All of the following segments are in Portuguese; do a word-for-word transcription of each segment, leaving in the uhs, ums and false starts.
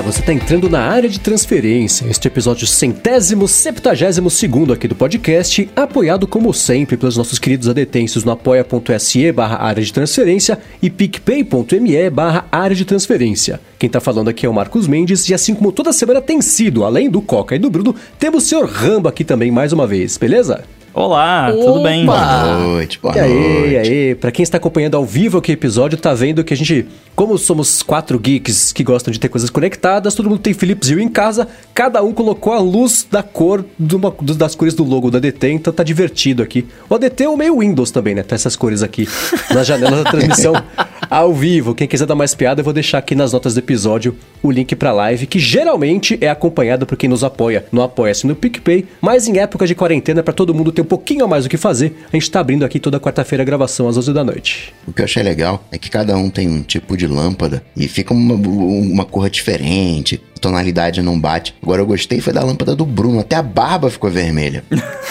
você está entrando na área de transferência, este episódio centésimo, septagésimo segundo aqui do podcast, apoiado como sempre pelos nossos queridos adetêncios no apoia.se barra área de transferência e picpay.me barra área de transferência. Quem está falando aqui é o Marcos Mendes e assim como toda semana tem sido, além do Coca e do Bruno, temos o senhor Rambo aqui também mais uma vez, beleza? Olá, Opa! Tudo bem? Boa noite, boa e aí, noite. E aí, pra quem está acompanhando ao vivo aqui o episódio, tá vendo que a gente, como somos quatro geeks que gostam de ter coisas conectadas, todo mundo tem Philips Hue em casa, cada um colocou a luz da cor de uma, das cores do logo da A D T, então tá divertido aqui. O A D T é o meio Windows também, né? Tá essas cores aqui na janela da transmissão ao vivo. Quem quiser dar mais piada, eu vou deixar aqui nas notas do episódio o link pra live, que geralmente é acompanhada por quem nos apoia no Apoia-se no PicPay, mas em época de quarentena, pra todo mundo ter um pouquinho a mais o que fazer, a gente tá abrindo aqui toda quarta-feira a gravação às onze da noite. O que eu achei legal é que cada um tem um tipo de lâmpada e fica uma, uma cor diferente, a tonalidade não bate. Agora eu gostei foi da lâmpada do Bruno, até a barba ficou vermelha.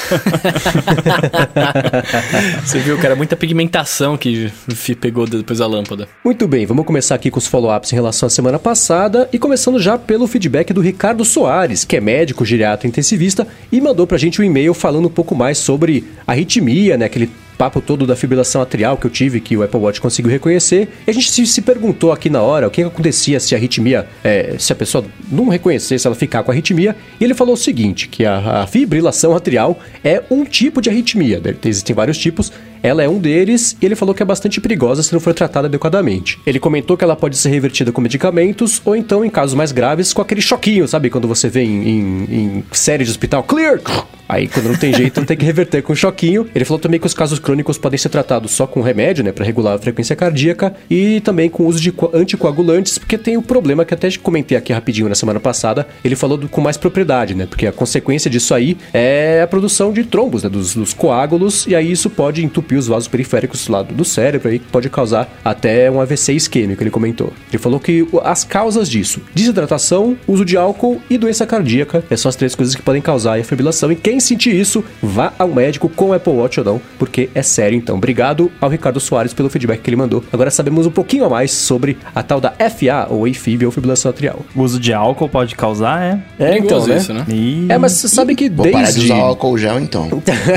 Você viu, cara, muita pigmentação que pegou depois da lâmpada. Muito bem, vamos começar aqui com os follow-ups em relação à semana passada e começando já pelo feedback do Ricardo Soares, que é médico, geriatra intensivista e mandou pra gente um e-mail falando um pouco mais sobre arritmia, né, aquele papo todo da fibrilação atrial que eu tive, que o Apple Watch conseguiu reconhecer. E a gente se, se perguntou aqui na hora o que acontecia se a arritmia, é, se a pessoa não reconhecesse, ela ficar com arritmia. E ele falou o seguinte, que a, a fibrilação atrial é um tipo de arritmia. Existem vários tipos, ela é um deles e ele falou que é bastante perigosa se não for tratada adequadamente. Ele comentou que ela pode ser revertida com medicamentos ou então, em casos mais graves, com aquele choquinho, sabe? Quando você vê em, em, em série de hospital, clear! Aí, quando não tem jeito, tem que reverter com choquinho. Ele falou também que os casos crônicos podem ser tratados só com remédio, né, para regular a frequência cardíaca e também com uso de anticoagulantes, porque tem o problema que até comentei aqui rapidinho na semana passada, ele falou do, com mais propriedade, né, porque a consequência disso aí é a produção de trombos, né, dos, dos coágulos, e aí isso pode entupir os vasos periféricos do lado do cérebro, aí pode causar até um A V C isquêmico, ele comentou. Ele falou que as causas disso, desidratação, uso de álcool e doença cardíaca, são as três coisas que podem causar a fibrilação, e quem sentir isso, vá ao médico com Apple Watch ou não, porque é sério então. Obrigado ao Ricardo Soares pelo feedback que ele mandou. Agora sabemos um pouquinho a mais sobre a tal da F A, ou A Fib, ou fibrilação atrial. O uso de álcool pode causar, é? É, então, né? Isso, né? E... É, mas você sabe que Vou desde... parar de usar álcool gel, então.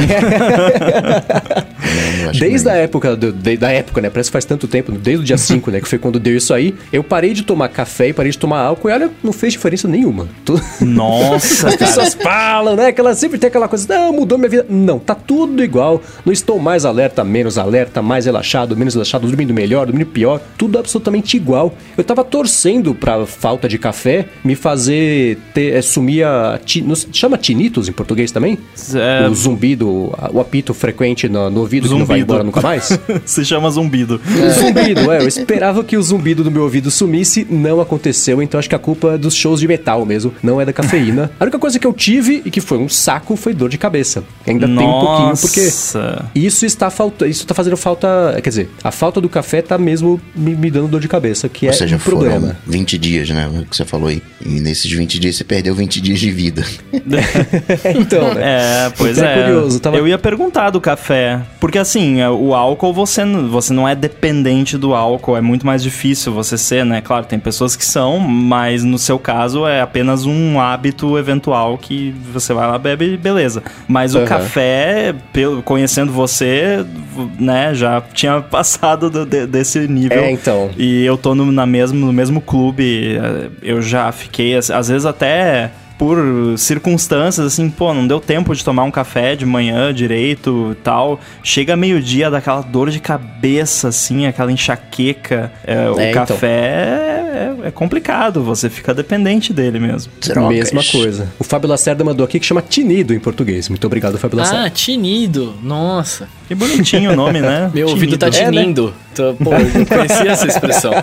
Desde a época, do, de, da época, né? Parece que faz tanto tempo, desde o dia cinco, né? Que foi quando deu isso aí. Eu parei de tomar café e parei de tomar álcool e olha, não fez diferença nenhuma. Nossa, as pessoas falam, né? Que ela sempre tem aquela coisa, não, mudou minha vida. Não, tá tudo igual. Não estou mais alerta, menos alerta, mais relaxado, menos relaxado, dormindo melhor, dormindo pior. Tudo absolutamente igual. Eu tava torcendo pra falta de café me fazer ter, é, sumir a... Ti, chama tinnitus em português também? É... O zumbido, o apito frequente no, no ouvido zumbido. Que não vai embora nunca mais? Se chama zumbido. É. Zumbido, é. Eu esperava que o zumbido do meu ouvido sumisse, não aconteceu, então acho que a culpa é dos shows de metal mesmo, não é da cafeína. A única coisa que eu tive, e que foi um saco, foi dor de cabeça. Ainda Nossa. tem um pouquinho, porque isso está falta, isso tá fazendo falta, quer dizer, a falta do café tá mesmo me, me dando dor de cabeça, que Ou é seja, um problema. Foram vinte dias, né, o que você falou aí. E nesses vinte dias você perdeu vinte dias de vida. Então, né? É, pois então é. é curioso. Tava... Eu ia perguntar do café, porque assim, o álcool, você, você não é dependente do álcool, é muito mais difícil você ser, né? Claro, tem pessoas que são, mas no seu caso é apenas um hábito eventual que você vai lá, bebe e beleza. Mas uhum. o café, pelo, conhecendo você, né, já tinha passado do, de, desse nível. É, então. E eu tô no, na mesmo, no mesmo clube, eu já fiquei, às vezes até... por circunstâncias, assim, pô, não deu tempo de tomar um café de manhã direito e tal. Chega meio-dia, daquela dor de cabeça, assim, aquela enxaqueca. É, o é, café então. é, é complicado, você fica dependente dele mesmo. Trocas. Mesma coisa. O Fábio Lacerda mandou aqui que chama tinido em português. Muito obrigado, Fábio Lacerda. Ah, tinido. Nossa. Que bonitinho o nome, né? Meu ouvido tá tinindo. É, né? Tô, pô, eu não conhecia essa expressão.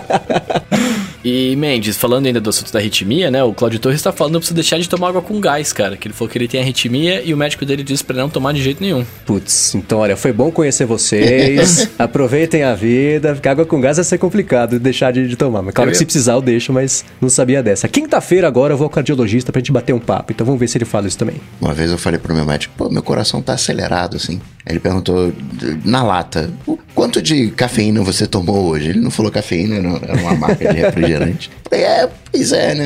E, Mendes, falando ainda do assunto da arritmia, né? O Cláudio Torres tá falando pra você deixar de tomar água com gás, cara. Que ele falou que ele tem arritmia e o médico dele disse pra não tomar de jeito nenhum. Putz, então olha, foi bom conhecer vocês. Aproveitem a vida. Porque água com gás vai ser complicado de deixar de, de tomar. Mas claro eu que se precisar eu deixo, mas não sabia dessa. Quinta-feira agora eu vou ao cardiologista pra gente bater um papo. Então vamos ver se ele fala isso também. Uma vez eu falei pro meu médico, pô, meu coração tá acelerado, assim. Aí ele perguntou, na lata, quanto de cafeína você tomou hoje? Ele não falou cafeína, não, era uma marca de refrigerante. Falei, é, pois é, né?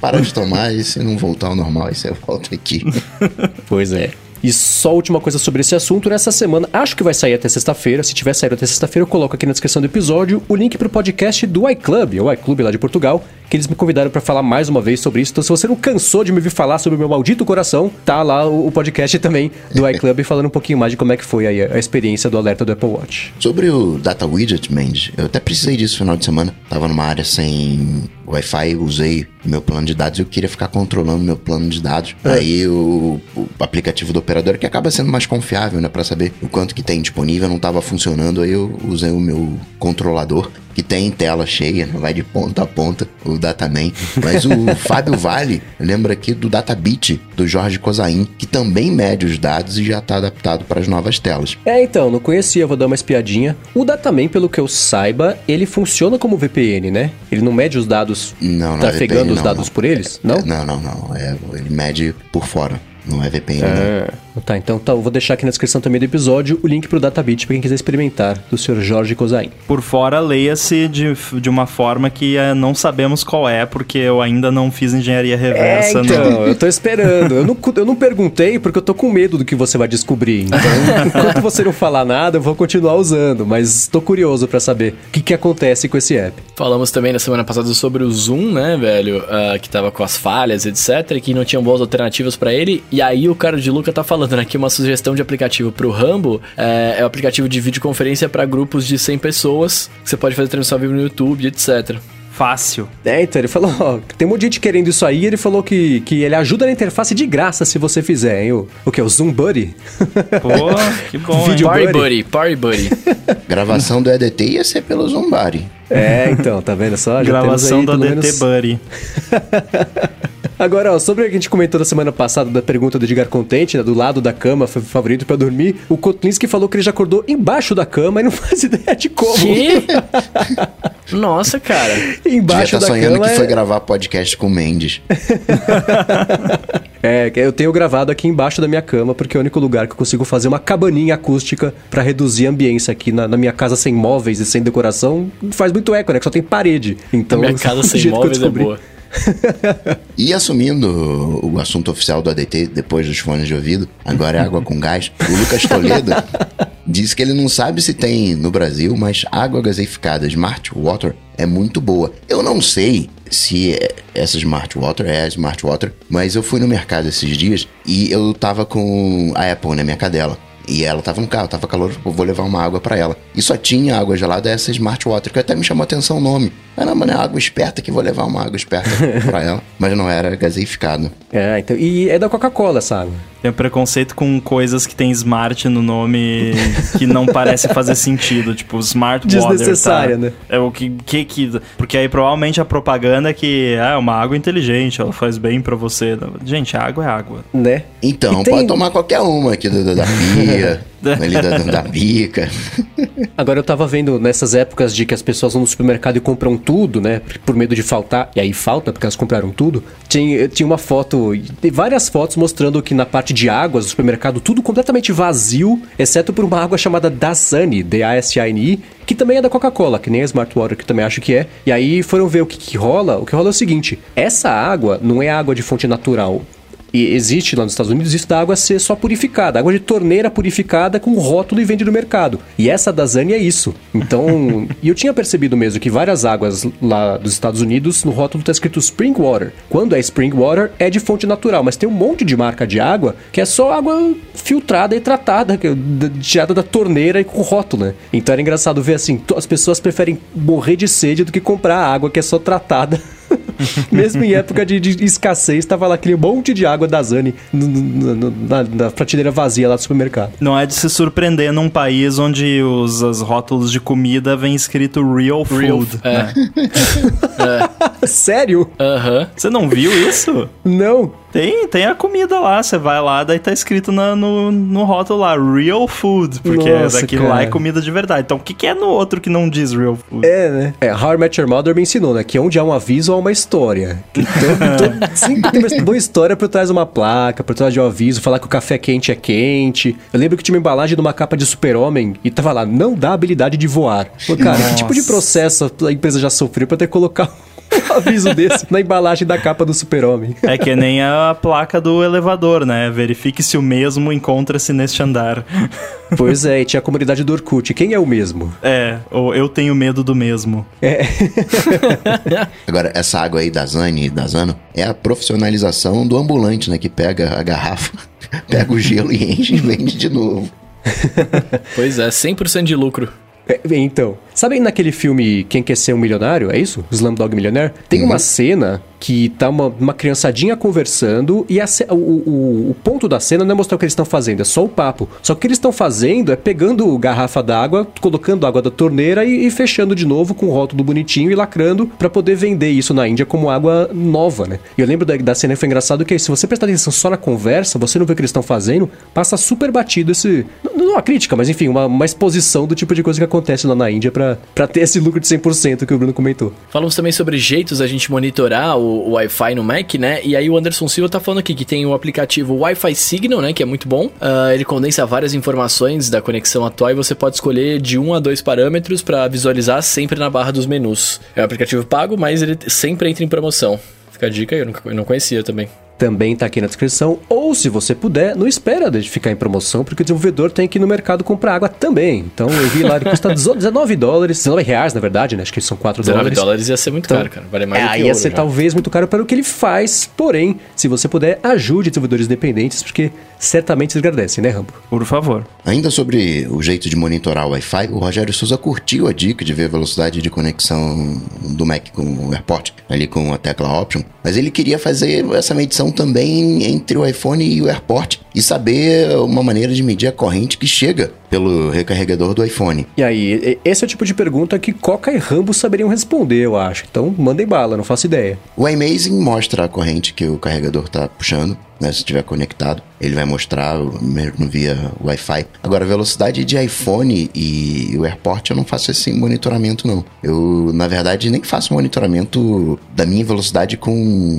parar de tomar e se não voltar ao normal, aí você volta aqui. Pois é. E só a última coisa sobre esse assunto, nessa semana, acho que vai sair até sexta-feira, se tiver saído até sexta-feira eu coloco aqui na descrição do episódio o link pro podcast do iClub, o iClub lá de Portugal, que eles me convidaram pra falar mais uma vez sobre isso. Então se você não cansou de me ouvir falar sobre o meu maldito coração, tá lá o, o podcast também do iClub falando um pouquinho mais de como é que foi aí a, a experiência do alerta do Apple Watch. Sobre o Data Widget, Mendes, eu até precisei disso no final de semana. Tava numa área sem Wi-Fi, usei o meu plano de dados e eu queria ficar controlando meu plano de dados. É. Aí o, o aplicativo do operador, que acaba sendo mais confiável, né, pra saber o quanto que tem disponível, não tava funcionando, aí eu usei o meu controlador, que tem tela cheia, vai de ponta a ponta, o Dataman. Mas o Fábio Vale lembra aqui do Databit, do Jorge Cosain, que também mede os dados e já está adaptado para as novas telas. É, então, não conhecia, vou dar uma espiadinha. O Dataman, pelo que eu saiba, ele funciona como V P N, né? Ele não mede os dados, não, não trafegando é V P N, os não, dados não. por eles? Não? É, não, não, não. É, ele mede por fora. Não é V P N, é. não. Tá, então tá, eu vou deixar aqui na descrição também do episódio o link pro Databit pra quem quiser experimentar, do senhor Jorge Cosain. Por fora, leia-se de, de uma forma que é, não sabemos qual é, porque eu ainda não fiz engenharia reversa. É, então, no... eu tô esperando. Eu não, eu não perguntei porque eu tô com medo do que você vai descobrir. Então, enquanto você não falar nada, eu vou continuar usando, mas tô curioso pra saber o que que acontece com esse app. Falamos também na semana passada sobre o Zoom, né, velho, uh, que tava com as falhas, etcétera, e que não tinham boas alternativas pra ele, e aí o cara de Luca tá falando né, que uma sugestão de aplicativo pro Rumble é, é o aplicativo de videoconferência pra grupos de cem pessoas, que você pode fazer transmissão ao vivo no YouTube, etcétera. Fácil. É, então ele falou, ó, tem um monte de gente querendo isso aí, ele falou que, que ele ajuda na interface de graça se você fizer, hein? O, o que? O Zoom Buddy? Pô, que bom, Video Party Buddy. Buddy, Party Buddy. Gravação do E D T ia ser pelo Zombari. É, então, tá vendo só? Já Gravação temos aí, do pelo A D T menos... Buddy. Agora, ó, sobre o que a gente comentou na semana passada da pergunta do Edgar Contente, né, do lado da cama favorito pra dormir, o Kotlinski falou que ele já acordou embaixo da cama e não faz ideia de como. Que? Nossa, cara. Embaixo Já tá da sonhando cama que é... foi gravar podcast com o Mendes. É, eu tenho gravado aqui embaixo da minha cama, porque é o único lugar que eu consigo fazer uma cabaninha acústica pra reduzir a ambiência aqui na, na minha casa sem móveis e sem decoração. Faz muito eco, né? Que só tem parede. Então, minha casa sem móveis é boa. E assumindo o assunto oficial do A D T, depois dos fones de ouvido, agora é água com gás, o Lucas Toledo disse que ele não sabe se tem no Brasil, mas água gaseificada Smart Water é muito boa. Eu não sei se essa Smart Water é a Smart Water, mas eu fui no mercado esses dias e eu tava com a Apple, né, minha cadela. E ela tava no carro, tava calor, eu vou levar uma água pra ela. E só tinha água gelada, essa Smart Water, que até me chamou a atenção o nome. Caramba, né? Água esperta que vou levar uma água esperta pra ela. Mas não era gaseificado. É, então, e é da Coca-Cola essa água. Tem preconceito com coisas que tem Smart no nome que não parece fazer sentido. Tipo, Smart Water. Desnecessária, tá? né? É o que, que que... Porque aí provavelmente a propaganda é que ah, é uma água inteligente, ela faz bem pra você. Gente, água é água. Né? Então, tem... pode tomar qualquer uma aqui da, da pia, ali da, da bica. Agora eu tava vendo nessas épocas de que as pessoas vão no supermercado e compram tudo, né? Por medo de faltar, e aí falta porque elas compraram tudo. Tinha, tinha uma foto, tem várias fotos mostrando que na parte de águas do supermercado tudo completamente vazio, exceto por uma água chamada Dasani, D A S A N I, que também é da Coca-Cola, que nem a Smart Water, que também acho que é. E aí foram ver o que, que rola. O que rola é o seguinte: essa água não é água de fonte natural. E existe lá nos Estados Unidos isso da água ser só purificada, água de torneira purificada com rótulo e vende no mercado. E essa da Dasani é isso. Então, e eu tinha percebido mesmo que várias águas lá dos Estados Unidos, no rótulo tá escrito Spring Water. Quando é Spring Water, é de fonte natural, mas tem um monte de marca de água que é só água filtrada e tratada, tirada da torneira e com rótulo, né? Então era engraçado ver assim, as pessoas preferem morrer de sede do que comprar água que é só tratada. Mesmo em época de, de escassez, tava lá aquele monte de água da Dasani na, na prateleira vazia lá do supermercado. Não é de se surpreender num país onde os, os rótulos de comida vem escrito Real Food. Real, é. Né? É. Sério? Aham. Uhum. Você não viu isso? Não. Tem, tem a comida lá, você vai lá, daí tá escrito na, no, no rótulo lá, Real Food, porque Nossa, daquilo cara. lá é comida de verdade. Então, o que, que é no outro que não diz Real Food? É, né? É, How I Met Your Mother me ensinou, né? Que onde há um aviso, há uma história. Então, então sempre tem uma boa história por trás de uma placa, por trás de um aviso, falar que o café quente é quente. Eu lembro que tinha uma embalagem de uma capa de Super-Homem e tava lá, não dá habilidade de voar. Pô, cara, Nossa. que tipo de processo a empresa já sofreu pra ter que colocar Um aviso desse na embalagem da capa do Super-Homem. É que nem a placa do elevador, né? Verifique se o mesmo encontra-se neste andar. Pois é, e tinha a comunidade do Orkut. Quem é o mesmo? É, ou eu tenho medo do mesmo. É. Agora, essa água aí da Zani e da Zano é a profissionalização do ambulante, né? Que pega a garrafa, pega o gelo e enche e vende de novo. Pois é, cem por cento de lucro. É, então, sabe naquele filme Quem Quer Ser um Milionário? É isso? Slumdog Millionaire? Tem Uhum. uma cena que tá uma, uma criançadinha conversando e a, ce- o, o, o ponto da cena não é mostrar o que eles estão fazendo, é só o papo. Só que o que eles estão fazendo é pegando garrafa d'água, colocando água da torneira e, e fechando de novo com o rótulo bonitinho e lacrando pra poder vender isso na Índia como água nova, né? E eu lembro da, da cena que foi engraçado que se você prestar atenção só na conversa, você não vê o que eles estão fazendo, passa super batido esse... Não, não uma crítica, mas enfim, uma, uma exposição do tipo de coisa que acontece lá na Índia pra, pra ter esse lucro de cem por cento que o Bruno comentou. Falamos também sobre jeitos da gente monitorar o, o Wi-Fi no Mac, né? E aí o Anderson Silva tá falando aqui que tem o aplicativo Wi-Fi Signal, né? Que é muito bom. Uh, ele condensa várias informações da conexão atual e você pode escolher de um a dois parâmetros pra visualizar sempre na barra dos menus. É um aplicativo pago, mas ele sempre entra em promoção. Fica a dica aí, eu não, eu não conhecia também. Também tá aqui na descrição, ou se você puder, não espera de ficar em promoção, porque o desenvolvedor tem que ir no mercado comprar água também. Então eu vi lá, ele custa dezenove dólares, dezenove reais na verdade, né? Acho que são quatro dólares. dezenove dólares ia ser muito Então, caro, cara. Vale mais é, do que aí ouro, ia ser já. talvez muito caro para o que ele faz, porém, se você puder, ajude desenvolvedores independentes, porque certamente se agradecem, né, Rambo? Por favor. Ainda sobre o jeito de monitorar o Wi-Fi, o Rogério Souza curtiu a dica de ver a velocidade de conexão do Mac com o AirPort, ali com a tecla Option, mas ele queria fazer essa medição também entre o iPhone e o AirPort e saber uma maneira de medir a corrente que chega pelo recarregador do iPhone. E aí, esse é o tipo de pergunta que Coca e Rambo saberiam responder, eu acho. Então, mandem bala, não faço ideia. O iMazing mostra a corrente que o carregador está puxando, né, se estiver conectado. Ele vai mostrar mesmo via Wi-Fi. Agora, a velocidade de iPhone e o AirPort eu não faço esse monitoramento, não. Eu, na verdade, nem faço monitoramento da minha velocidade com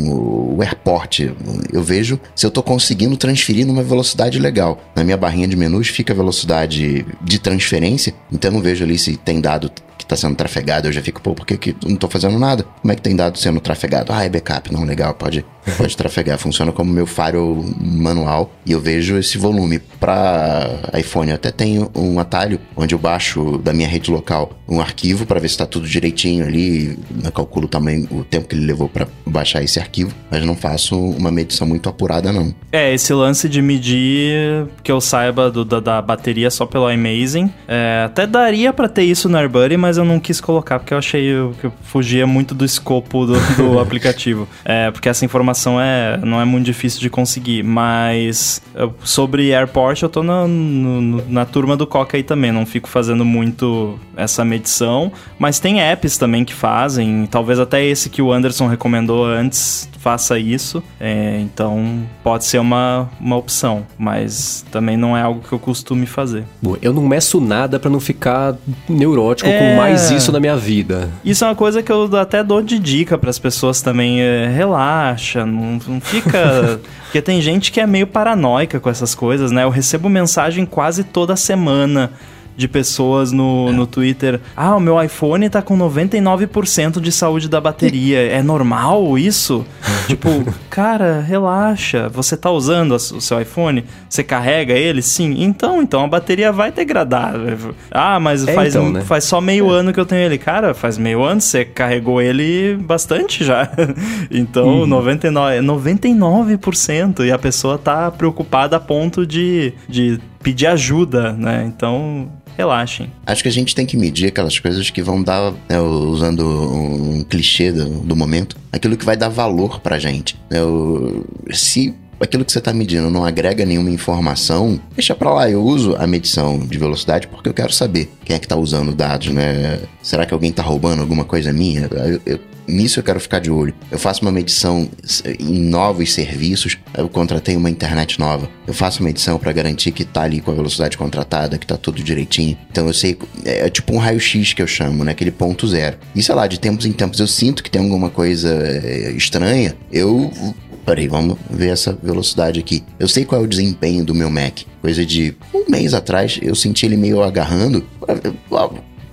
o AirPort. Eu vejo se eu estou conseguindo transferir numa velocidade legal. Na minha barrinha de menus fica a velocidade de transferência, então eu não vejo ali se tem dado que está sendo trafegado. Eu já fico, pô, por que, que eu não estou fazendo nada? Como é que tem dado sendo trafegado? Ah, é backup. Não, legal, pode, pode trafegar. Funciona como meu firewall manual e eu vejo esse volume. Para iPhone eu até tenho um atalho onde eu baixo da minha rede local um arquivo para ver se está tudo direitinho ali. Eu calculo o tamanho, o tempo que ele levou para baixar esse arquivo, mas não faço uma medição muito apurada, não. É, esse lance de medir, que eu saiba do, da, da bateria só pelo iMazing, é, até daria pra ter isso no AirBuddy, mas eu não quis colocar porque eu achei que fugia muito do escopo do, do aplicativo. É, porque essa informação é, não é muito difícil de conseguir, mas eu, sobre AirPort eu tô na, no, na turma do Coca aí também, não fico fazendo muito essa medição, mas tem apps também que fazem, talvez até esse que o Anderson recomendou antes faça isso, é, então pode ser uma, uma opção, mas também não é algo que eu costume fazer. Bom, eu não meço nada pra não ficar neurótico É. com mais isso na minha vida. Isso é uma coisa que eu até dou de dica pras pessoas também, é, relaxa, não, não fica... Porque tem gente que é meio paranoica com essas coisas, né? Eu recebo mensagem quase toda semana de pessoas no, é. no Twitter. Ah, o meu iPhone tá com noventa e nove por cento de saúde da bateria. É normal isso? Tipo, cara, relaxa. Você tá usando o seu iPhone? Você carrega ele? Sim. Então, então a bateria vai degradar. Ah, mas é faz, então, né? faz só meio é. ano que eu tenho ele. Cara, faz meio ano, você carregou ele bastante já. Então, uhum. noventa e nove por cento, noventa e nove por cento. E a pessoa tá preocupada a ponto de, de pedir ajuda, né? Então... relaxem. Acho que a gente tem que medir aquelas coisas que vão dar, né, usando um clichê do, do momento, aquilo que vai dar valor pra gente. Eu, se aquilo que você tá medindo não agrega nenhuma informação, deixa pra lá. Eu uso a medição de velocidade porque eu quero saber quem é que tá usando dados, né? Será que alguém tá roubando alguma coisa minha? Eu, eu, nisso eu quero ficar de olho. Eu faço uma medição em novos serviços. Eu contratei uma internet nova. Eu faço uma medição para garantir que tá ali com a velocidade contratada, que tá tudo direitinho. Então eu sei, é tipo um raio-x que eu chamo, né? Aquele ponto zero. E sei lá, de tempos em tempos eu sinto que tem alguma coisa estranha, eu... Peraí, vamos ver essa velocidade aqui. Eu sei qual é o desempenho do meu Mac. Coisa de um mês atrás, eu senti ele meio agarrando.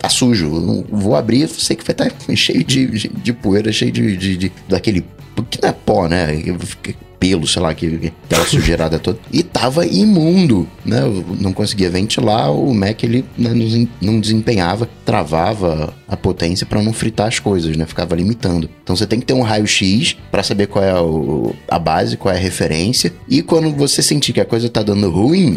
tá sujo. Eu não vou abrir, sei que vai estar tá cheio de, de, de poeira, cheio de, de, de daquele... que não é pó, né? Pelo, sei lá, que, aquela sujeirada toda. E tava imundo, né? Eu não conseguia ventilar, o Mac, ele né, não desempenhava, travava a potência para não fritar as coisas, né? Ficava limitando. Então você tem que ter um raio-x para saber qual é o, a base, qual é a referência. E quando você sentir que a coisa tá dando ruim,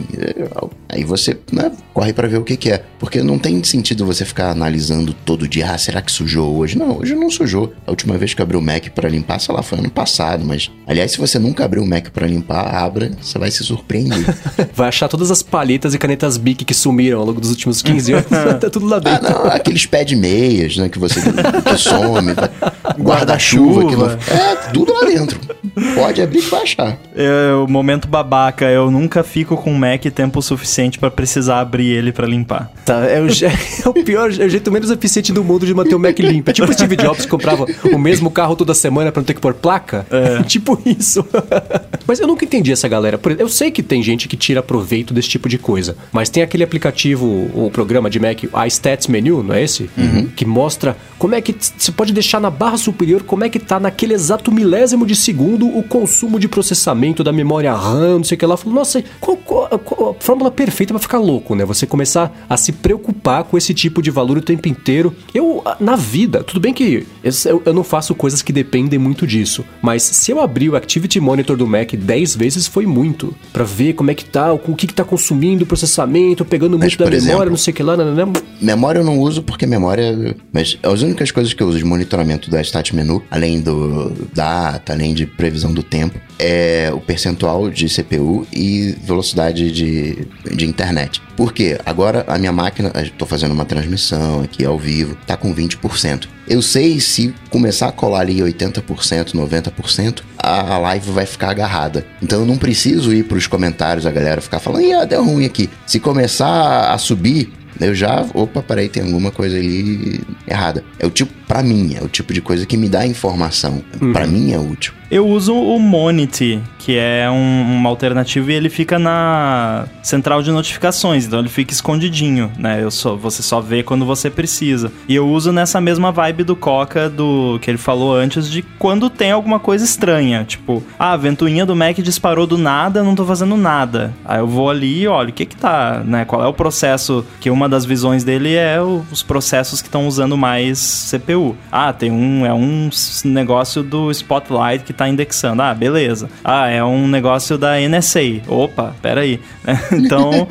aí você né, corre para ver o que que é. Porque não tem sentido você ficar analisando todo dia, ah, será que sujou hoje? Não, hoje não sujou. A última vez que eu abri o Mac para limpar, sei lá, foi ano passado, mas aliás, se você nunca abriu o Mac para limpar, abra, você vai se surpreender. Vai achar todas as paletas e canetas Bic que sumiram ao longo dos últimos quinze anos, tá tudo lá dentro. Ah, não, aqueles pé de meias, né, que você que some, guarda-chuva, que não... é, tudo lá dentro. Pode abrir que vai achar. É, o momento babaca, eu nunca fico com o Mac tempo suficiente pra precisar abrir ele pra limpar. Tá, é o, é o pior, é o jeito menos eficiente do mundo de manter o Mac limpo. É tipo o Steve Jobs que comprava o mesmo carro toda semana pra não ter que pôr placa. É. Tipo isso. Mas eu nunca entendi essa galera. Eu sei que tem gente que tira proveito desse tipo de coisa, mas tem aquele aplicativo, o programa de Mac, iStats Menu, não é esse? Uhum. Que mostra como é que você pode deixar na barra superior como é que tá naquele exato milésimo de segundo o consumo de processamento da memória RAM, não sei o que lá. Falo, nossa, qual, qual, qual a fórmula perfeita pra ficar louco, né? Você começar a se preocupar com esse tipo de valor o tempo inteiro. Eu, na vida, tudo bem que eu, eu não faço coisas que dependem muito disso, mas se eu abrir o Activity Monitor do Mac dez vezes foi muito, pra ver como é que tá, o que que tá consumindo o processamento, pegando mas, muito da memória, exemplo, não sei o que lá, não, não, não. Memória eu não uso porque memória... Mas as únicas coisas que eu uso de monitoramento do Stat Menu, além do data, além de previsão do tempo, é o percentual de C P U e velocidade de, de internet. Por quê? Agora a minha máquina, estou fazendo uma transmissão aqui ao vivo, tá com vinte por cento. Eu sei se começar a colar ali oitenta por cento, noventa por cento, a live vai ficar agarrada. Então eu não preciso ir para os comentários, a galera ficar falando, ih, deu ruim aqui. Se começar a subir, eu já, opa, peraí, tem alguma coisa ali errada. É o tipo, pra mim, é o tipo de coisa que me dá informação. Uhum. Pra mim é útil. Eu uso o Monity, que é um, uma alternativa e ele fica na central de notificações, então ele fica escondidinho, né? Eu só, você só vê quando você precisa. E eu uso nessa mesma vibe do Coca, do que ele falou antes, de quando tem alguma coisa estranha. Tipo, ah, a ventoinha do Mac disparou do nada, não tô fazendo nada. Aí eu vou ali e olho, o que que tá, né? Qual é o processo? Que uma das visões dele é o, os processos que estão usando mais C P U. Ah, tem um, é um negócio do Spotlight que tá indexando. Ah, beleza. Ah, é um negócio da N S A. Opa, peraí. Então,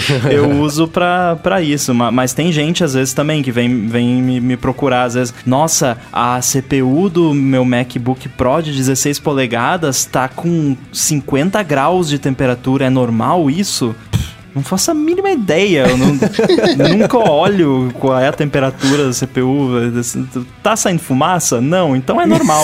eu uso pra, pra isso. Mas tem gente, às vezes, também, que vem, vem me, me procurar, às vezes, nossa, a C P U do meu MacBook Pro de dezesseis polegadas tá com cinquenta graus de temperatura. É normal isso? Não faço a mínima ideia, eu não, nunca olho qual é a temperatura da C P U. Tá saindo fumaça? Não, então é normal.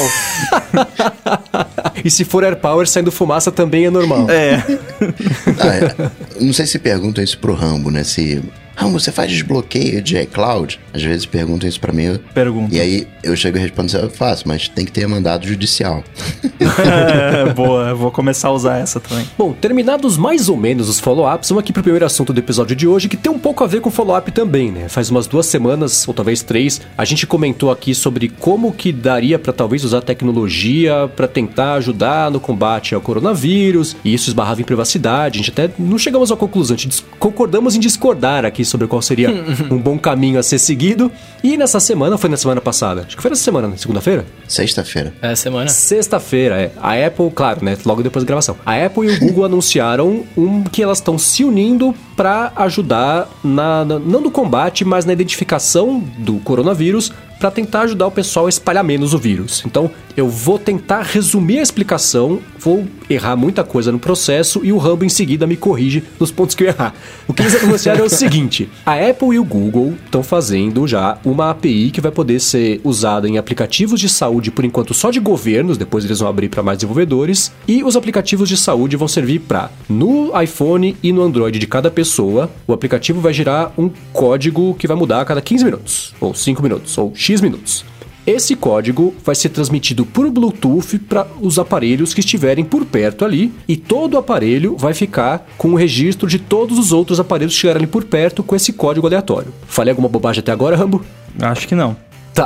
E se for AirPower saindo fumaça também é normal. É. Ah, é. Não sei se perguntam isso pro Rambo, né? Se... Rambo, você faz desbloqueio de iCloud? Às vezes perguntam isso pra mim. Pergunta. E aí eu chego e respondo assim, eu faço, mas tem que ter mandado judicial. É, boa, eu vou começar a usar essa também. Bom, terminados mais ou menos os follow-ups, vamos aqui pro primeiro assunto do episódio de hoje, que tem um pouco a ver com follow-up também, né? Faz umas duas semanas, ou talvez três, a gente comentou aqui sobre como que daria pra talvez usar tecnologia pra tentar ajudar no combate ao coronavírus, e isso esbarrava em privacidade. A gente até não chegamos à conclusão, a gente concordamos em discordar aqui sobre qual seria um bom caminho a ser seguido. E nessa semana, foi na semana passada? Acho que foi nessa semana, né? Segunda-feira? Sexta-feira. É, semana. Sexta-feira, é. A Apple, claro, né? Logo depois da gravação. A Apple e o Google anunciaram um, que elas estão se unindo para ajudar, na, na, não no combate, mas na identificação do coronavírus, para tentar ajudar o pessoal a espalhar menos o vírus. Então, eu vou tentar resumir a explicação, vou errar muita coisa no processo e o Rambo em seguida me corrige nos pontos que eu errar. O que eles anunciaram é o seguinte: a Apple e o Google estão fazendo já uma A P I que vai poder ser usada em aplicativos de saúde, por enquanto só de governos, depois eles vão abrir para mais desenvolvedores, e os aplicativos de saúde vão servir para, no iPhone e no Android de cada pessoa, o aplicativo vai gerar um código que vai mudar a cada quinze minutos, ou cinco minutos, ou X minutos. esse código vai ser transmitido por Bluetooth para os aparelhos que estiverem por perto ali, e todo o aparelho vai ficar com o registro de todos os outros aparelhos que estiverem ali por perto com esse código aleatório. Falei alguma bobagem até agora, Rambo? Acho que não. Tá.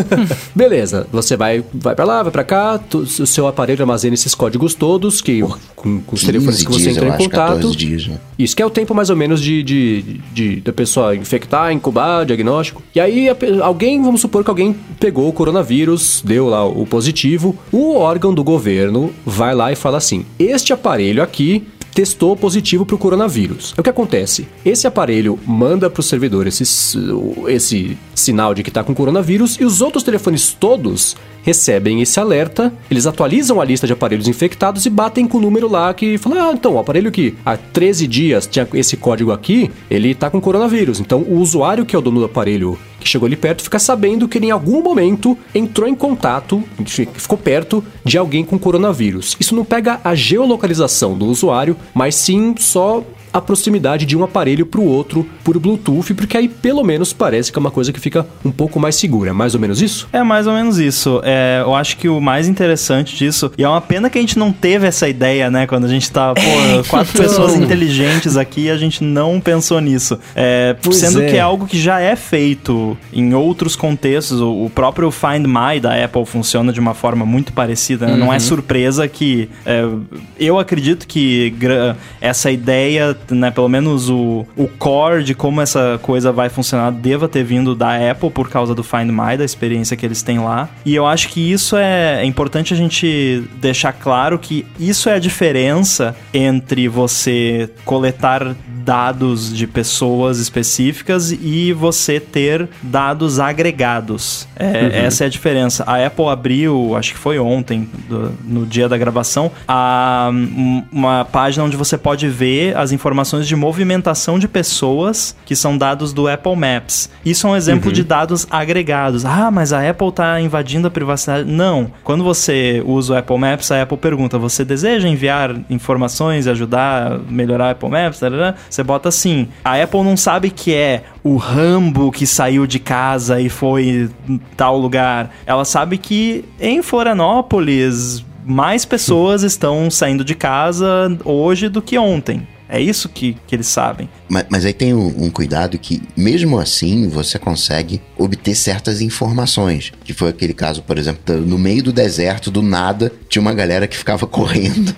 Beleza. Você vai, vai pra lá, vai pra cá, tu, o seu aparelho armazena esses códigos todos, que Porra, com, com os telefones que você dias, entrou em acho, contato. Dias, né? Isso que é o tempo mais ou menos de, de, de, de da pessoa infectar, incubar, diagnóstico. E aí a, alguém, vamos supor que alguém pegou o coronavírus, deu lá o positivo, o órgão do governo vai lá e fala assim: este aparelho aqui testou positivo para o coronavírus. O que acontece? Esse aparelho manda para o servidor esse, esse sinal de que está com coronavírus, e os outros telefones todos recebem esse alerta, eles atualizam a lista de aparelhos infectados e batem com o número lá que fala: ah, então, o aparelho que há treze dias tinha esse código aqui, ele está com coronavírus. Então, o usuário que é o dono do aparelho que chegou ali perto fica sabendo que ele em algum momento entrou em contato, ficou perto de alguém com coronavírus. Isso não pega a geolocalização do usuário, mas sim só a proximidade de um aparelho para o outro por Bluetooth, porque aí pelo menos parece que é uma coisa que fica um pouco mais segura. É mais ou menos isso? É mais ou menos isso. É, eu acho que o mais interessante disso, e é uma pena que a gente não teve essa ideia, né, quando a gente tá, pô, é, quatro então... pessoas inteligentes aqui e a gente não pensou nisso. É, sendo é. que é algo que já é feito em outros contextos. O, o próprio Find My da Apple funciona de uma forma muito parecida, né? Uhum. Não é surpresa que... É, eu acredito que essa ideia, né, pelo menos o, o core de como essa coisa vai funcionar deva ter vindo da Apple por causa do Find My, da experiência que eles têm lá. E eu acho que isso é, é importante a gente deixar claro que isso é a diferença entre você coletar dados de pessoas específicas e você ter dados agregados. É, uhum. Essa é a diferença. A Apple abriu, acho que foi ontem, do, no dia da gravação, a, uma página onde você pode ver as informações de movimentação de pessoas, que são dados do Apple Maps. Isso é um exemplo uhum. de dados agregados. Ah, mas a Apple está invadindo a privacidade. Não. Quando você usa o Apple Maps, a Apple pergunta: você deseja enviar informações e ajudar a melhorar o Apple Maps? Você bota assim. A Apple não sabe que é o Rambo que saiu de casa e foi em tal lugar. Ela sabe que em Florianópolis mais pessoas estão saindo de casa hoje do que ontem. É isso que, que eles sabem. Mas, mas aí tem um, um cuidado que, mesmo assim, você consegue obter certas informações. Que foi aquele caso, por exemplo, no meio do deserto, do nada, tinha uma galera que ficava correndo.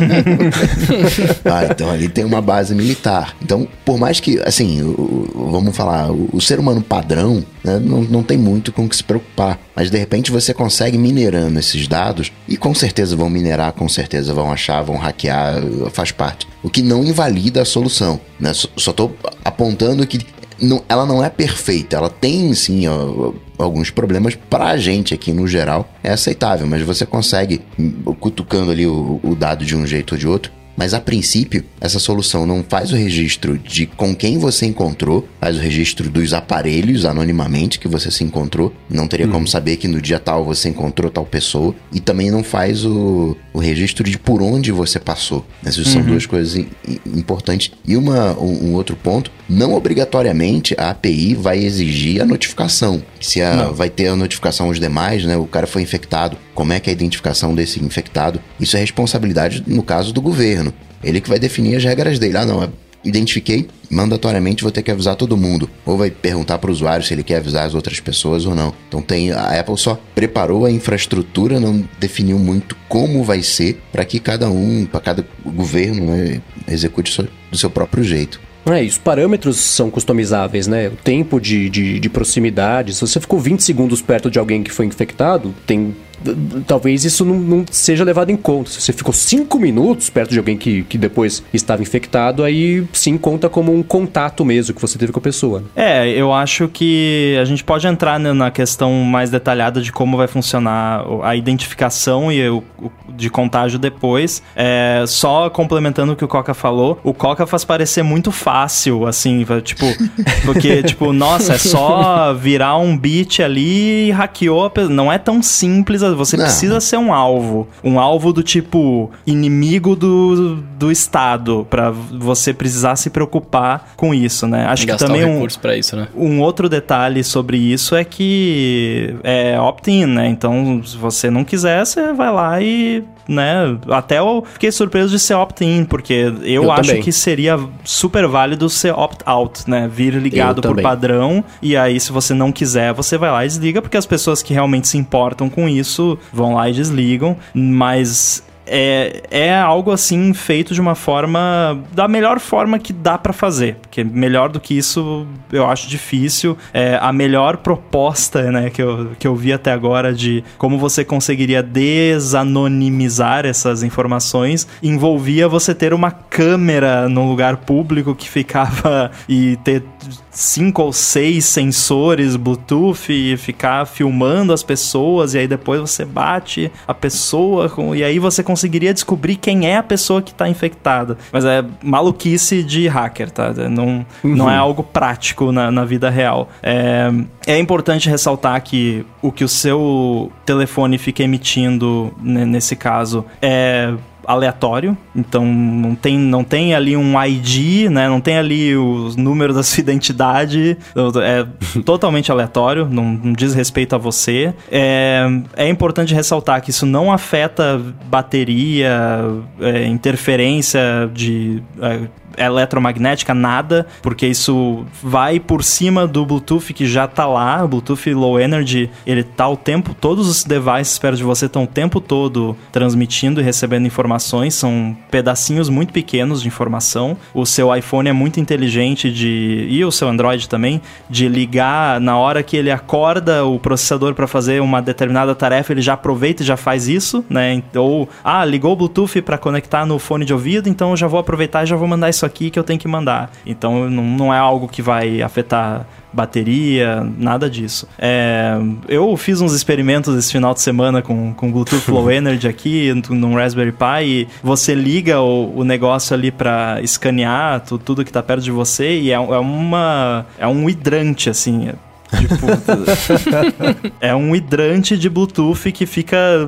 Ah, então ali tem uma base militar. Então, por mais que, assim, o, o, vamos falar, o, o ser humano padrão, né, não, não tem muito com o que se preocupar. Mas, de repente, você consegue minerando esses dados, e com certeza vão minerar, com certeza vão achar, vão hackear, faz parte. O que não invalida a solução, né? Só estou apontando que não, ela não é perfeita, ela tem sim ó, alguns problemas. Pra gente aqui no geral é aceitável, mas você consegue, cutucando ali o, o dado de um jeito ou de outro. Mas a princípio, essa solução não faz o registro de com quem você encontrou, faz o registro dos aparelhos anonimamente que você se encontrou. Não teria uhum. como saber que no dia tal você encontrou tal pessoa. E também não faz o, o registro de por onde você passou. Essas são uhum. duas coisas in, importantes. E uma, um, um outro ponto, não obrigatoriamente a A P I vai exigir a notificação. Se a, vai ter a notificação aos demais, né? O cara foi infectado, como é que é a identificação desse infectado? Isso é responsabilidade, no caso, do governo. Ele que vai definir as regras dele. Ah, não, identifiquei, mandatoriamente vou ter que avisar todo mundo. Ou vai perguntar para o usuário se ele quer avisar as outras pessoas ou não. Então tem, a Apple só preparou a infraestrutura, não definiu muito como vai ser para que cada um, para cada governo, né, execute do seu próprio jeito. É, e os parâmetros são customizáveis, né? O tempo de, de, de proximidade. Se você ficou vinte segundos perto de alguém que foi infectado, tem... talvez isso não, não seja levado em conta. Se você ficou cinco minutos perto de alguém que, que depois estava infectado, aí sim conta como um contato mesmo que você teve com a pessoa. Né? É, eu acho que a gente pode entrar, né, na questão mais detalhada de como vai funcionar a identificação e o, o de contágio depois. É, só complementando o que o Coca falou, o Coca faz parecer muito fácil, assim, tipo, porque, tipo, nossa, é só virar um bit ali e hackeou a pessoa. Não é tão simples precisa, você Não. precisa ser um alvo. Um alvo do tipo inimigo do, do Estado, pra você precisar se preocupar com isso, né? Acho Gastar que também um um, recurso pra isso, né? um outro detalhe sobre isso é que é opt-in, né? Então, se você não quiser, você vai lá e... né? Até eu fiquei surpreso de ser opt-in, porque eu, Eu acho também. que seria super válido ser opt-out, né? Vir ligado Eu por também. padrão, e aí se você não quiser, você vai lá e desliga, porque as pessoas que realmente se importam com isso vão lá e desligam, mas... É, é algo assim feito de uma forma, da melhor forma que dá pra fazer, porque melhor do que isso eu acho difícil. É, a melhor proposta, né, que eu, que eu vi até agora de como você conseguiria desanonimizar essas informações envolvia você ter uma câmera num lugar público que ficava e ter cinco ou seis sensores Bluetooth e ficar filmando as pessoas, e aí depois você bate a pessoa com, e aí você conseguiria descobrir quem é a pessoa que está infectada. Mas é maluquice de hacker, tá? Não, uhum. não é algo prático na, na vida real. É, é importante ressaltar que o que o seu telefone fica emitindo, né, nesse caso, é... aleatório, então não tem, não tem ali um I D, né? Não tem ali os números da sua identidade, é totalmente aleatório, não, não diz respeito a você. É, é importante ressaltar que isso não afeta bateria, é, interferência de... É, eletromagnética, nada, porque isso vai por cima do Bluetooth que já tá lá. O Bluetooth Low Energy, ele tá o tempo, todos os devices perto de você estão o tempo todo transmitindo e recebendo informações, são pedacinhos muito pequenos de informação. O seu iPhone é muito inteligente de, e o seu Android também, de ligar na hora que ele acorda o processador para fazer uma determinada tarefa, ele já aproveita e já faz isso, né? Ou, ah, ligou o Bluetooth para conectar no fone de ouvido, então eu já vou aproveitar e já vou mandar isso aqui que eu tenho que mandar. Então não, não é algo que vai afetar bateria, nada disso. É, eu fiz uns experimentos esse final de semana com, com Bluetooth Low Energy aqui num Raspberry Pi, e você liga o, o negócio ali para escanear tu, tudo que tá perto de você, e é, é uma é um hidrante, assim, tipo, é um hidrante de Bluetooth que fica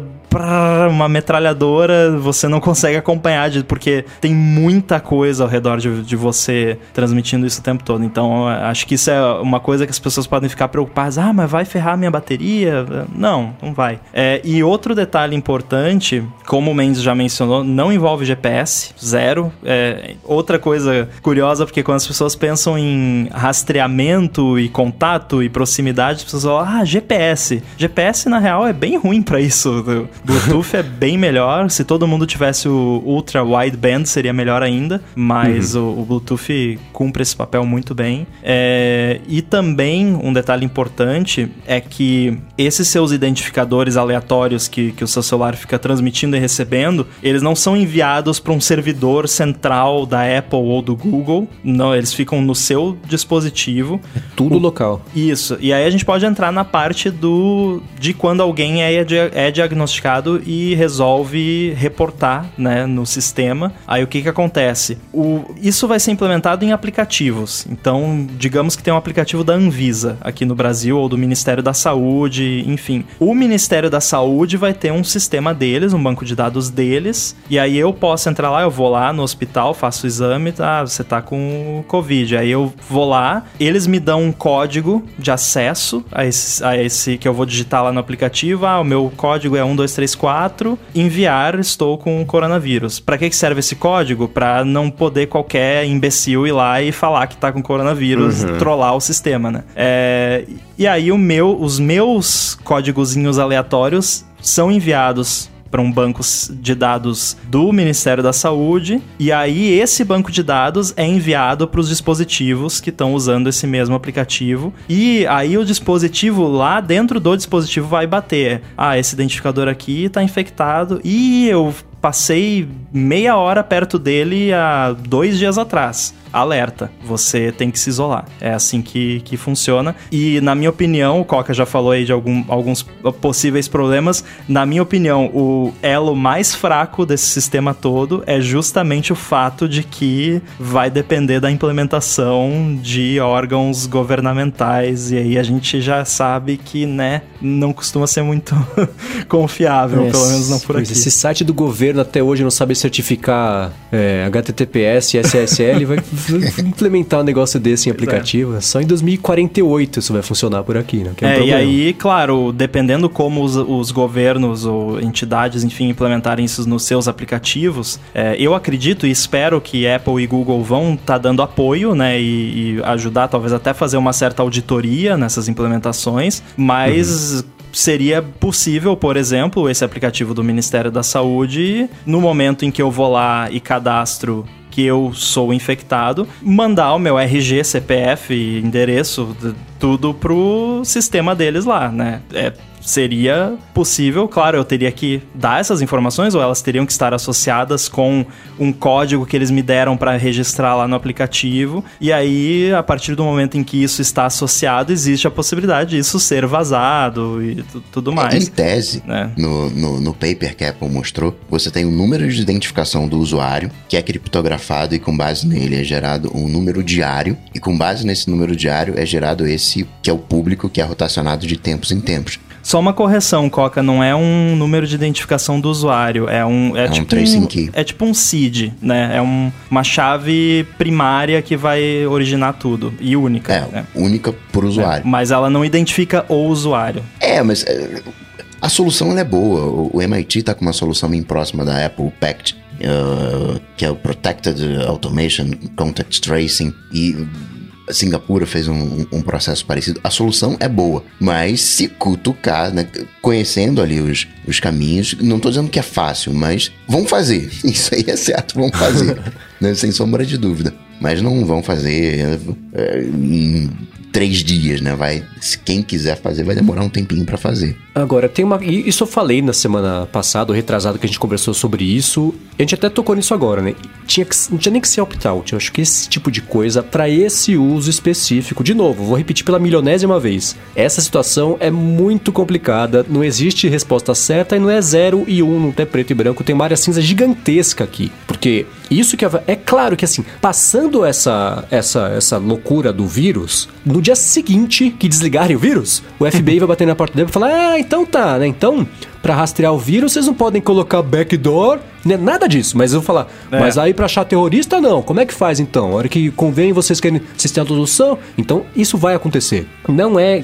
uma metralhadora, você não consegue acompanhar, de, porque tem muita coisa ao redor de, de você transmitindo isso o tempo todo. Então, acho que isso é uma coisa que as pessoas podem ficar preocupadas. Ah, mas vai ferrar a minha bateria? Não, não vai. É, e outro detalhe importante, como o Mendes já mencionou, não envolve G P S, zero. É, outra coisa curiosa, porque quando as pessoas pensam em rastreamento e contato e proximidade, as pessoas falam, ah, G P S. G P S, na real, é bem ruim pra isso. Bluetooth é bem melhor. Se todo mundo tivesse o Ultra Wideband, seria melhor ainda. Mas uhum. o, o Bluetooth cumpre esse papel muito bem. É, e também, um detalhe importante é que esses seus identificadores aleatórios que, que o seu celular fica transmitindo e recebendo, eles não são enviados para um servidor central da Apple ou do Google. Não, eles ficam no seu dispositivo. É tudo o, local. Isso. E aí a gente pode entrar na parte do, de quando alguém é, é diagnosticado e resolve reportar, né, no sistema. Aí o que que acontece? O, isso vai ser implementado em aplicativos. Então, digamos que tem um aplicativo da Anvisa aqui no Brasil, ou do Ministério da Saúde, enfim. O Ministério da Saúde vai ter um sistema deles, um banco de dados deles, e aí eu posso entrar lá, eu vou lá no hospital, faço o exame, tá, você tá com Covid. Aí eu vou lá, eles me dão um código de acesso a esse, a esse que eu vou digitar lá no aplicativo. Ah, o meu código é um dois três quatro, enviar, estou com coronavírus. Para que que serve esse código? Para não poder qualquer imbecil ir lá e falar que tá com coronavírus, uhum. trollar o sistema, né? É, e aí o meu, os meus códigozinhos aleatórios são enviados para um banco de dados do Ministério da Saúde, e aí esse banco de dados é enviado para os dispositivos que estão usando esse mesmo aplicativo, e aí o dispositivo lá dentro do dispositivo vai bater, ah, esse identificador aqui está infectado, e eu passei meia hora perto dele há dois dias atrás. alerta, você tem que se isolar. É assim que, que funciona. E, na minha opinião, o Coca já falou aí de algum, alguns possíveis problemas. Na minha opinião, o elo mais fraco desse sistema todo é justamente o fato de que vai depender da implementação de órgãos governamentais. E aí a gente já sabe que, né, não costuma ser muito confiável, é, pelo menos não por aqui. Esse site do governo até hoje não sabe certificar é, H T T P S e S S L, vai implementar um negócio desse em aplicativo. É. Só em dois mil e quarenta e oito isso vai funcionar por aqui, né? Que é, um é problema. E aí, claro, dependendo como os, os governos ou entidades, enfim, implementarem isso nos seus aplicativos, é, eu acredito e espero que Apple e Google vão estar tá dando apoio, né, e, e ajudar, talvez até fazer uma certa auditoria nessas implementações, mas... Uhum. Seria possível, por exemplo, esse aplicativo do Ministério da Saúde, no momento em que eu vou lá e cadastro que eu sou infectado, mandar o meu R G, C P F, endereço, tudo pro sistema deles lá, né? É, seria possível, claro, eu teria que dar essas informações ou elas teriam que estar associadas com um código que eles me deram para registrar lá no aplicativo, e aí, a partir do momento em que isso está associado, existe a possibilidade disso ser vazado e t- tudo mais. Em tese, né? no, no, no paper que a Apple mostrou, você tem um número de identificação do usuário, que é criptografado e com base nele é gerado um número diário, e com base nesse número diário é gerado esse que é o público, que é rotacionado de tempos em tempos. Só uma correção, Coca, não é um número de identificação do usuário, é um... É, é tipo um tracing um, key. É tipo um S I D, né? É um, uma chave primária que vai originar tudo, e única. É, né? única por usuário. É, mas ela não identifica o usuário. É, mas é, a solução ela é boa. O, o M I T está com uma solução bem próxima da Apple Pact, uh, que é o Protected Automation Contact Tracing, e... Singapura fez um, um processo parecido. A solução é boa, mas se cutucar, né, conhecendo ali os, os caminhos, não tô dizendo que é fácil, mas vão fazer. Isso aí é certo, vão fazer. Né, sem sombra de dúvida. Mas não vão fazer é, em três dias, né? Vai, se quem quiser fazer, vai demorar um tempinho pra fazer. Agora, tem uma... Isso eu falei na semana passada, ou retrasado, que a gente conversou sobre isso. A gente até tocou nisso agora, né? Tinha que, não tinha nem que ser opt-out. Eu acho que esse tipo de coisa, pra esse uso específico... De novo, vou repetir pela milionésima vez. Essa situação é muito complicada. Não existe resposta certa e não é zero e um, não é preto e branco. Tem uma área cinza gigantesca aqui. Porque isso que... É, é claro que, assim, passando essa, essa, essa loucura do vírus... No dia seguinte que desligarem o vírus, o F B I vai bater na porta dele e falar: ah, então tá, né? Então, pra rastrear o vírus, vocês não podem colocar backdoor, né? Nada disso. Mas eu vou falar, é. mas aí pra achar terrorista, não. Como é que faz então? A hora que convém, vocês querem sistema de solução? Então, isso vai acontecer. Não é...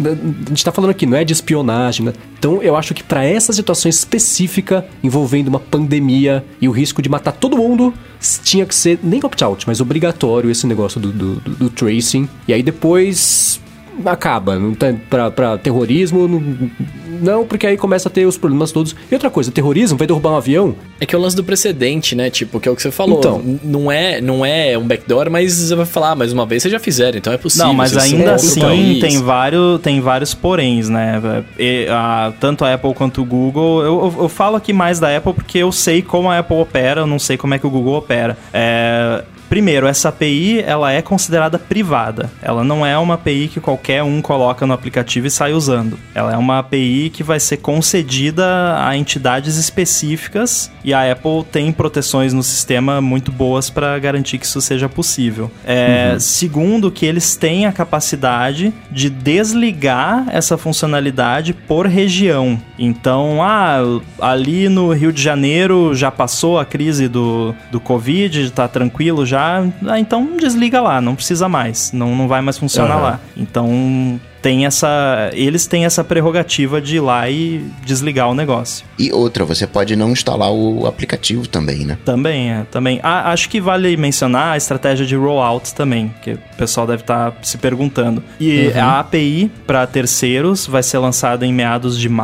A gente tá falando aqui, não é de espionagem, né? Então, eu acho que pra essa situação específica, envolvendo uma pandemia e o risco de matar todo mundo, tinha que ser, nem opt-out, mas obrigatório esse negócio do, do, do, do tracing. E aí depois... acaba, não tem, pra, pra terrorismo, não, não, porque aí começa a ter os problemas todos. E outra coisa, terrorismo vai derrubar um avião? É que é o lance do precedente, né, tipo, que é o que você falou, então, não, é, não é um backdoor, mas você vai falar, ah, mais uma vez vocês já fizeram, então é possível. Não, mas ainda assim tem vários, tem vários poréns, né, e, a, tanto a Apple quanto o Google, eu, eu, eu falo aqui mais da Apple porque eu sei como a Apple opera, eu não sei como é que o Google opera. É... Primeiro, essa A P I, ela é considerada privada. Ela não é uma A P I que qualquer um coloca no aplicativo e sai usando. Ela é uma A P I que vai ser concedida a entidades específicas e a Apple tem proteções no sistema muito boas para garantir que isso seja possível. É, uhum. Segundo, que eles têm a capacidade de desligar essa funcionalidade por região. Então, ah, ali no Rio de Janeiro já passou a crise do, do Covid, tá tranquilo já. Ah, então desliga lá, não precisa mais, não, não vai mais funcionar uhum. lá. Então tem essa, eles têm essa prerrogativa de ir lá e desligar o negócio. E outra, você pode não instalar o aplicativo também, né? Também, é, também. Ah, acho que vale mencionar a estratégia de rollout também, que o pessoal deve estar se perguntando. E uhum. a A P I para terceiros vai ser lançada em meados de maio.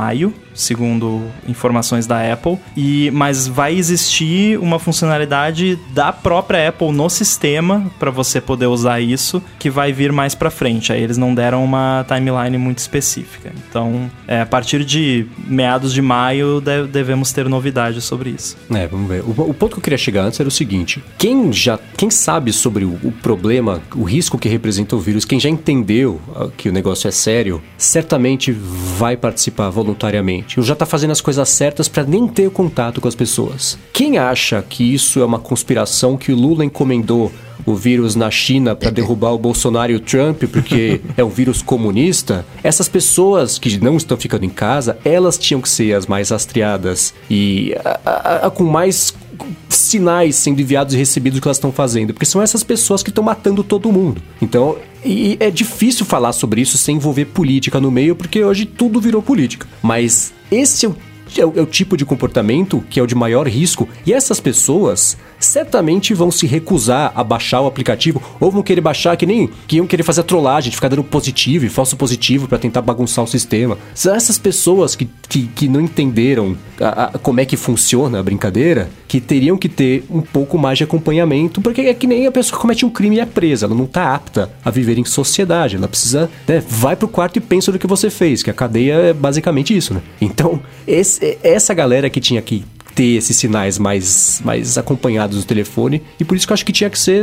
segundo informações da Apple. E, mas vai existir uma funcionalidade da própria Apple no sistema para você poder usar isso, que vai vir mais para frente. Aí eles não deram uma timeline muito específica. Então, é, a partir de meados de maio, de, devemos ter novidades sobre isso. É, vamos ver. O, o ponto que eu queria chegar antes era o seguinte: quem já, quem sabe sobre o, o problema, o risco que representa o vírus, quem já entendeu que o negócio é sério, certamente vai participar voluntariamente. Ou já tá fazendo as coisas certas para nem ter contato com as pessoas. Quem acha que isso é uma conspiração, que o Lula encomendou o vírus na China para derrubar o Bolsonaro e o Trump porque é um vírus comunista, essas pessoas que não estão ficando em casa, elas tinham que ser as mais rastreadas e a, a, a, com mais sinais sendo enviados e recebidos do que elas estão fazendo, porque são essas pessoas que estão matando todo mundo. Então, e é difícil falar sobre isso sem envolver política no meio, porque hoje tudo virou política. Mas esse é o É o, é o tipo de comportamento que é o de maior risco, e essas pessoas certamente vão se recusar a baixar o aplicativo, ou vão querer baixar que nem que iam querer fazer a trollagem, de ficar dando positivo e falso positivo para tentar bagunçar o sistema. São essas pessoas que, que, que não entenderam a, a, como é que funciona a brincadeira, que teriam que ter um pouco mais de acompanhamento, porque é que nem a pessoa que comete um crime e é presa, ela não está apta a viver em sociedade, ela precisa, né, vai pro quarto e pensa no que você fez, que a cadeia é basicamente isso, né? Então, esse, essa galera que tinha que ter esses sinais mais, mais acompanhados no telefone, e por isso que eu acho que tinha que ser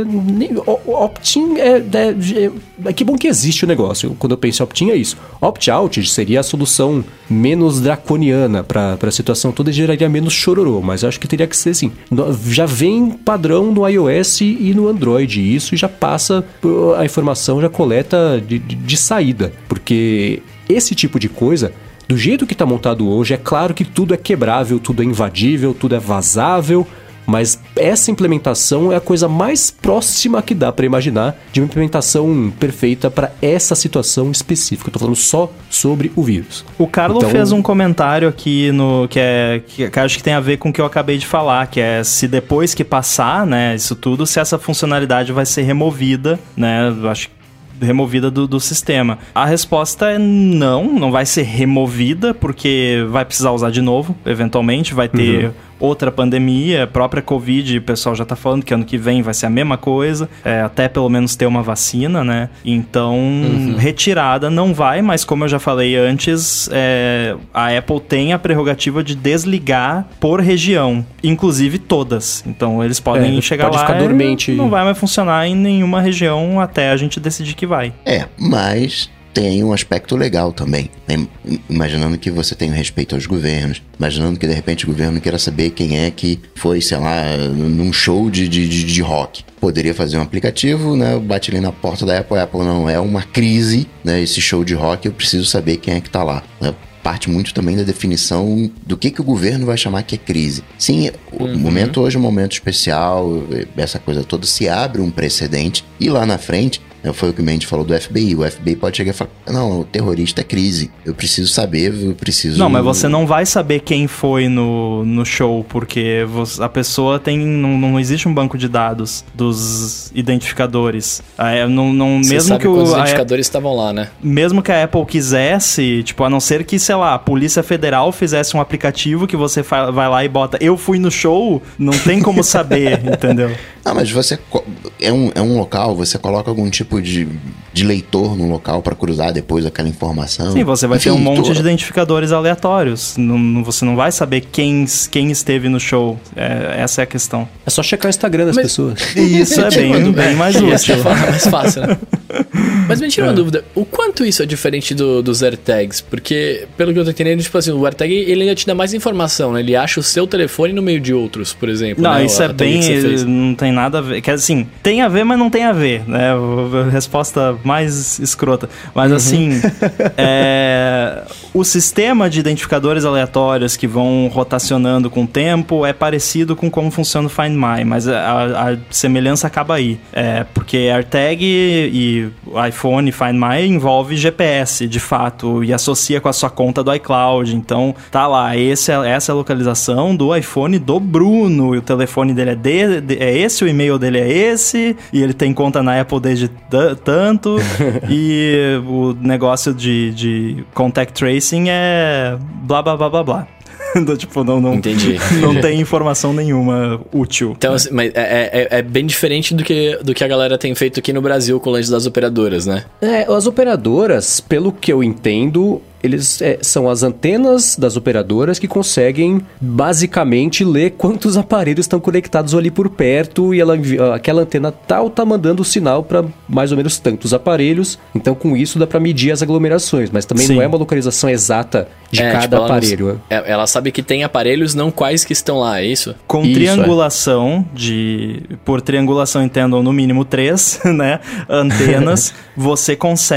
opt-in. É, é, é que bom que existe o negócio. Quando eu penso em opt-in é isso. Opt-out seria a solução menos draconiana para a situação toda e geraria menos chororô, mas eu acho que teria que ser assim. Já vem padrão no iOS e no Android isso, e já passa a informação, já coleta de, de, de saída, porque esse tipo de coisa, do jeito que está montado hoje, é claro que tudo é quebrável, tudo é invadível, tudo é vazável, mas essa implementação é a coisa mais próxima que dá para imaginar de uma implementação perfeita para essa situação específica. Eu tô falando só sobre o vírus. O Carlo então, fez um comentário aqui no que é que, que acho que tem a ver com o que eu acabei de falar, que é se depois que passar, né, isso tudo, se essa funcionalidade vai ser removida, né? Eu acho que removida do, do sistema. A resposta é não, não vai ser removida, porque vai precisar usar de novo, eventualmente, vai ter uhum. outra pandemia, a própria Covid, o pessoal já tá falando que ano que vem vai ser a mesma coisa, é, até pelo menos ter uma vacina, né? Então, uhum. retirada não vai, mas como eu já falei antes, é, a Apple tem a prerrogativa de desligar por região, inclusive todas. Então, eles podem é, chegar pode lá ficar dormente. E não vai mais funcionar em nenhuma região até a gente decidir que vai. É, mas tem um aspecto legal também, né? Imaginando que você tem respeito aos governos, imaginando que de repente o governo queira saber quem é que foi, sei lá, num show de, de, de, de rock. Poderia fazer um aplicativo, né? Bate ali na porta da Apple, a Apple não é uma crise, né? Esse show de rock, eu preciso saber quem é que tá lá, né? Parte muito também da definição do que, que o governo vai chamar que é crise. Sim, o uhum. momento hoje é um momento especial, essa coisa toda, se abre um precedente, e lá na frente, foi o que o Mendes falou do F B I. O F B I pode chegar e falar, não, o terrorista é crise. Eu preciso saber, eu preciso... Não, mas você não vai saber quem foi no, no show, porque você, a pessoa tem... Não, não existe um banco de dados dos identificadores. A, não, não, você mesmo sabe que o, quantos a, identificadores estavam lá, né? Mesmo que a Apple quisesse, tipo, a não ser que, sei lá, a Polícia Federal fizesse um aplicativo que você fa- vai lá e bota, eu fui no show, não tem como saber, entendeu? Ah, mas você... É um, é um local, você coloca algum tipo de, de leitor no local para cruzar depois aquela informação. Sim, você vai Enfim, ter um monte tô... de identificadores aleatórios. Não, você não vai saber quem, quem esteve no show. É, essa é a questão. É só checar o Instagram das mas... pessoas. Isso é bem, bem mais útil. É mais fácil, né? Mas me tira uma é. dúvida, o quanto isso é diferente do, dos AirTags? Porque, pelo que eu tô entendendo, tipo assim, o AirTag ele ainda te dá mais informação, né? Ele acha o seu telefone no meio de outros, por exemplo. Não, né? isso a, é a bem... Não tem nada a ver. Quer dizer, assim, tem a ver, mas não tem a ver, né? A resposta mais escrota. Mas, uhum. assim, é, o sistema de identificadores aleatórios que vão rotacionando com o tempo é parecido com como funciona o Find My, mas a, a semelhança acaba aí. É, porque AirTag e que o iPhone Find My envolve G P S, de fato, e associa com a sua conta do iCloud. Então, tá lá, esse é, essa é a localização do iPhone do Bruno, e o telefone dele é, de, de, é esse, o e-mail dele é esse, e ele tem conta na Apple desde t- tanto, e o negócio de, de contact tracing é blá, blá, blá, blá, blá. Tipo, não, não, Entendi. não tem informação nenhuma útil. Então, assim, mas é, é, é bem diferente do que, do que a galera tem feito aqui no Brasil com o lance das operadoras, né? É, as operadoras, pelo que eu entendo, eles é, são as antenas das operadoras que conseguem basicamente ler quantos aparelhos estão conectados ali por perto, e ela, aquela antena tal tá mandando o sinal para mais ou menos tantos aparelhos. Então, com isso dá para medir as aglomerações, mas também Sim. não é uma localização exata de é, cada tipo, ela aparelho. Não, ela sabe que tem aparelhos, não quais que estão lá, é isso? Com isso, triangulação é. de... Por triangulação entendam no mínimo três, né? Antenas, você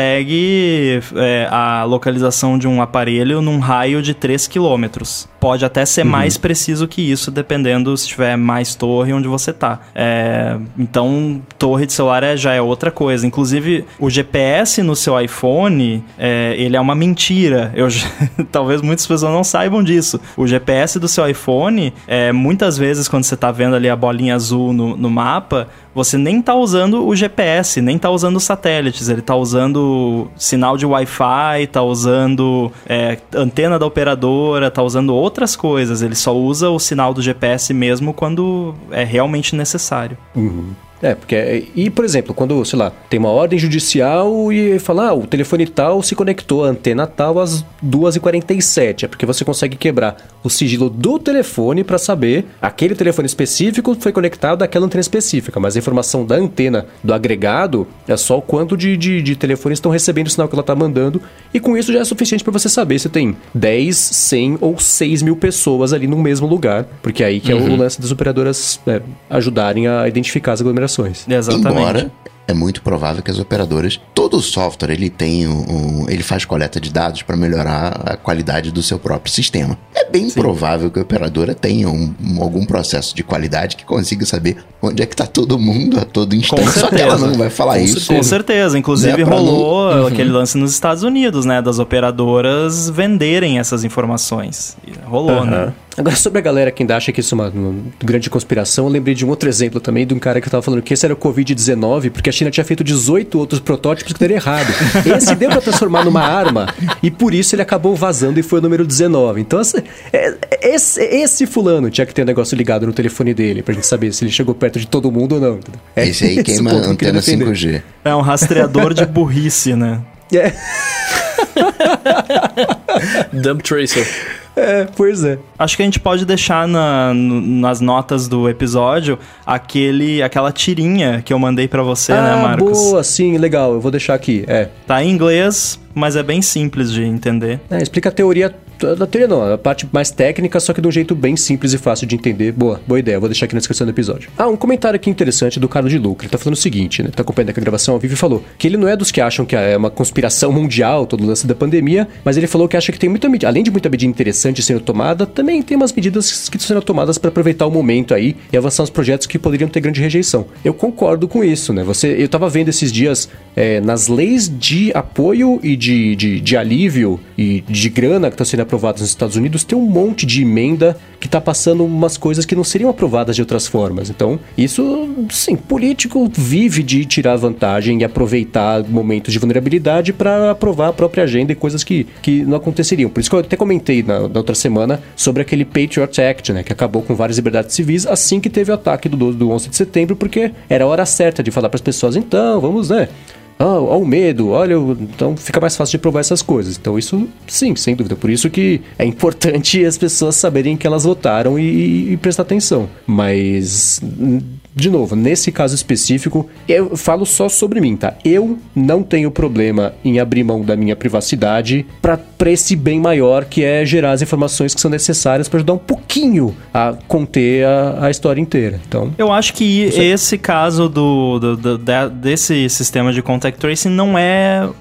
consegue é, a localização de um aparelho num raio de três quilômetros. Pode até ser uhum. mais preciso que isso, dependendo se tiver mais torre onde você tá. É, então, torre de celular é, já é outra coisa. Inclusive, o G P S no seu iPhone, é, ele é uma mentira. Eu, talvez muitas pessoas não saibam disso. O G P S do seu iPhone, é, muitas vezes, quando você tá vendo ali a bolinha azul no, no mapa, você nem tá usando o G P S, nem tá usando os satélites. Ele tá usando sinal de Wi-Fi, tá usando é, antena da operadora, tá usando outras coisas. Ele só usa o sinal do G P S mesmo quando é realmente necessário. Uhum. É, porque... E, por exemplo, quando, sei lá, tem uma ordem judicial e fala, ah, o telefone tal se conectou à antena tal às duas e quarenta e sete. É porque você consegue quebrar o sigilo do telefone para saber aquele telefone específico foi conectado àquela antena específica, mas a informação da antena do agregado é só o quanto de, de, de telefones estão recebendo o sinal que ela está mandando, e com isso já é suficiente para você saber se tem dez, cem ou seis mil pessoas ali no mesmo lugar, porque aí que uhum. é o lance das operadoras é, ajudarem a identificar as aglomerações. Exatamente. Embora é muito provável que as operadoras, todo o software ele tem um, um ele faz coleta de dados para melhorar a qualidade do seu próprio sistema. É bem Sim. provável que a operadora tenha um, um, algum processo de qualidade que consiga saber onde é que tá todo mundo a todo instante. Só que ela não vai falar com isso. Com certeza. Inclusive rolou não... aquele lance nos Estados Unidos, né? Das operadoras venderem essas informações. Rolou, uhum. né? Agora, sobre a galera que ainda acha que isso é uma, uma grande conspiração, eu lembrei de um outro exemplo também, de um cara que tava falando que esse era o covid dezenove, porque a China tinha feito dezoito outros protótipos que deram errado. Esse deu pra transformar numa arma, e por isso ele acabou vazando e foi o número dezenove. Então, esse, esse, esse fulano tinha que ter um negócio ligado no telefone dele, pra gente saber se ele chegou perto de todo mundo ou não. É, esse aí queima a antena cinco G. É um rastreador de burrice, né? É. Dump Tracer. É, pois é. Acho que a gente pode deixar na, no, nas notas do episódio aquele, aquela tirinha que eu mandei pra você, ah, né, Marcos? Boa, sim, legal. Eu vou deixar aqui, é. Tá em inglês, mas é bem simples de entender. É, explica a teoria... Da teoria não, a parte mais técnica, só que de um jeito bem simples e fácil de entender. Boa, boa ideia, vou deixar aqui na descrição do episódio. Ah, um comentário aqui interessante do Carlos de Luca. Ele tá falando o seguinte, né? Tá acompanhando aqui a gravação ao vivo e falou que ele não é dos que acham que é uma conspiração mundial, todo o lance da pandemia, mas ele falou que acha que tem muita medida, além de muita medida interessante sendo tomada, também tem umas medidas que estão sendo tomadas para aproveitar o momento aí e avançar os projetos que poderiam ter grande rejeição. Eu concordo com isso, né? Você, eu tava vendo esses dias é, nas leis de apoio e de, de, de alívio e de grana que estão sendo aprovadas nos Estados Unidos, tem um monte de emenda que tá passando umas coisas que não seriam aprovadas de outras formas. Então, isso, sim, político vive de tirar vantagem e aproveitar momentos de vulnerabilidade para aprovar a própria agenda e coisas que, que não aconteceriam. Por isso que eu até comentei na, na outra semana sobre aquele Patriot Act, né, que acabou com várias liberdades civis assim que teve o ataque do, do onze de setembro, porque era a hora certa de falar para as pessoas, então, vamos, né... Ah, olha o medo, olha, então fica mais fácil de provar essas coisas. Então isso, sim, sem dúvida. Por isso que é importante as pessoas saberem que elas votaram e, e prestar atenção. Mas, de novo, nesse caso específico, eu falo só sobre mim, tá? Eu não tenho problema em abrir mão da minha privacidade para esse bem maior, que é gerar as informações que são necessárias para ajudar um pouquinho a conter a, a história inteira. Então, eu acho que esse caso do, do, do, desse sistema de contact tracing não é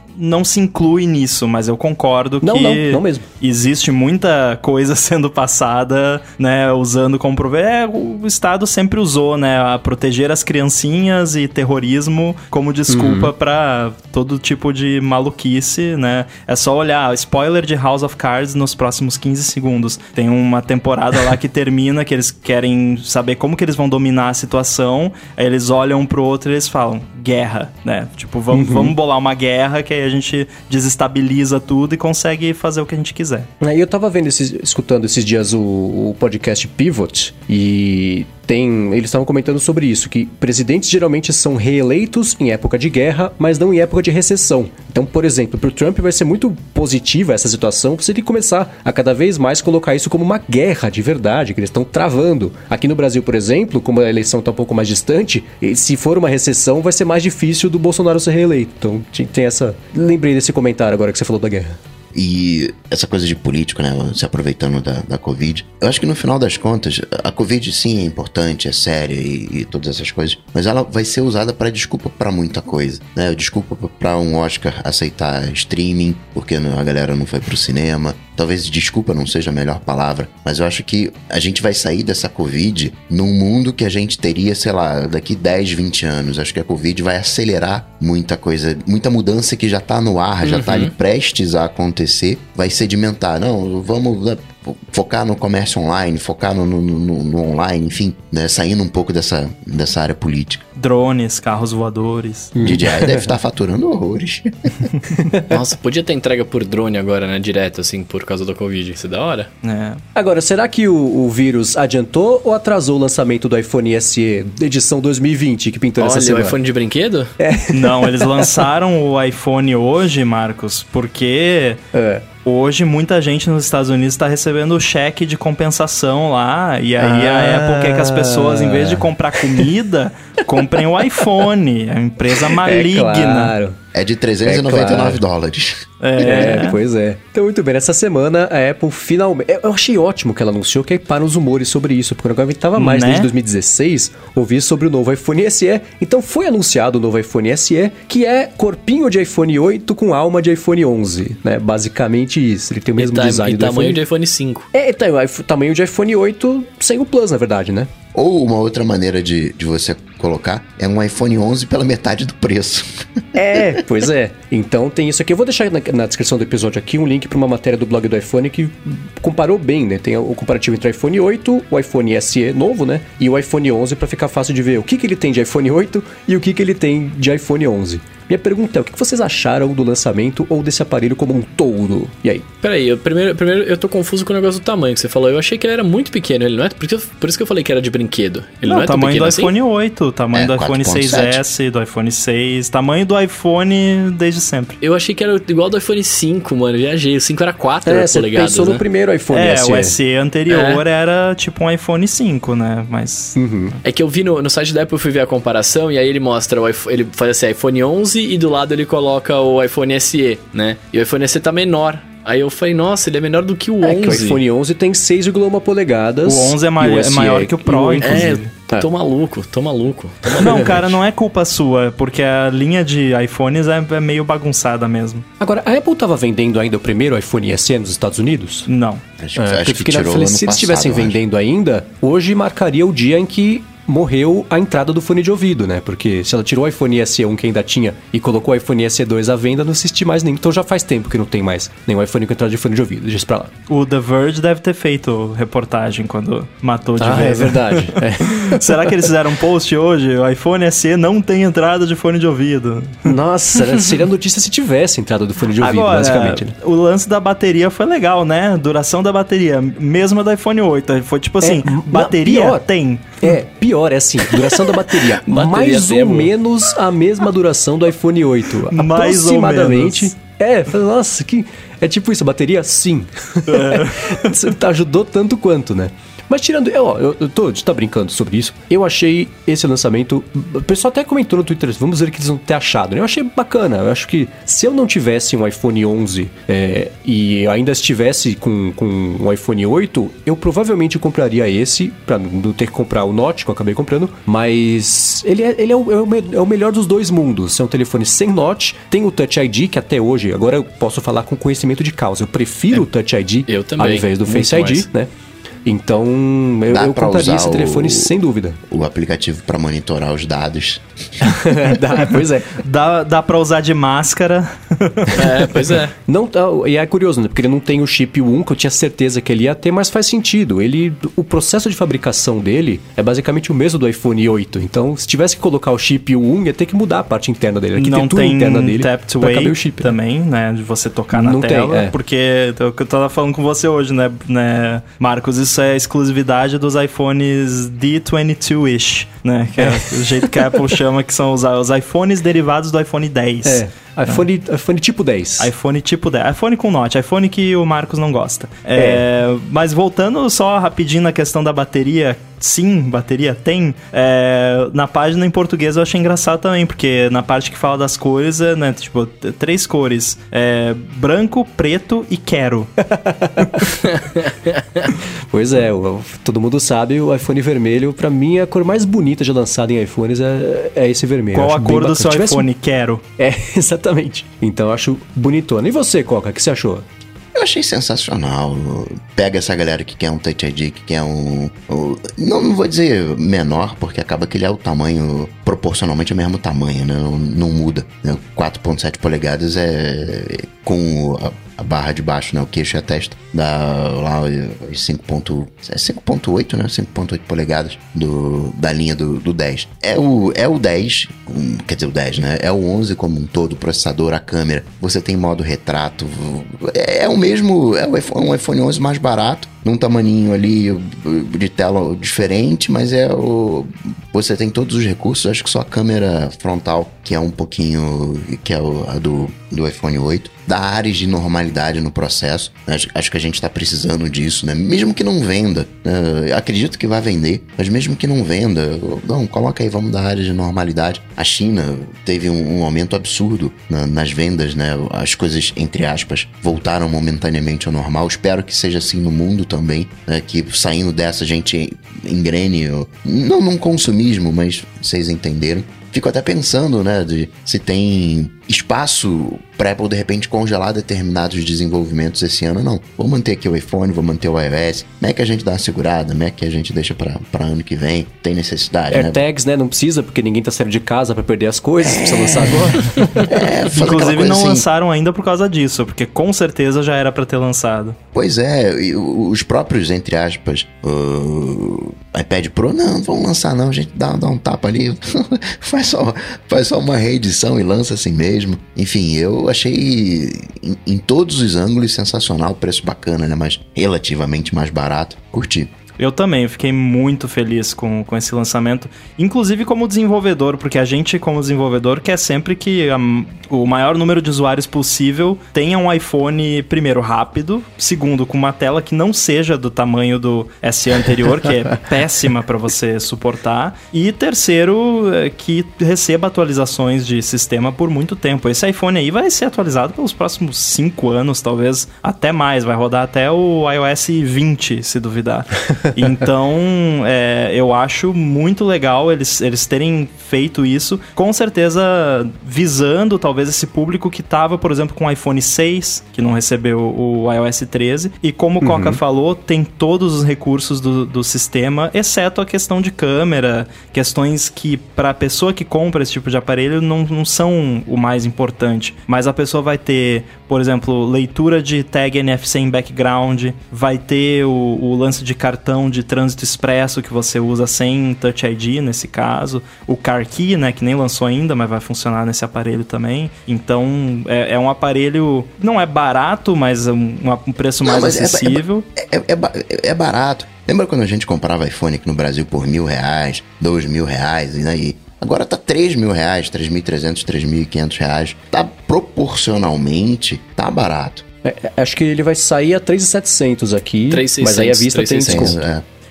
não se inclui nisso, mas eu concordo não, que não, não mesmo. existe muita coisa sendo passada, né, usando como prover. É, o Estado sempre usou, né, a proteger as criancinhas e terrorismo como desculpa uhum. pra todo tipo de maluquice, né? É só olhar, spoiler de House of Cards nos próximos quinze segundos. Tem uma temporada lá que termina, que eles querem saber como que eles vão dominar a situação, aí eles olham um pro outro e eles falam, guerra, né? Tipo, vamos, uhum. vamos bolar uma guerra que aí a gente desestabiliza tudo e consegue fazer o que a gente quiser. Aí eu tava vendo, esses, escutando esses dias o, o podcast Pivot e tem, eles estavam comentando sobre isso, que presidentes geralmente são reeleitos em época de guerra, mas não em época de recessão. Então, por exemplo, pro Trump vai ser muito positiva essa situação se ele começar a cada vez mais colocar isso como uma guerra de verdade, que eles estão travando. Aqui no Brasil, por exemplo, como a eleição está um pouco mais distante, se for uma recessão vai ser mais difícil do Bolsonaro ser reeleito. Então tem essa... Lembrei desse comentário agora que você falou da guerra. E essa coisa de político, né, se aproveitando da, da Covid, eu acho que no final das contas, a Covid sim é importante, é séria e, e todas essas coisas, mas ela vai ser usada para desculpa para muita coisa, né, desculpa para um Oscar aceitar streaming, porque a galera não foi pro cinema, talvez desculpa não seja a melhor palavra, mas eu acho que a gente vai sair dessa Covid num mundo que a gente teria, sei lá, daqui dez, vinte anos, acho que a Covid vai acelerar muita coisa, muita mudança que já tá no ar, já uhum. tá ali prestes a acontecer, vai sedimentar. Não, vamos focar no comércio online, focar no, no, no, no online, enfim, né, saindo um pouco dessa, dessa área política. Drones, carros voadores. D J I deve estar faturando horrores. Nossa, podia ter entrega por drone agora, né, direto, assim, por causa da Covid, isso é da hora. É. Agora, será que o, o vírus adiantou ou atrasou o lançamento do iPhone S E, edição dois mil e vinte, que pintou Olha, essa semana? o iPhone de brinquedo? É. Não, eles lançaram o iPhone hoje, Marcos, porque... É. Hoje, muita gente nos Estados Unidos está recebendo o cheque de compensação lá. E aí ah. a Apple quer que as pessoas, em vez de comprar comida, comprem o iPhone. A empresa maligna. É claro. É de trezentos e noventa e nove é claro. dólares. É. é, pois é. Então, muito bem. Nessa semana, a Apple finalmente... Eu achei ótimo que ela anunciou que aí param os rumores sobre isso, porque eu não aguentava mais, né? Desde dois mil e dezesseis, ouvir sobre o novo iPhone S E. Então, foi anunciado o novo iPhone S E, que é corpinho de iPhone oito com alma de iPhone onze, né? Basicamente isso. Ele tem o mesmo e design e do tamanho iPhone... de iPhone cinco. É, então, o tamanho de iPhone oito sem o Plus, na verdade, né? Ou uma outra maneira de, de você colocar é um iPhone onze pela metade do preço. É, pois é. Então tem isso aqui. Eu vou deixar na, na descrição do episódio aqui um link para uma matéria do blog do iPhone que comparou bem, né? Tem o comparativo entre o iPhone oito, o iPhone S E novo, né? E o iPhone onze para ficar fácil de ver o que, que ele tem de iPhone oito e o que, que ele tem de iPhone onze. Minha pergunta é, o que vocês acharam do lançamento ou desse aparelho como um todo? E aí? Peraí, eu, primeiro, primeiro eu tô confuso com o negócio do tamanho que você falou. Eu achei que ele era muito pequeno, ele não é? Por isso, por isso que eu falei que era de brinquedo. Ele não, não é o tamanho do assim? iPhone oito, tamanho é, do iPhone seis S, do iPhone seis, tamanho do iPhone desde sempre. Eu achei que era igual do iPhone cinco, mano, viajei. O cinco era quatro é, polegadas, pensou né? no primeiro iPhone é, S E. É, o S E anterior é. era tipo um iPhone cinco, né? Mas... Uhum. É que eu vi no, no site da Apple, eu fui ver a comparação, e aí ele mostra, o iPhone, ele faz assim, iPhone onze, e do lado ele coloca o iPhone S E, né? E o iPhone S E tá menor. Aí eu falei, nossa, ele é menor do que o é, onze. Que o iPhone onze tem seis vírgula um polegadas. O onze é, mai- é maior que o Pro, inclusive. É, tô maluco, tô maluco. Tô maluco. Não, cara, não é culpa sua, porque a linha de iPhones é, é meio bagunçada mesmo. Agora, a Apple tava vendendo ainda o primeiro iPhone S E nos Estados Unidos? Não. Acho, é, acho que, que fiquei tirou na, ano se eles passado, estivessem vendendo ainda, hoje marcaria o dia em que morreu a entrada do fone de ouvido, né? Porque se ela tirou o iPhone S E um que ainda tinha e colocou o iPhone S E dois à venda, não existe mais nem. Então já faz tempo que não tem mais nenhum iPhone com entrada de fone de ouvido. Deixa isso pra lá. O The Verge deve ter feito reportagem quando matou de ah, vez. É verdade. É. Será que eles fizeram um post hoje? O iPhone S E não tem entrada de fone de ouvido. Nossa, seria notícia se tivesse entrada do fone de ouvido, Agora, basicamente. Né? O lance da bateria foi legal, né? Duração da bateria, mesma do iPhone oito. Foi tipo assim, é, bateria pior, tem. É, pior, é assim, duração da bateria, bateria mais demo. Ou menos a mesma duração do iPhone oito. Mais aproximadamente. Ou menos. É, nossa, que... É tipo isso, a bateria? Sim. É. Ajudou tanto quanto, né? Mas tirando... Eu, ó, eu, eu tô, a gente tá brincando sobre isso. Eu achei esse lançamento... O pessoal até comentou no Twitter, vamos ver o que eles vão ter achado, né? Eu achei bacana. Eu acho que se eu não tivesse um iPhone onze é, e ainda estivesse com, com um iPhone oito, eu provavelmente compraria esse, pra não ter que comprar o Note, que eu acabei comprando. Mas ele é, ele é, o, é, o, é o melhor dos dois mundos. É um telefone sem Note, tem o Touch I D, que até hoje... Agora eu posso falar com conhecimento de causa. Eu prefiro é, o Touch I D eu também, ao invés do Face I D, mais. né? Então, eu, eu compraria esse telefone o, sem dúvida. O aplicativo para monitorar os dados. dá, pois é. Dá, dá pra usar de máscara. É, pois é. Não, e é curioso, né? Porque ele não tem o chip um, que eu tinha certeza que ele ia ter, mas faz sentido. Ele, o processo de fabricação dele é basicamente o mesmo do iPhone oito. Então, se tivesse que colocar o chip um, ia ter que mudar a parte interna dele. A arquitetura não interna dele tap to wait o chip também, né? De você tocar na não tela. Tem, é. Porque eu tava falando com você hoje, né, né Marcos? Isso é exclusividade dos iPhones D vinte e dois-ish, né? Que é o jeito que a Apple chama, que são os, os iPhones derivados do iPhone dez. É. iPhone, ah. iPhone tipo dez. iPhone tipo dez. iPhone com Note. iPhone que o Marcos não gosta. É. É, mas voltando só rapidinho na questão da bateria... Sim, bateria tem. É, na página em português eu achei engraçado também, porque na parte que fala das cores, é, né, tipo, três cores. É, branco, preto e quero. Pois é, o, todo mundo sabe, o iPhone vermelho, pra mim, é a cor mais bonita já lançada em iPhones é, é esse vermelho. Qual a cor do seu Tivesse... iPhone? Quero. É, exatamente. Então eu acho bonitona. E você, Coca, o que você achou? Eu achei sensacional. Pega essa galera que quer um Touch I D, que quer um... um não, não vou dizer menor, porque acaba que ele é o tamanho, proporcionalmente é o mesmo tamanho, né? Não, não muda. Né? quatro ponto sete polegadas é com a, a barra de baixo, né? O queixo e a testa. Dá lá cinco ponto oito, né? cinco ponto oito polegadas do, da linha do, do dez. É o, é o dez, um, quer dizer, o dez, né? É o onze como um todo, o processador, a câmera. Você tem modo retrato. É, é o mesmo, é um iPhone onze mais barato, num tamaninho ali de tela diferente, mas é o... Você tem todos os recursos, acho que só a câmera frontal, que é um pouquinho... que é o, a do, do iPhone oito. Dá áreas de normalidade no processo. Acho, acho que a gente tá precisando disso, né? Mesmo que não venda. Né? Acredito que vai vender, mas mesmo que não venda, não, coloca aí, vamos dar áreas de normalidade. A China teve um, um aumento absurdo na, nas vendas, né? As coisas, entre aspas, voltaram momentaneamente ao normal. Espero que seja assim no mundo também, né? Que saindo dessa a gente engrene, não num consumismo, mas vocês entenderam. Fico até pensando, né, de se tem espaço para Apple de repente congelar determinados desenvolvimentos esse ano. Não, vou manter aqui o iPhone, vou manter o iOS. Mac a gente dá uma segurada, Mac a gente deixa para ano que vem. Tem necessidade, AirTags, né? né? Não precisa, porque ninguém tá saindo de casa para perder as coisas, é... precisa lançar agora. É, inclusive não assim... lançaram ainda por causa disso, porque com certeza já era para ter lançado. Pois é, e os próprios, entre aspas, o iPad Pro, não, não vão lançar não, a gente dá, dá um tapa ali, faz, só, faz só uma reedição e lança assim mesmo. Enfim, eu achei em, em todos os ângulos sensacional, preço bacana, né? Mas relativamente mais barato, curti. Eu também, eu fiquei muito feliz com, com esse lançamento, inclusive como desenvolvedor, porque a gente, como desenvolvedor, quer sempre que a, o maior número de usuários possível tenha um iPhone, primeiro, rápido, segundo, com uma tela que não seja do tamanho do S E anterior, que é péssima para você suportar, e terceiro, que receba atualizações de sistema por muito tempo. Esse iPhone aí vai ser atualizado pelos próximos cinco anos, talvez até mais, vai rodar até o iOS vinte, se duvidar. Então, é, eu acho muito legal eles, eles terem feito isso, com certeza visando talvez esse público que estava, por exemplo, com o iPhone seis, que não recebeu o iOS treze, e como o Coca uhum. falou, tem todos os recursos do, do sistema, exceto a questão de câmera, questões que para a pessoa que compra esse tipo de aparelho não, não são o mais importante, mas a pessoa vai ter, por exemplo, leitura de tag N F C em background, vai ter o, o lance de cartão de trânsito expresso que você usa sem Touch I D nesse caso, o Car Key, né, que nem lançou ainda, mas vai funcionar nesse aparelho também. Então é, é um aparelho, não é barato, mas é um, um preço não, mais acessível. É, é, é, é barato. Lembra quando a gente comprava iPhone aqui no Brasil por mil reais, dois mil reais, e aí agora tá três mil reais, três mil e trezentos, três mil e quinhentos reais. Tá proporcionalmente, tá barato. É, acho que ele vai sair a três mil e setecentos aqui, três mil e seiscentos, mas aí a vista tem desconto. É.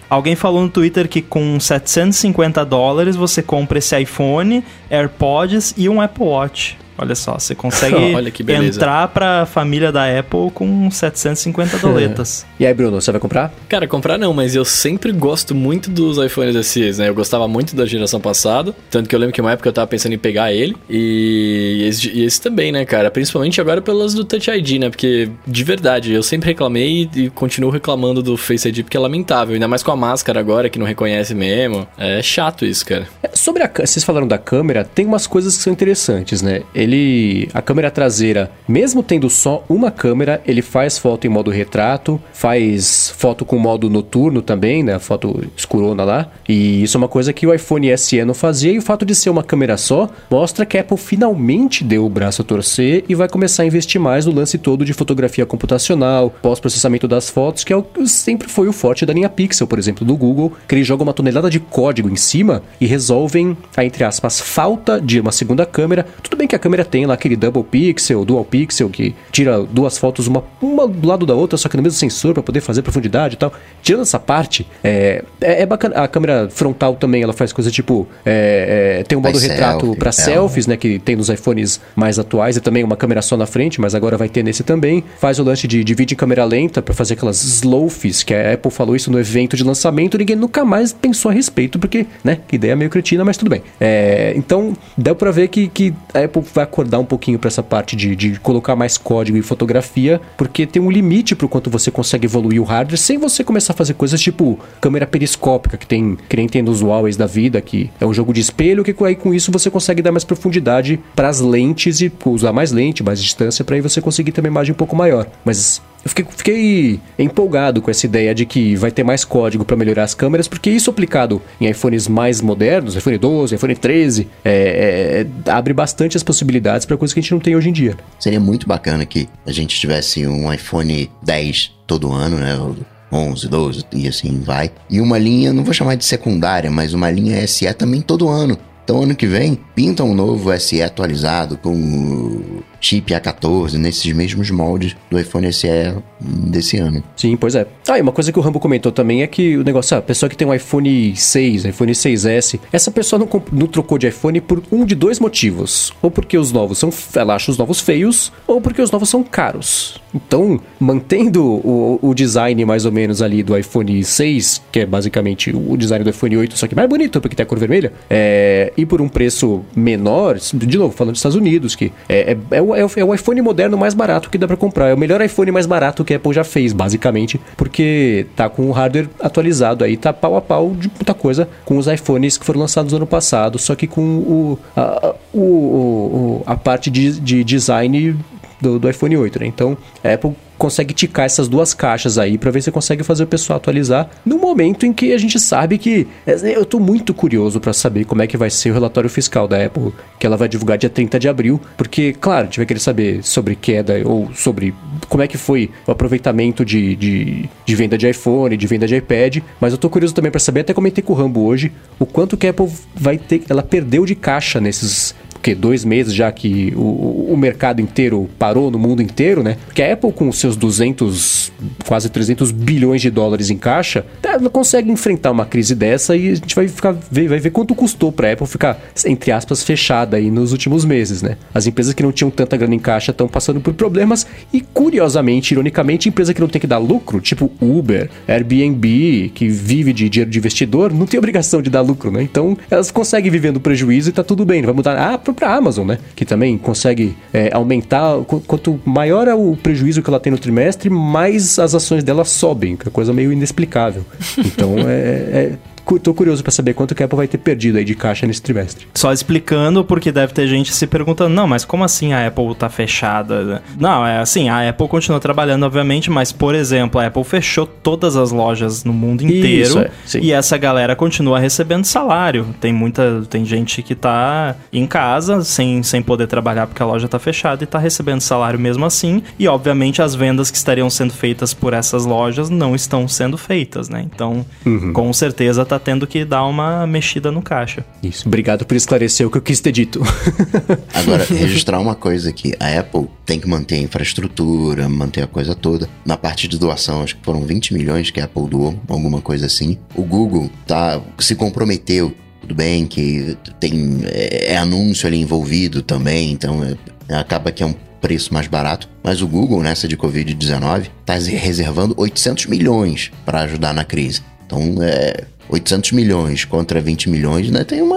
Alguém falou no Twitter que com setecentos e cinquenta dólares você compra esse iPhone, AirPods e um Apple Watch. Olha só, você consegue entrar pra família da Apple com setecentos e cinquenta doletas. E aí, Bruno, você vai comprar? Cara, comprar não, mas eu sempre gosto muito dos iPhones S Es, né? Eu gostava muito da geração passada, tanto que eu lembro que uma época eu tava pensando em pegar ele. E esse, e esse também, né, cara? Principalmente agora pelas do Touch I D, né? Porque, de verdade, eu sempre reclamei e continuo reclamando do Face I D porque é lamentável. Ainda mais com a máscara agora, que não reconhece mesmo. É chato isso, cara. Sobre a... Vocês falaram da câmera, tem umas coisas que são interessantes, né? Ele Ele, a câmera traseira, mesmo tendo só uma câmera, ele faz foto em modo retrato, faz foto com modo noturno também, né? Foto escurona lá. E isso é uma coisa que o iPhone S E não fazia. E o fato de ser uma câmera só mostra que a Apple finalmente deu o braço a torcer e vai começar a investir mais no lance todo de fotografia computacional, pós-processamento das fotos, que é o que sempre foi o forte da linha Pixel, por exemplo, do Google, que eles jogam uma tonelada de código em cima e resolvem a, entre aspas, falta de uma segunda câmera. Tudo bem que a câmera tem lá aquele double pixel, dual pixel, que tira duas fotos uma, uma do lado da outra, só que no mesmo sensor para poder fazer profundidade e tal. Tirando essa parte, é, é, é bacana. A câmera frontal também, ela faz coisa tipo, é, é, tem um modo Faz retrato selfie, para é. selfies, né, que tem nos iPhones mais atuais, e também uma câmera só na frente, mas agora vai ter nesse também. Faz o lance de, de vídeo em câmera lenta para fazer aquelas slowfis, que a Apple falou isso no evento de lançamento, ninguém nunca mais pensou a respeito, porque, né, que ideia meio cretina, mas tudo bem. É, então, deu para ver que, que a Apple vai acordar um pouquinho para essa parte de, de colocar mais código em fotografia, porque tem um limite pro quanto você consegue evoluir o hardware sem você começar a fazer coisas tipo câmera periscópica, que tem, que nem tem nos Huawei da vida, que é um jogo de espelho, que aí com isso você consegue dar mais profundidade para as lentes e usar mais lente, mais distância, para aí você conseguir ter uma imagem um pouco maior. Mas eu fiquei, fiquei empolgado com essa ideia de que vai ter mais código para melhorar as câmeras, porque isso aplicado em iPhones mais modernos, iPhone doze, iPhone treze, é, é, abre bastante as possibilidades para coisas que a gente não tem hoje em dia. Seria muito bacana que a gente tivesse um iPhone dez todo ano, né? onze, doze e assim vai. E uma linha, não vou chamar de secundária, mas uma linha S E também todo ano. Então, ano que vem, pinta um novo S E atualizado com o chip A quatorze, nesses mesmos moldes do iPhone S E desse ano. Sim, pois é. Ah, e uma coisa que o Rambo comentou também é que o negócio, ah, a pessoa que tem um iPhone seis, iPhone seis S, essa pessoa não, comp- não trocou de iPhone por um de dois motivos. Ou porque os novos são, ela acha os novos feios, ou porque os novos são caros. Então, mantendo o, o design mais ou menos ali do iPhone seis, que é basicamente o design do iPhone oito, só que mais bonito, porque tem a cor vermelha, é, e por um preço menor, de novo, falando dos Estados Unidos, que é, é, é, o, é o iPhone moderno mais barato que dá pra comprar. É o melhor iPhone mais barato que a Apple já fez, basicamente, porque tá com o hardware atualizado aí, tá pau a pau de muita coisa com os iPhones que foram lançados no ano passado, só que com o, a, o, o, a parte de, de design do, do iPhone oito, né? Então, a Apple consegue ticar essas duas caixas aí pra ver se consegue fazer o pessoal atualizar no momento em que a gente sabe que... Eu tô muito curioso pra saber como é que vai ser o relatório fiscal da Apple, que ela vai divulgar dia trinta de abril, porque, claro, a gente vai querer saber sobre queda ou sobre como é que foi o aproveitamento de, de, de venda de iPhone, de venda de iPad, mas eu tô curioso também pra saber, até comentei com o Rambo hoje, o quanto que a Apple vai ter... Ela perdeu de caixa nesses... Porque dois meses já que o, o mercado inteiro parou no mundo inteiro, né? Porque a Apple, com os seus duzentos, quase trezentos bilhões de dólares em caixa, ela consegue enfrentar uma crise dessa e a gente vai, ficar, vai ver quanto custou pra Apple ficar, entre aspas, fechada aí nos últimos meses, né? As empresas que não tinham tanta grana em caixa estão passando por problemas e, curiosamente, ironicamente, empresa que não tem que dar lucro, tipo Uber, Airbnb, que vive de dinheiro de investidor, não tem obrigação de dar lucro, né? Então, elas conseguem viver no prejuízo e tá tudo bem, não vai mudar... Ah, para a Amazon, né? Que também consegue é, aumentar. Quanto maior é o prejuízo que ela tem no trimestre, mais as ações dela sobem, que é coisa meio inexplicável. Então, é... é tô curioso pra saber quanto que a Apple vai ter perdido aí de caixa nesse trimestre. Só explicando, porque deve ter gente se perguntando, não, mas como assim a Apple tá fechada? Não, é assim, a Apple continua trabalhando, obviamente, mas, por exemplo, a Apple fechou todas as lojas no mundo inteiro. Isso, é, sim. E essa galera continua recebendo salário. Tem muita, tem gente que tá em casa sem, sem poder trabalhar porque a loja tá fechada e tá recebendo salário mesmo assim. E, obviamente, as vendas que estariam sendo feitas por essas lojas não estão sendo feitas, né? Então, uhum. com certeza tá tá tendo que dar uma mexida no caixa. Isso, obrigado por esclarecer o que eu quis ter dito. Agora, registrar uma coisa aqui. A Apple tem que manter a infraestrutura, manter a coisa toda. Na parte de doação, acho que foram vinte milhões que a Apple doou, alguma coisa assim. O Google tá, se comprometeu, tudo bem que tem é, é anúncio ali envolvido também, então é, acaba que é um preço mais barato, mas o Google, nessa de covid dezenove, está reservando oitocentos milhões para ajudar na crise. Então, é, oitocentos milhões contra vinte milhões, né, tem uma,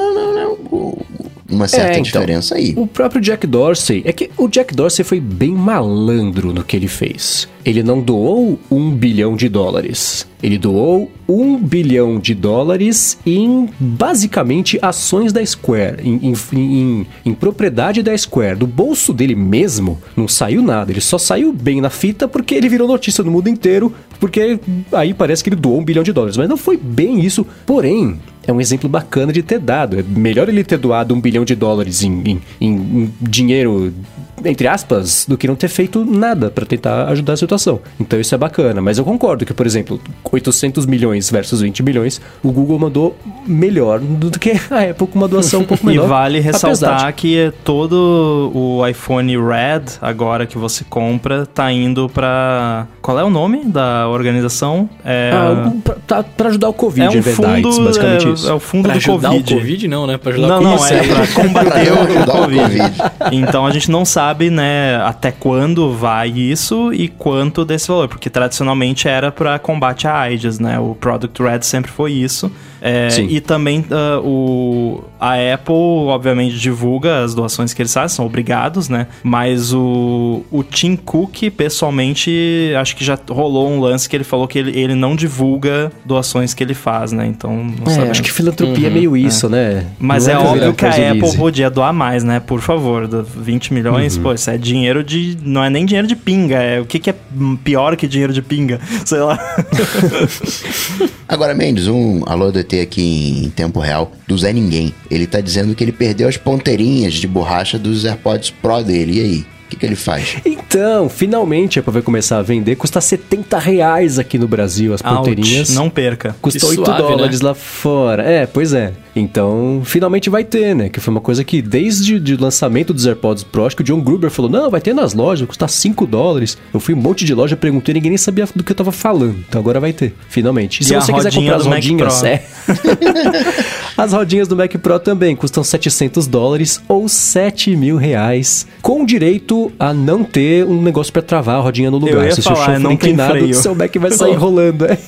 uma certa é, então, diferença aí. O próprio Jack Dorsey, é que o Jack Dorsey foi bem malandro no que ele fez. Ele não doou um bilhão de dólares. Ele doou um bilhão de dólares em, basicamente, ações da Square, em, em, em, em propriedade da Square. Do bolso dele mesmo, não saiu nada. Ele só saiu bem na fita porque ele virou notícia no mundo inteiro, porque aí parece que ele doou um bilhão de dólares. Mas não foi bem isso. Porém, é um exemplo bacana de ter dado. É melhor ele ter doado um bilhão de dólares em, em, em dinheiro, entre aspas, do que não ter feito nada para tentar ajudar a situação. Então isso é bacana. Mas eu concordo que, por exemplo, oitocentos milhões versus vinte milhões, o Google mandou melhor do que a Apple com uma doação um pouco menor. E vale ressaltar que todo o iPhone Red, agora que você compra, tá indo para... Qual é o nome da organização? É... Ah, pra, pra ajudar o Covid, é um em verdade, fundo, basicamente é, isso. É o fundo pra do ajudar Covid. o Covid não, né? Pra ajudar não, o não, Covid. é pra combater o COVID. COVID. Então a gente não sabe, né, até quando vai isso e quanto desse valor, porque tradicionalmente era para combate à AIDS, né? O Product Red sempre foi isso. É, e também uh, o, a Apple, obviamente, divulga as doações que eles fazem, são obrigados, né? Mas o, o Tim Cook, pessoalmente, acho que já rolou um lance que ele falou que ele, ele não divulga doações que ele faz, né? Então, não é, sabemos. Acho que filantropia uhum, é meio isso, é. né? Mas não é, é óbvio que a Apple easy. podia doar mais, né? Por favor, vinte milhões, uhum. Pô, isso é dinheiro de... Não é nem dinheiro de pinga, é o que, que é pior que dinheiro de pinga? Sei lá. Agora, Mendes, um alô D T aqui em tempo real do Zé Ninguém. Ele tá dizendo que ele perdeu as ponteirinhas de borracha dos AirPods Pro dele. E aí? O que, que ele faz? Então, finalmente a Apple vai começar a vender. Custa setenta reais aqui no Brasil as ponteirinhas. Ouch, não perca. Custa oito dólares, né? Lá fora. É, pois é. Então, finalmente vai ter, né? Que foi uma coisa que desde o lançamento dos AirPods Pro, acho que o John Gruber falou, não, vai ter nas lojas, vai custar cinco dólares. Eu fui um monte de loja, perguntei, ninguém nem sabia do que eu tava falando. Então agora vai ter, finalmente. E se você quiser comprar as rodinhas, é... as rodinhas do Mac Pro também custam setecentos dólares ou sete mil reais, com direito a não ter um negócio pra travar a rodinha no lugar. Eu ia se falar, o chão for não inclinado, tem freio. seu Mac vai sair rolando. É.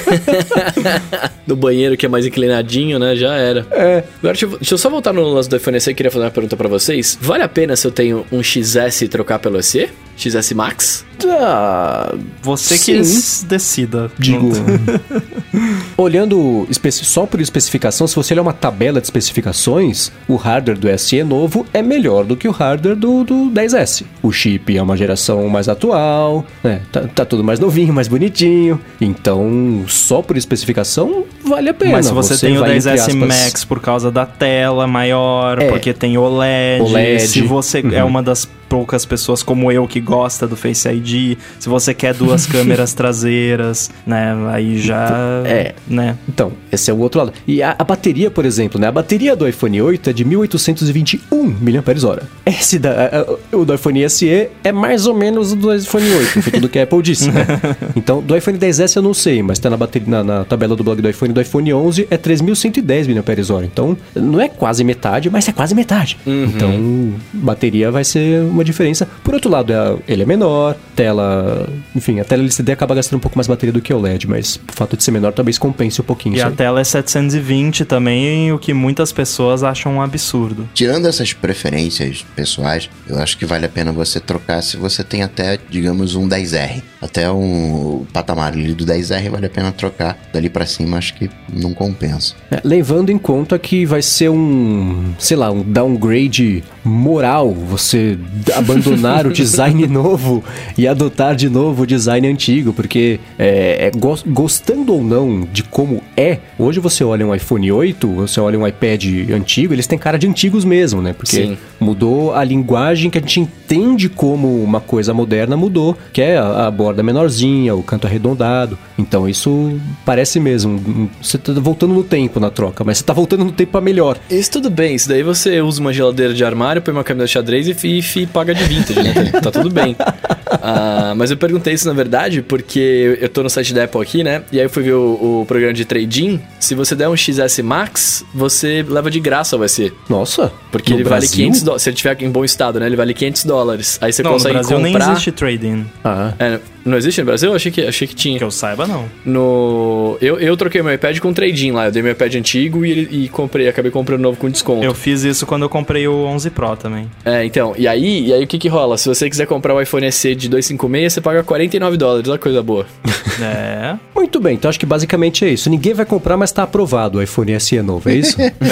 No banheiro que é mais inclinadinho, né? Já era. É. Agora, deixa eu, deixa eu só voltar no lance do iPhone S E. Eu queria fazer uma pergunta pra vocês. Vale a pena se eu tenho um X S e trocar pelo S E? X S Max? Ah, você sim. que decida. Digo, olhando especi- só por especificação, se você olhar uma tabela de especificações, o hardware do S E novo é melhor do que o hardware do, do dez S. O chip é uma geração mais atual, né? tá, tá tudo mais novinho, mais bonitinho. Então, só por especificação, vale a pena. Mas se você, você tem o dez S aspas... Max por causa da tela maior, é. Porque tem O L E D, O L E D. Se você uhum. é uma das poucas pessoas como eu que gosta do Face I D, se você quer duas câmeras traseiras, né, aí já... É, né? Então, esse é o outro lado. E a, a bateria, por exemplo, né, a bateria do iPhone oito é de mil oitocentos e vinte e um miliampères-hora. Esse da, a, a, o do iPhone S E é mais ou menos o do iPhone oito, feito do que a Apple disse, né? Então, do iPhone dez S eu não sei, mas tá na, bateria, na, na tabela do blog do iPhone, do iPhone onze é três mil cento e dez miliampères-hora. Então, não é quase metade, mas é quase metade. Uhum. Então, bateria vai ser uma diferença. Por outro lado, ele é menor, tela... Enfim, a tela L C D acaba gastando um pouco mais bateria do que o L E D, mas o fato de ser menor talvez compense um pouquinho. E a tela é setecentos e vinte também, o que muitas pessoas acham um absurdo. Tirando essas preferências pessoais, eu acho que vale a pena você trocar se você tem até, digamos, um dez R. Até um patamar ali do dez R vale a pena trocar. Dali pra cima acho que não compensa. É, levando em conta que vai ser um, sei lá, um downgrade moral, você abandonar o design novo e adotar de novo o design antigo, porque é, é, go- gostando ou não de como é, hoje você olha um iPhone oito, você olha um iPad antigo, eles têm cara de antigos mesmo, né? Porque Sim. mudou a linguagem que a gente entende como uma coisa moderna mudou, que é a, a borda menorzinha, o canto arredondado. Então isso parece mesmo, você tá voltando no tempo na troca, mas você tá voltando no tempo pra melhor. Isso tudo bem, isso daí você usa uma geladeira de armário, põe uma câmera de xadrez e, e, e paga de vintage, né? Tá, tá tudo bem. Ah, mas eu perguntei isso na verdade porque eu tô no site da Apple aqui, né? E aí eu fui ver o, o programa de trade-in. Se você der um X S Max, você leva de graça o U S B. Nossa, porque ele Brasil? vale quinhentos dólares. Se ele tiver em bom estado, né? Ele vale quinhentos dólares. Aí você não, consegue no Brasil comprar... nem existe trade-in. Ah. É, não existe no Brasil? Eu achei que, achei que tinha. Que eu saiba, não. No... Eu, eu troquei meu iPad com trade-in lá. Eu dei meu iPad antigo e, e comprei, acabei comprando novo com desconto. Eu fiz isso quando eu comprei o onze Pro também. É, então. E aí, e aí o que que rola? Se você quiser comprar o iPhone S E de duzentos e cinquenta e seis, você paga quarenta e nove dólares. Olha que coisa boa. É. Muito bem, então acho que basicamente é isso. Ninguém vai comprar, mas tá aprovado o iPhone S E novo, é isso? É.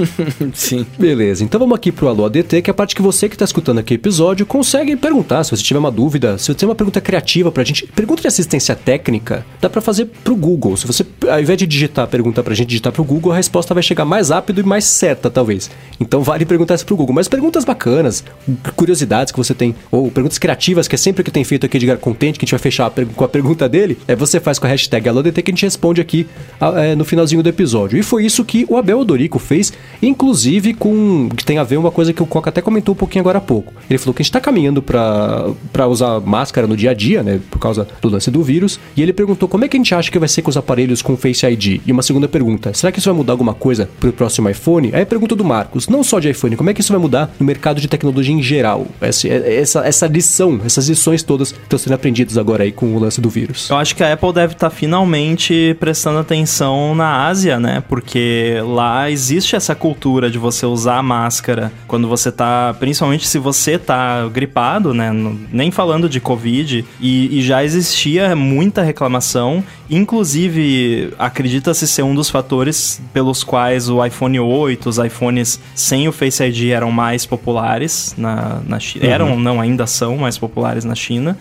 Sim. Beleza, então vamos aqui pro Alô A D T, que é a parte que você que tá escutando aqui o episódio consegue perguntar. Se você tiver uma dúvida, se você tem uma pergunta criativa pra gente, pergunta de assistência técnica, dá pra fazer pro Google. Se você, ao invés de digitar a pergunta pra gente, digitar pro Google, a resposta vai chegar mais rápido e mais certa, talvez. Então vale perguntar isso pro Google. Mas perguntas bacanas, curiosidades que você tem, ou perguntas criativas, que é sempre que tem feito aqui Edgar Contente, que a gente vai fechar com a pergunta dele, é você faz com a hashtag Alô A D T que a gente responde aqui é, no finalzinho do episódio. E foi isso que o Abel Odorico fez, inclusive com... que tem a ver uma coisa que o Coca até comentou um pouquinho agora há pouco. Ele falou que a gente tá caminhando pra, pra usar máscara no dia a dia, né, por causa do lance do vírus, e ele perguntou como é que a gente acha que vai ser com os aparelhos com Face I D. E uma segunda pergunta, será que isso vai mudar alguma coisa pro próximo iPhone? Aí a pergunta do Marcos, não só de iPhone, como é que isso vai mudar no mercado de tecnologia em geral? Essa, essa, essa lição, essas lições todas que estão sendo aprendidas agora aí com o lance do vírus. Eu acho que a Apple deve estar tá finalmente prestando atenção na Ásia, né? Porque lá existe essa cultura de você usar a máscara quando você tá, principalmente se você tá gripado, né? Nem falando de Covid, e, e já existia muita reclamação, inclusive acredita-se ser um dos fatores pelos quais o iPhone oito, os iPhones sem o Face I D eram mais populares na, na China. Uhum. Eram, não, ainda são mais populares na China.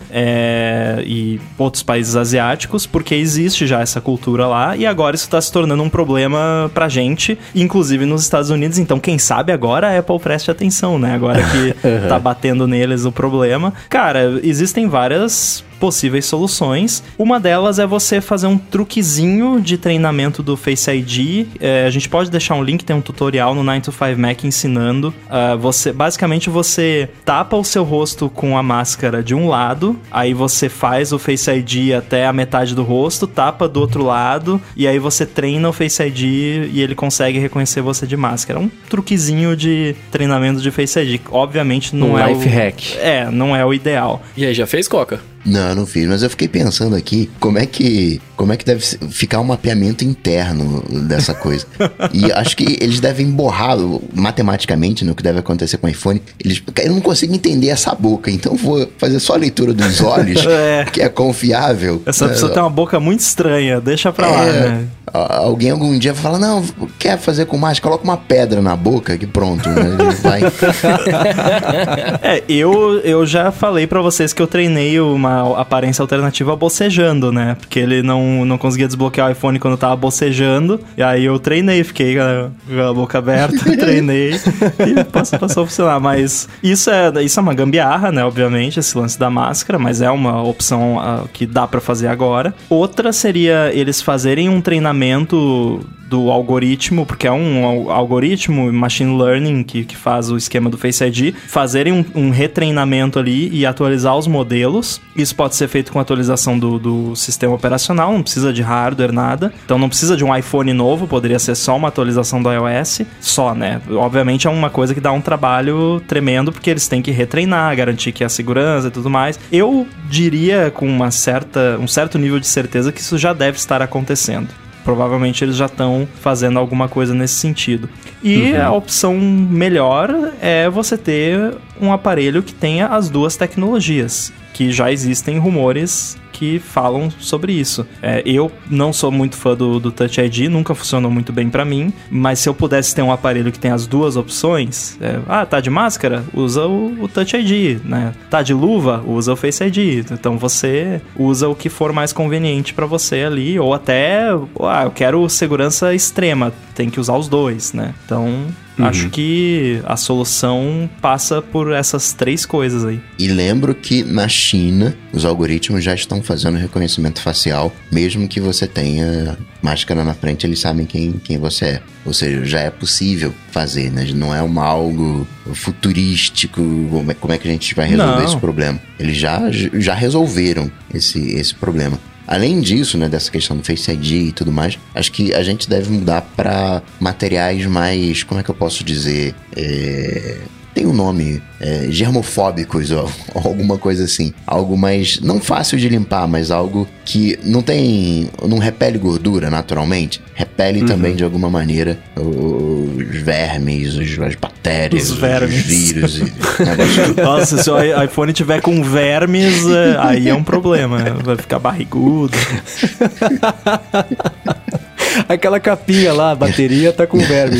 É, e outros países asiáticos, porque existe já essa cultura lá, e agora isso está se tornando um problema pra gente, inclusive nos Estados Unidos. Então, quem sabe agora a Apple preste atenção, né? Agora que uhum. tá batendo neles o problema. Cara, existem várias possíveis soluções. Uma delas é você fazer um truquezinho de treinamento do Face I D. É, a gente pode deixar um link, tem um tutorial no nine to five Mac ensinando. Uh, você, basicamente, você tapa o seu rosto com a máscara de um lado, aí você faz o Face I D até a metade do rosto, tapa do outro lado, e aí você treina o Face I D e ele consegue reconhecer você de máscara. Um truquezinho de treinamento de Face I D. Obviamente não um é life o... hack. É, não é o ideal. E aí, já fez, Coca? Não, não fiz, mas eu fiquei pensando aqui como é que, como é que deve ficar o mapeamento interno dessa coisa. E acho que eles devem borrar matematicamente no que deve acontecer com o iPhone. Eles, eu não consigo entender essa boca, então vou fazer só a leitura dos olhos, é. que é confiável. Essa pessoa é, tem uma boca muito estranha, deixa pra é, lá, né? Alguém algum dia vai falar, não, quer fazer com máscara? Coloca uma pedra na boca que pronto, né? Ele vai... É, eu, eu já falei pra vocês que eu treinei uma aparência alternativa bocejando, né? Porque ele não, não conseguia desbloquear o iPhone quando eu tava bocejando. E aí eu treinei, fiquei com a, a boca aberta, treinei e passou, passou a funcionar. Mas isso é, isso é uma gambiarra, né? Obviamente, esse lance da máscara, mas é uma opção uh, que dá pra fazer agora. Outra seria eles fazerem um treinamento do algoritmo, porque é um algoritmo machine learning que, que faz o esquema do Face I D, fazerem um, um retreinamento ali e atualizar os modelos. Isso pode ser feito com atualização do, do sistema operacional, não precisa de hardware, nada. Então não precisa de um iPhone novo, poderia ser só uma atualização do iOS, só, né? Obviamente é uma coisa que dá um trabalho tremendo, porque eles têm que retreinar, garantir que é a segurança e tudo mais. Eu diria com uma certa, um certo nível de certeza que isso já deve estar acontecendo. Provavelmente eles já estão fazendo alguma coisa nesse sentido. E uhum. a opção melhor é você ter um aparelho que tenha as duas tecnologias, que já existem rumores que falam sobre isso. É, eu não sou muito fã do, do Touch I D, nunca funcionou muito bem pra mim, mas se eu pudesse ter um aparelho que tem as duas opções, é, ah, tá de máscara? Usa o, o Touch I D, né? Tá de luva? Usa o Face I D. Então você usa o que for mais conveniente pra você ali, ou até, ah, eu quero segurança extrema, tem que usar os dois, né? Então... Uhum. Acho que a solução passa por essas três coisas aí. E lembro que na China, os algoritmos já estão fazendo reconhecimento facial, mesmo que você tenha máscara na frente, eles sabem quem, quem você é. Ou seja, já é possível fazer, né? Não é uma algo futurístico, como é que a gente vai resolver Não. esse problema. Eles já, já resolveram esse, esse problema. Além disso, né, dessa questão do Face I D e tudo mais, acho que a gente deve mudar para materiais mais, como é que eu posso dizer, é... tem um nome, é, germofóbicos ou, ou alguma coisa assim. Algo mais, não fácil de limpar, mas algo que não tem, não repele gordura naturalmente. Repele uhum. também de alguma maneira os vermes, os, as bactérias, os, vermes. os vírus. E, Nossa, se o iPhone tiver com vermes, aí é um problema, né? Vai ficar barrigudo. Aquela capinha lá, a bateria tá com verme.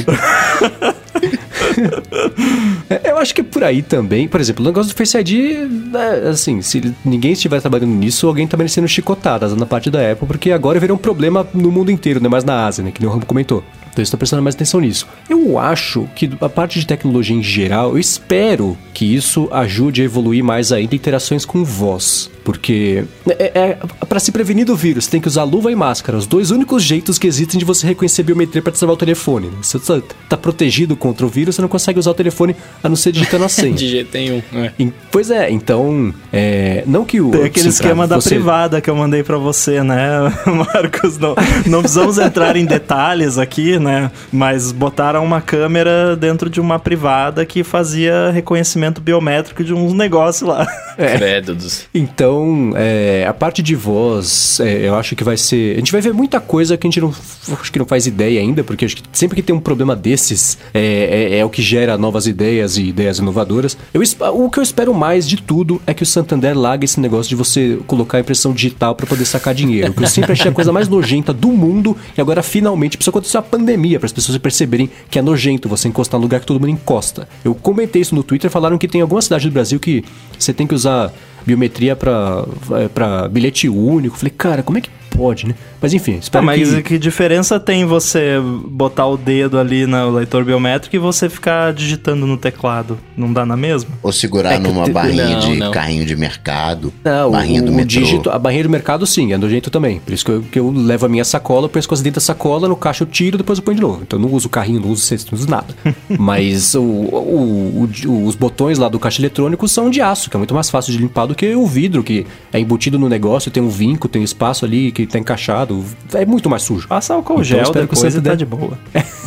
Eu acho que por aí também, por exemplo, o negócio do Face I D, é, assim, se ninguém estiver trabalhando nisso, alguém tá merecendo chicotadas na parte da Apple, porque agora virou um problema no mundo inteiro, não é mais na Ásia, né, que nem o Rambo comentou. Então eles estão prestando mais atenção nisso. Eu acho que a parte de tecnologia em geral, eu espero que isso ajude a evoluir mais ainda interações com voz. Porque é, é, para se prevenir do vírus, tem que usar luva e máscara. Os dois únicos jeitos que existem de você reconhecer a biometria para destravar o telefone. Se você tá protegido contra o vírus, você não consegue usar o telefone a não ser digitando a senha. De jeito nenhum. É. E, pois é, então... É, não que o... Tem aquele esquema da você... privada que eu mandei para você, né, Marcos? Não, não precisamos entrar em detalhes aqui, né? Mas botaram uma câmera dentro de uma privada que fazia reconhecimento biométrico de uns negócios lá. É. Créditos. Então, é, a parte de voz, é, eu acho que vai ser... A gente vai ver muita coisa que a gente não, acho que não faz ideia ainda, porque acho que sempre que tem um problema desses, é, é, é o que gera novas ideias e ideias inovadoras. Eu, o que eu espero mais de tudo é que o Santander largue esse negócio de você colocar a impressão digital para poder sacar dinheiro. Que eu sempre achei a coisa mais nojenta do mundo e agora finalmente precisa acontecer a pandemia para as pessoas perceberem que é nojento você encostar no lugar que todo mundo encosta. Eu comentei isso no Twitter, falaram que tem alguma cidade do Brasil que você tem que usar biometria pra, pra bilhete único. Falei, cara, como é que pode, né? Mas enfim, espero ah, mas que... que diferença tem você botar o dedo ali no leitor biométrico e você ficar digitando no teclado? Não dá na mesma? Ou segurar é numa te... barrinha não, de não. carrinho de mercado, não, barrinha o, do o metrô. Dígito, a barrinha do mercado sim, é nojento também. Por isso que eu, que eu levo a minha sacola, eu penso as coisas dentro da sacola, no caixa eu tiro, depois eu ponho de novo. Então eu não uso o carrinho, não uso o cesto, não uso nada. Mas o, o, o, os botões lá do caixa eletrônico são de aço, que é muito mais fácil de limpar do que o vidro, que é embutido no negócio, tem um vinco, tem um espaço ali que tá encaixado. É muito mais sujo. Passa álcool gel, então, depois que você tá de boa.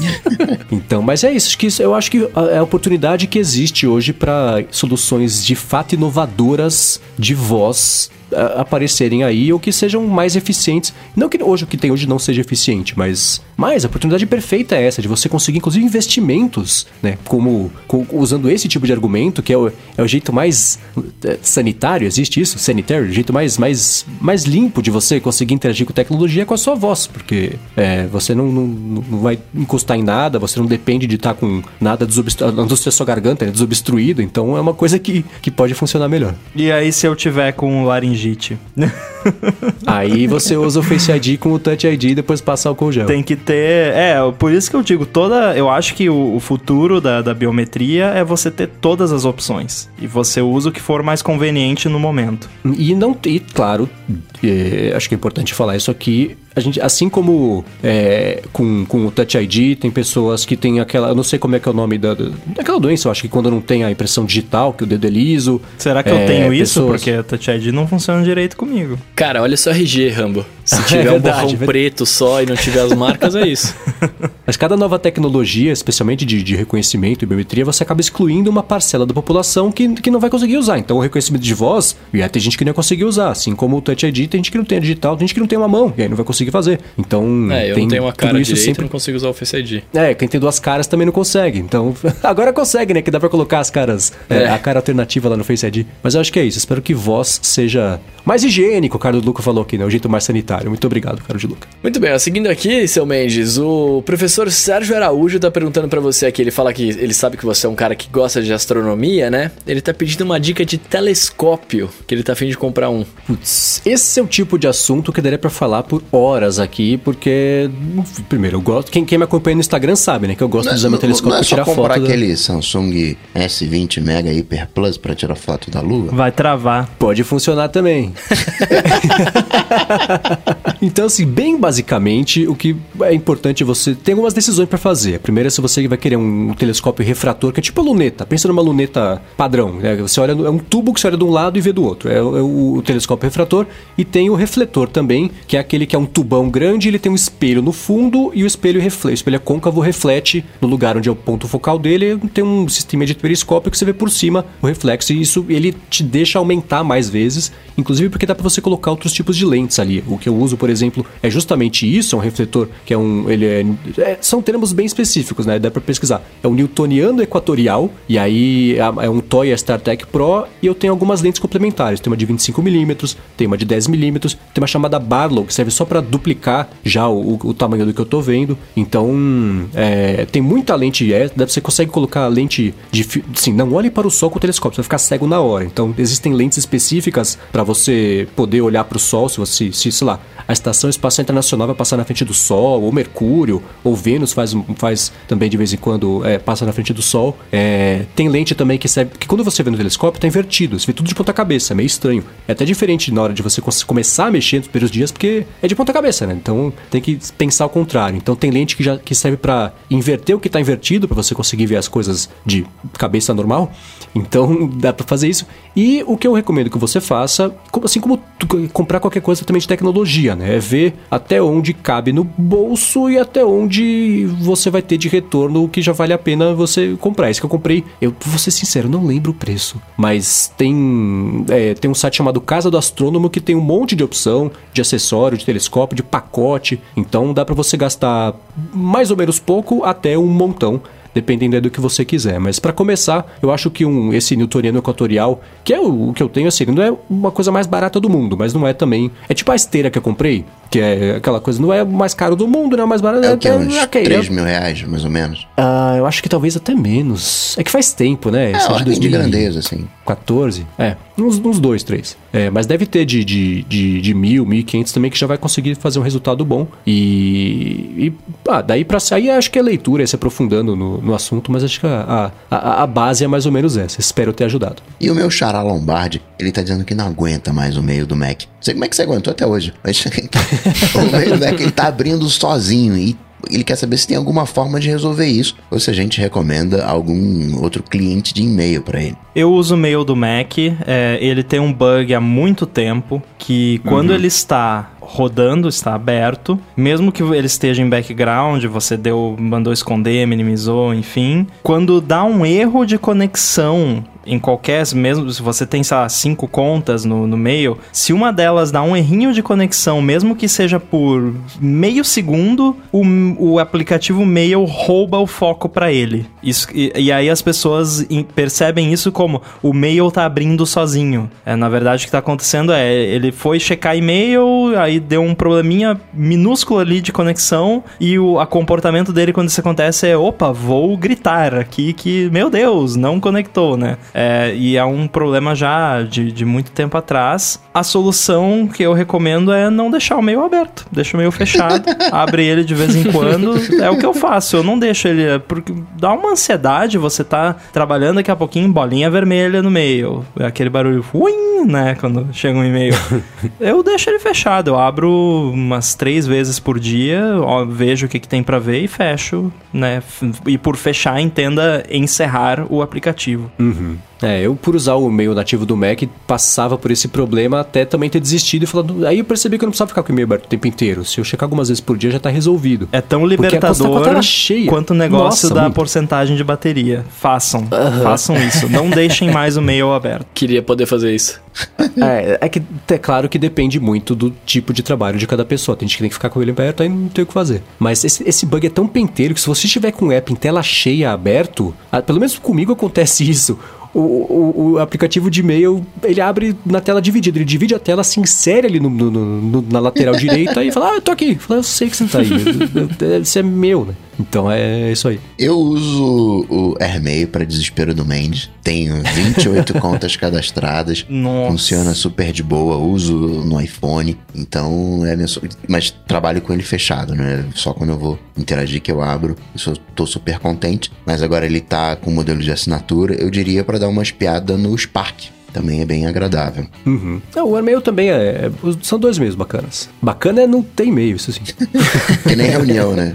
Então, mas é isso. Que isso, eu acho que é a oportunidade que existe hoje para soluções de fato inovadoras de voz a, aparecerem aí, ou que sejam mais eficientes. Não que hoje o que tem hoje não seja eficiente, mas, mas a oportunidade perfeita é essa, de você conseguir inclusive investimentos, né, como, com, usando esse tipo de argumento, que é o, é o jeito mais é, sanitário, existe isso? Sanitário? O jeito mais, mais, mais limpo de você conseguir interagir com tecnologia é com a sua voz, porque é, você não, não, não vai encostar em nada, você não depende de estar com nada desobstruído, a não ser a sua garganta, né, desobstruída, então é uma coisa que, que pode funcionar melhor. E aí se eu tiver com laringite? Aí você usa o Face I D com o Touch I D e depois passa o álcool gel. Tem que ter... É, por isso que eu digo, toda... Eu acho que o, o futuro da, da biometria é você ter todas as opções. E você usa o que for mais conveniente no momento. E não... E, claro, é, acho que é importante falar isso aqui... A gente, assim como é, com, com o Touch I D, tem pessoas que tem aquela... Eu não sei como é que é o nome da, daquela doença. Eu acho que quando não tem a impressão digital, que o dedo é liso... Será que é, eu tenho isso? Pessoas... Porque o Touch I D não funciona direito comigo. Cara, olha só R G, Rambo. Se tiver é verdade, um borrão é preto só e não tiver as marcas, é isso. Mas cada nova tecnologia, especialmente de, de reconhecimento e biometria, você acaba excluindo uma parcela da população que, que não vai conseguir usar. Então o reconhecimento de voz, e aí tem gente que não vai conseguir usar. Assim como o Touch I D, tem gente que não tem a digital, tem gente que não tem uma mão, e aí não vai conseguir fazer. Então, é, eu tem não tenho uma cara isso direita, sempre... não consigo usar o Face I D. É, quem tem duas caras também não consegue. Então, agora consegue, né? Que dá pra colocar as caras, é. É, a cara alternativa lá no Face I D. Mas eu acho que é isso. Espero que voz seja mais higiênico, o cara do Luca falou aqui, né? O jeito mais sanitário. comentário. Muito obrigado, caro de Luca. Muito bem, ó, seguindo aqui, seu Mendes, o professor Sérgio Araújo tá perguntando pra você aqui, ele fala que ele sabe que você é um cara que gosta de astronomia, né? Ele tá pedindo uma dica de telescópio, que ele tá a fim de comprar um. Putz, esse é o tipo de assunto que daria pra falar por horas aqui, porque, primeiro, eu gosto, quem, quem me acompanha no Instagram sabe, né, que eu gosto Não, de usar meu telescópio não é pra tirar só comprar foto. aquele Da... Samsung S vinte Mega Hyper Plus pra tirar foto da Lua? Vai travar. Pode funcionar também. Então, assim, bem basicamente, o que é importante você... Tem algumas decisões pra fazer. A primeira é se você vai querer um telescópio refrator, que é tipo a luneta. Pensa numa luneta padrão, né? Você olha, é um tubo que você olha de um lado e vê do outro. É, é o, o telescópio refrator. E tem o refletor também, que é aquele que é um tubão grande, ele tem um espelho no fundo e o espelho reflete. O espelho é côncavo, reflete no lugar onde é o ponto focal dele. Tem um sistema de periscópio que você vê por cima o reflexo. E isso, ele te deixa aumentar mais vezes, inclusive porque dá pra você colocar outros tipos de lentes ali. O que eu uso, por exemplo, é justamente isso, é um refletor que é um... Ele é, é, são termos bem específicos, né? Dá pra pesquisar. É um newtoniano equatorial, e aí é um Toya StarTech Pro, e eu tenho algumas lentes complementares. Tem uma de vinte e cinco milímetros, tem uma de dez milímetros, tem uma chamada Barlow, que serve só pra duplicar já o, o tamanho do que eu tô vendo. Então, é, tem muita lente, é, você consegue colocar lente de... Assim, não olhe para o sol com o telescópio, você vai ficar cego na hora. Então, existem lentes específicas para você poder olhar para o Sol, se você, se, sei lá, a Estação Espacial Internacional vai passar na frente do Sol, ou Mercúrio, ou Vênus faz, faz também de vez em quando é, passa na frente do Sol. É, tem lente também que serve, que quando você vê no telescópio está invertido, você vê tudo de ponta cabeça, é meio estranho. É até diferente na hora de você começar a mexer nos primeiros dias, porque é de ponta cabeça, né? Então tem que pensar ao contrário. Então tem lente que, já, que serve para inverter o que está invertido, para você conseguir ver as coisas de cabeça normal. Então dá para fazer isso. E o que eu recomendo que você faça, assim como comprar qualquer coisa também de tecnologia, né? É ver até onde cabe no bolso e até onde você vai ter de retorno que já vale a pena você comprar. Isso que eu comprei, eu vou ser sincero, não lembro o preço, mas tem, é, tem um site chamado Casa do Astrônomo que tem um monte de opção de acessório, de telescópio, de pacote. Então dá para você gastar mais ou menos pouco até um montão, dependendo do que você quiser. Mas para começar, eu acho que um, esse newtoniano equatorial, que é o, o que eu tenho, assim, não é uma coisa mais barata do mundo, mas não é também... É tipo a esteira que eu comprei, que é aquela coisa, não é o mais caro do mundo, não é o mais barato... É o que? É, Uns okay, três é, mil reais, mais ou menos? Ah, eu acho que talvez até menos. É que faz tempo, né? É, Esse ordem de grandeza, assim. quatorze? É, uns, uns dois, três. É, mas deve ter de, de, de, de mil, mil e quinhentos também, que já vai conseguir fazer um resultado bom. E... e ah, daí pra sair, acho que é leitura, é se aprofundando no, no assunto, mas acho que a, a, a base é mais ou menos essa. Espero ter ajudado. E o meu xará Lombardi, ele tá dizendo que não aguenta mais o meio do Mac. Não sei como é que você aguentou até hoje, mas o meio do Mac, ele tá abrindo sozinho e ele quer saber se tem alguma forma de resolver isso, ou se a gente recomenda algum outro cliente de e-mail para ele. Eu uso o mail do Mac, é, ele tem um bug há muito tempo, que quando uhum. ele está rodando, está aberto, mesmo que ele esteja em background, você deu, mandou esconder, minimizou, enfim, quando dá um erro de conexão em qualquer, mesmo se você tem, sei lá, cinco contas no, no mail, se uma delas dá um errinho de conexão, mesmo que seja por meio segundo, o, o aplicativo mail rouba o foco para ele. Isso, e, e aí as pessoas in, percebem isso como o mail tá abrindo sozinho. É, na verdade, o que tá acontecendo é, ele foi checar e-mail, aí deu um probleminha minúsculo ali de conexão, e o a comportamento dele quando isso acontece é, opa, vou gritar aqui que, meu Deus, não conectou, né? É, e é um problema já de, de muito tempo atrás. A solução que eu recomendo é não deixar o mail aberto. Deixa o mail fechado, abre ele de vez em quando. É o que eu faço, eu não deixo ele... Porque dá uma ansiedade, você tá trabalhando daqui a pouquinho, bolinha vermelha no mail. Aquele barulho, uim, né, quando chega um e-mail. Eu deixo ele fechado, eu abro umas três vezes por dia, ó, vejo o que, que tem pra ver e fecho, né? E por fechar, entenda encerrar o aplicativo. Uhum. É, eu por usar o e-mail nativo do Mac passava por esse problema até também ter desistido e falando, aí eu percebi que eu não precisava ficar com o e-mail aberto o tempo inteiro. Se eu checar algumas vezes por dia já tá resolvido. É tão libertador tá cheia. quanto o negócio Nossa, da muito. porcentagem de bateria. Façam, uhum. façam isso. Não deixem mais o e-mail aberto. Queria poder fazer isso. É, é que é claro que depende muito do tipo de trabalho de cada pessoa. Tem gente que tem que ficar com ele aberto, aí não tem o que fazer. Mas esse, esse bug é tão penteiro que se você estiver com o app em tela cheia aberto, pelo menos comigo acontece isso. O, o, o aplicativo de e-mail, ele abre na tela dividida. Ele divide a tela, se insere ali no, no, no, na lateral direita e fala, ah, eu tô aqui. Fala, eu sei que você tá aí. Isso é meu, né? Então é isso aí. Eu uso o AirMail para desespero do Mendes. Tenho vinte e oito contas cadastradas. Nossa. Funciona super de boa. Uso no iPhone. Então, é minha... mas trabalho com ele fechado, né? Só quando eu vou interagir que eu abro. Eu tô super contente. Mas agora ele tá com modelo de assinatura. Eu diria para dar uma espiada no Spark. Também é bem agradável. Uhum. É, o e-mail também é, é... São dois meios bacanas. Bacana é não ter e-mail, isso sim. Que nem reunião, né?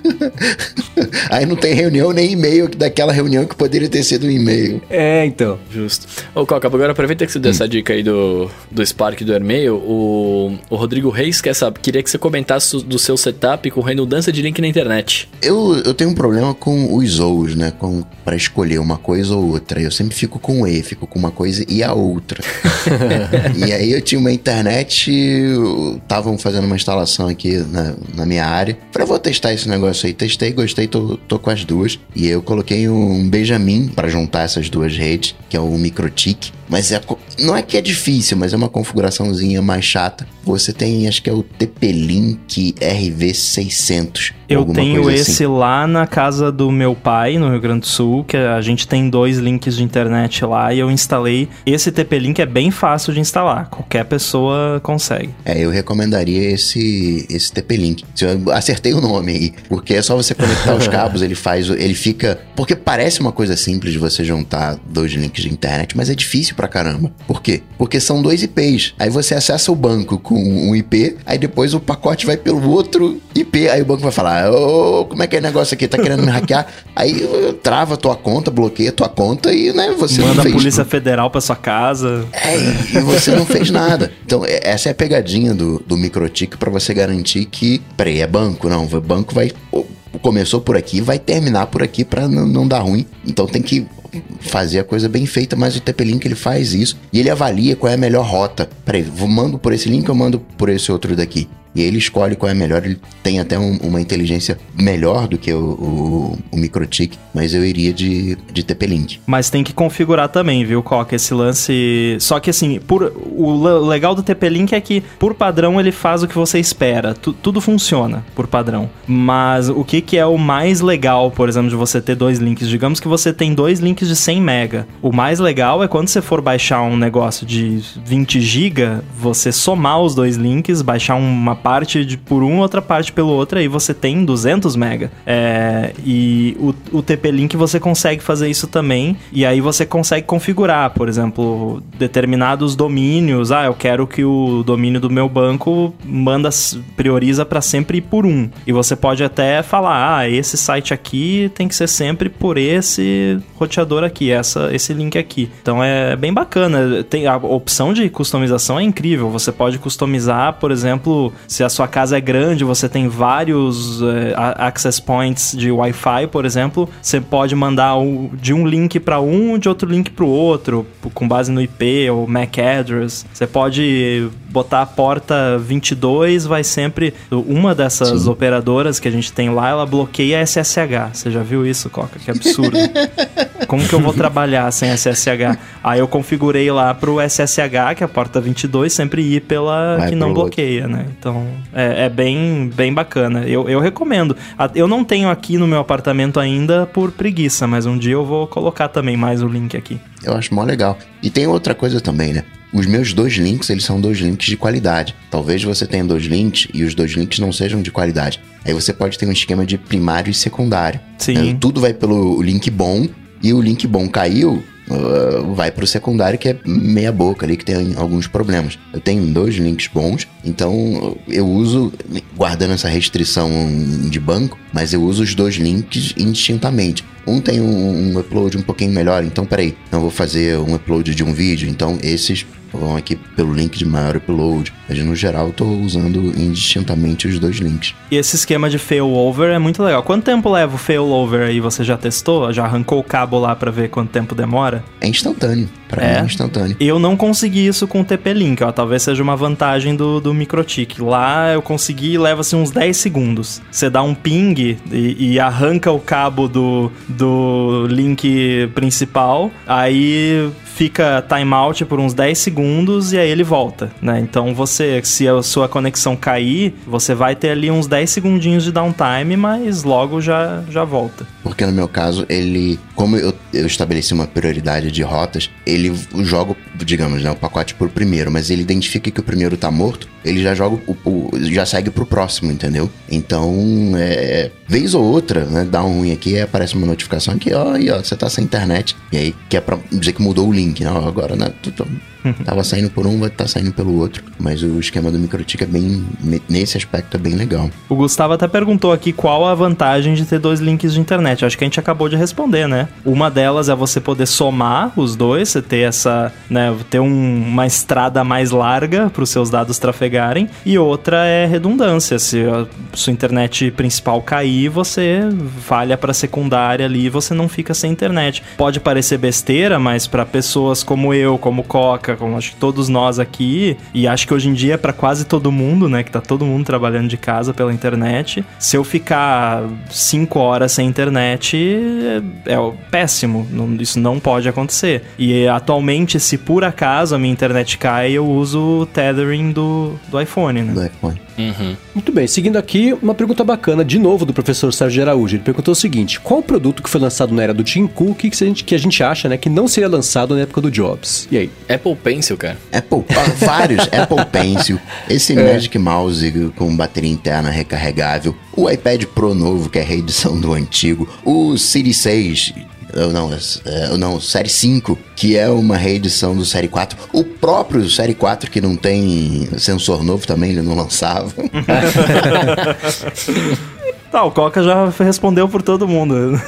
Aí não tem reunião nem e-mail daquela reunião que poderia ter sido um e-mail. É, então. Justo. Ô, Coca, agora aproveita que você deu hum. essa dica aí do, do Spark e do AirMail. O, o Rodrigo Reis quer saber, queria que você comentasse do seu setup com redundância de link na internet. Eu, eu tenho um problema com os ou, né? Com, pra escolher uma coisa ou outra. Eu sempre fico com o e, fico com uma coisa e a outra. E aí eu tinha uma internet, estavam fazendo uma instalação aqui na, na minha área. Falei, vou testar esse negócio aí. Testei, gostei, tô, tô com as duas. E aí eu coloquei um Benjamin para juntar essas duas redes, que é o MikroTik. Mas é, não é que é difícil, mas é uma configuraçãozinha mais chata. Você tem, acho que é o T P-Link R V seiscentos. Eu tenho esse assim. Lá na casa do meu pai, no Rio Grande do Sul, que a gente tem dois links de internet lá e eu instalei. Esse T P-Link é bem fácil de instalar, qualquer pessoa consegue. É, eu recomendaria esse, esse T P-Link. Eu acertei o nome aí, porque é só você conectar os cabos, ele faz, ele fica... Porque parece uma coisa simples de você juntar dois links de internet, mas é difícil pra caramba. Por quê? Porque são dois I Ps. Aí você acessa o banco com um I P, aí depois o pacote vai pelo outro I P, aí o banco vai falar, ô, como é que é o negócio aqui? Tá querendo me hackear? Aí trava a tua conta, bloqueia a tua conta e, né, você manda não fez... a Polícia Federal pra sua casa. É, e você não fez nada. Então, essa é a pegadinha do, do MikroTik pra você garantir que... Peraí, é banco? Não, o banco vai... Começou por aqui, vai terminar por aqui pra não, não dar ruim. Então tem que fazer a coisa bem feita, mas o T P-Link ele faz isso e ele avalia qual é a melhor rota. Peraí, eu mando por esse link ou eu mando por esse outro daqui? E ele escolhe qual é melhor, ele tem até um, uma inteligência melhor do que o, o, o MikroTik, mas eu iria de, de T P-Link. Mas tem que configurar também, viu, Coca, esse lance... Só que assim, por, o legal do T P-Link é que, por padrão, ele faz o que você espera. Tu, tudo funciona por padrão. Mas o que, que é o mais legal, por exemplo, de você ter dois links? Digamos que você tem dois links de cem mega. O mais legal é quando você for baixar um negócio de vinte gigas, você somar os dois links, baixar uma parte de, por um, outra parte pelo outro, aí você tem duzentos mega. É, e o, o T P-Link você consegue fazer isso também, e aí você consegue configurar, por exemplo, determinados domínios. Ah, eu quero que o domínio do meu banco manda, prioriza para sempre ir por um. E você pode até falar, ah, esse site aqui tem que ser sempre por esse roteador aqui, essa, esse link aqui. Então é bem bacana. Tem, a opção de customização é incrível. Você pode customizar, por exemplo, se a sua casa é grande, você tem vários uh, access points de Wi-Fi, por exemplo, você pode mandar o, de um link para um, de outro link para o outro, com base no I P ou M A C address. Você pode botar a porta vinte e dois, vai sempre... Uma dessas Sim. operadoras que a gente tem lá, ela bloqueia S S H. Você já viu isso, Coca? Que absurdo. Como que eu vou trabalhar sem S S H? Aí eu configurei lá pro S S H, que é a porta vinte e dois, sempre ir pela vai que não bloqueia, outro. Né? Então, é, é bem, bem bacana. Eu, eu recomendo. Eu não tenho aqui no meu apartamento ainda por preguiça, mas um dia eu vou colocar também mais o link aqui. Eu acho mó legal. E tem outra coisa também, né? Os meus dois links, eles são dois links de qualidade. Talvez você tenha dois links e os dois links não sejam de qualidade. Aí você pode ter um esquema de primário e secundário. Sim. Né? Tudo vai pelo link bom, e o link bom caiu, uh, vai pro secundário, que é meia boca ali, que tem alguns problemas. Eu tenho dois links bons, então eu uso, guardando essa restrição de banco, mas eu uso os dois links indistintamente. Um tem um, um upload um pouquinho melhor, então peraí, eu vou fazer um upload de um vídeo, então esses vão aqui pelo link de maior upload. Mas no geral eu tô usando indistintamente os dois links. E esse esquema de failover é muito legal. Quanto tempo leva o failover aí? Você já testou? Já arrancou o cabo lá pra ver quanto tempo demora? É instantâneo. Pra É. mim é instantâneo. Eu não consegui isso com o T P-Link, ó. Talvez seja uma vantagem do, do MikroTik. Lá eu consegui e leva assim uns dez segundos. Você dá um ping e, e arranca o cabo do, do link principal, aí fica timeout por uns dez segundos e aí ele volta, né? Então você, se a sua conexão cair, você vai ter ali uns dez segundinhos de downtime, mas logo já, já volta. Porque no meu caso, ele... Como eu, eu estabeleci uma prioridade de rotas, ele joga, digamos, né, o pacote pro primeiro, mas ele identifica que o primeiro tá morto, ele já joga o, o já segue pro próximo, entendeu? Então, é, vez ou outra, né, dá um ruim aqui, aparece uma notificação aqui, ó, aí, ó, você tá sem internet. E aí, que é pra dizer que mudou o link, né? Agora, né, tu, tu, tava saindo por um, vai estar tá saindo pelo outro. Mas o esquema do MikroTik é bem, nesse aspecto, é bem legal. O Gustavo até perguntou aqui qual a vantagem de ter dois links de internet. Eu acho que a gente acabou de responder, né? Uma delas é você poder somar os dois, você ter essa, né, ter um, uma estrada mais larga para os seus dados trafegarem, e outra é redundância. Se a sua internet principal cair, você falha para secundária ali e você não fica sem internet. Pode parecer besteira, mas para pessoas como eu, como Coca, como acho que todos nós aqui, e acho que hoje em dia é para quase todo mundo, né, que tá todo mundo trabalhando de casa pela internet, se eu ficar cinco horas sem internet, é, é péssimo, não, isso não pode acontecer. E atualmente, se por acaso a minha internet cai, eu uso o tethering do, do iPhone, né? Do iPhone. Uhum. Muito bem, seguindo aqui, uma pergunta bacana, de novo, do professor Sérgio Araújo. Ele perguntou o seguinte: qual o produto que foi lançado na era do Tim Cook que a gente, que a gente acha, né, que não seria lançado na época do Jobs? E aí? Apple Pencil, cara. Apple, vários, Apple Pencil, esse é. Magic Mouse com bateria interna recarregável, o iPad Pro novo, que é a reedição do antigo, o Série seis... Não, é, não, Série cinco, que é uma reedição do Série quatro. O próprio Série quatro, que não tem sensor novo também, ele não lançava. Tá, o Coca já respondeu por todo mundo.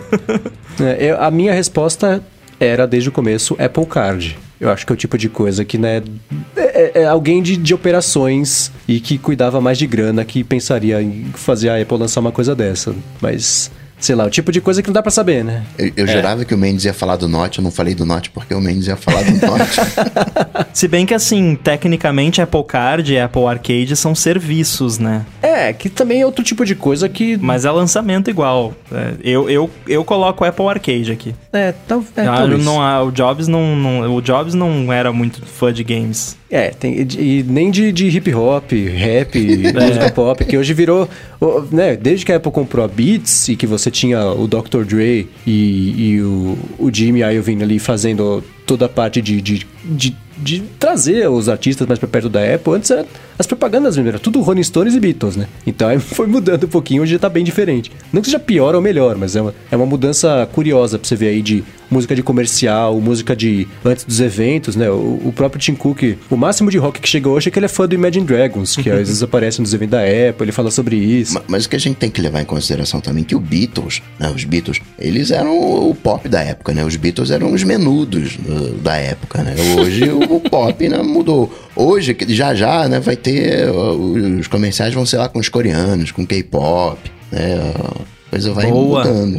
É, eu, a minha resposta era, desde o começo, Apple Card. Eu acho que é o tipo de coisa que, né, é, é alguém de, de operações e que cuidava mais de grana que pensaria em fazer a Apple lançar uma coisa dessa. Mas... sei lá, o tipo de coisa que não dá pra saber, né? Eu, eu é. jurava que o Mendes ia falar do Note, eu não falei do Note porque o Mendes ia falar do Note. Se bem que, assim, tecnicamente Apple Card e Apple Arcade são serviços, né? É, que também é outro tipo de coisa que... Mas é lançamento igual. É, eu, eu, eu coloco o Apple Arcade aqui. É, tal, é ah, talvez. Não, o, Jobs não, não, o Jobs não era muito fã de games. É, tem, e, e nem de, de hip hop, rap, música pop, que hoje virou, né, desde que a Apple comprou a Beats e que você tinha o doutor Dre e, e o, o Jimmy Iovine ali fazendo toda a parte de, de, de, de trazer os artistas mais pra perto da Apple. Antes era, as propagandas mesmo, era tudo Rolling Stones e Beatles, né? Então aí foi mudando um pouquinho, hoje já tá bem diferente. Não que seja pior ou melhor, mas é uma, é uma mudança curiosa pra você ver aí de música de comercial, música de antes dos eventos, né? O, o próprio Tim Cook, o máximo de rock que chega hoje é que ele é fã do Imagine Dragons, que às vezes aparece nos eventos da Apple, ele fala sobre isso. Mas, mas o que a gente tem que levar em consideração também é que o Beatles, né, os Beatles, eles eram o pop da época, né? Os Beatles eram os menudos uh, da época, né? Hoje o, o pop, né, mudou. Hoje, já já, né, vai ter... Uh, os comerciais vão ser lá com os coreanos, com K-pop, né? A coisa vai Boa. mudando.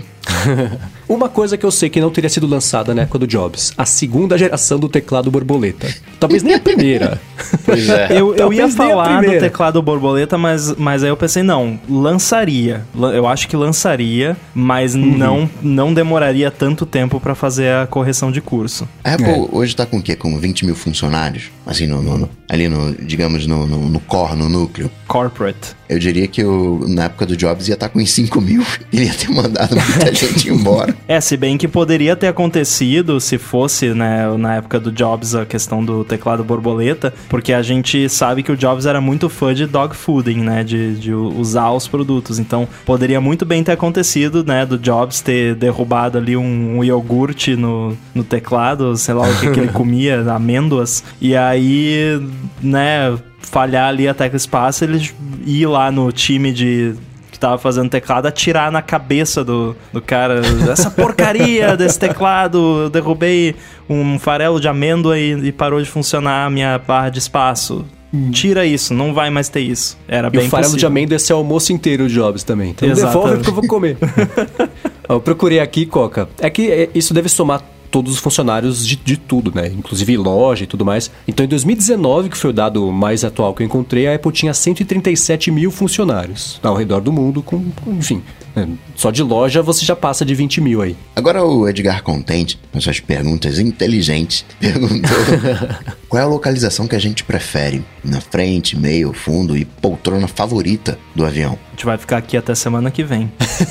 Uma coisa que eu sei que não teria sido lançada na época do Jobs: a segunda geração do teclado borboleta. Talvez nem a primeira. Pois é. Eu, eu ia Talvez nem a falar do primeira. teclado borboleta, mas, mas aí eu pensei, não, lançaria. Eu acho que lançaria, mas Uhum. não, não demoraria tanto tempo pra fazer a correção de curso. A Apple É. hoje tá com o quê? Com vinte mil funcionários? Assim, no, no- no- ali no, digamos, no, no, no core, no núcleo. Corporate. Eu diria que o, na época do Jobs ia estar com uns cinco mil. Ele ia ter mandado muita gente embora. É, se bem que poderia ter acontecido se fosse, né, na época do Jobs a questão do teclado borboleta, porque a gente sabe que o Jobs era muito fã de dog fooding, né, de, de usar os produtos. Então, poderia muito bem ter acontecido, né, do Jobs ter derrubado ali um, um iogurte no, no teclado, sei lá o que, que ele comia, amêndoas, e aí, né, falhar ali a tecla espaço, ele ir lá no time de... que tava fazendo teclado, atirar na cabeça do, do cara. Essa porcaria desse teclado, eu derrubei um farelo de amêndoa e, e parou de funcionar a minha barra de espaço. Tira isso, não vai mais ter isso. Era E bem o farelo possível. de amêndoa é o almoço inteiro de Jobs também. Então Exatamente. devolve porque eu vou comer. Eu procurei aqui, Coca. É que é, isso deve somar todos os funcionários de, de tudo, né? Inclusive loja e tudo mais. Então, em dois mil e dezenove, que foi o dado mais atual que eu encontrei, a Apple tinha cento e trinta e sete mil funcionários ao redor do mundo, com, com enfim... Só de loja você já passa de vinte mil aí. Agora o Edgar Contente, com suas perguntas inteligentes, perguntou qual é a localização que a gente prefere? Na frente, meio, fundo e poltrona favorita do avião? A gente vai ficar aqui até semana que vem.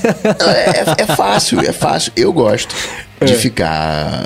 É, é fácil, é fácil. Eu gosto de é. ficar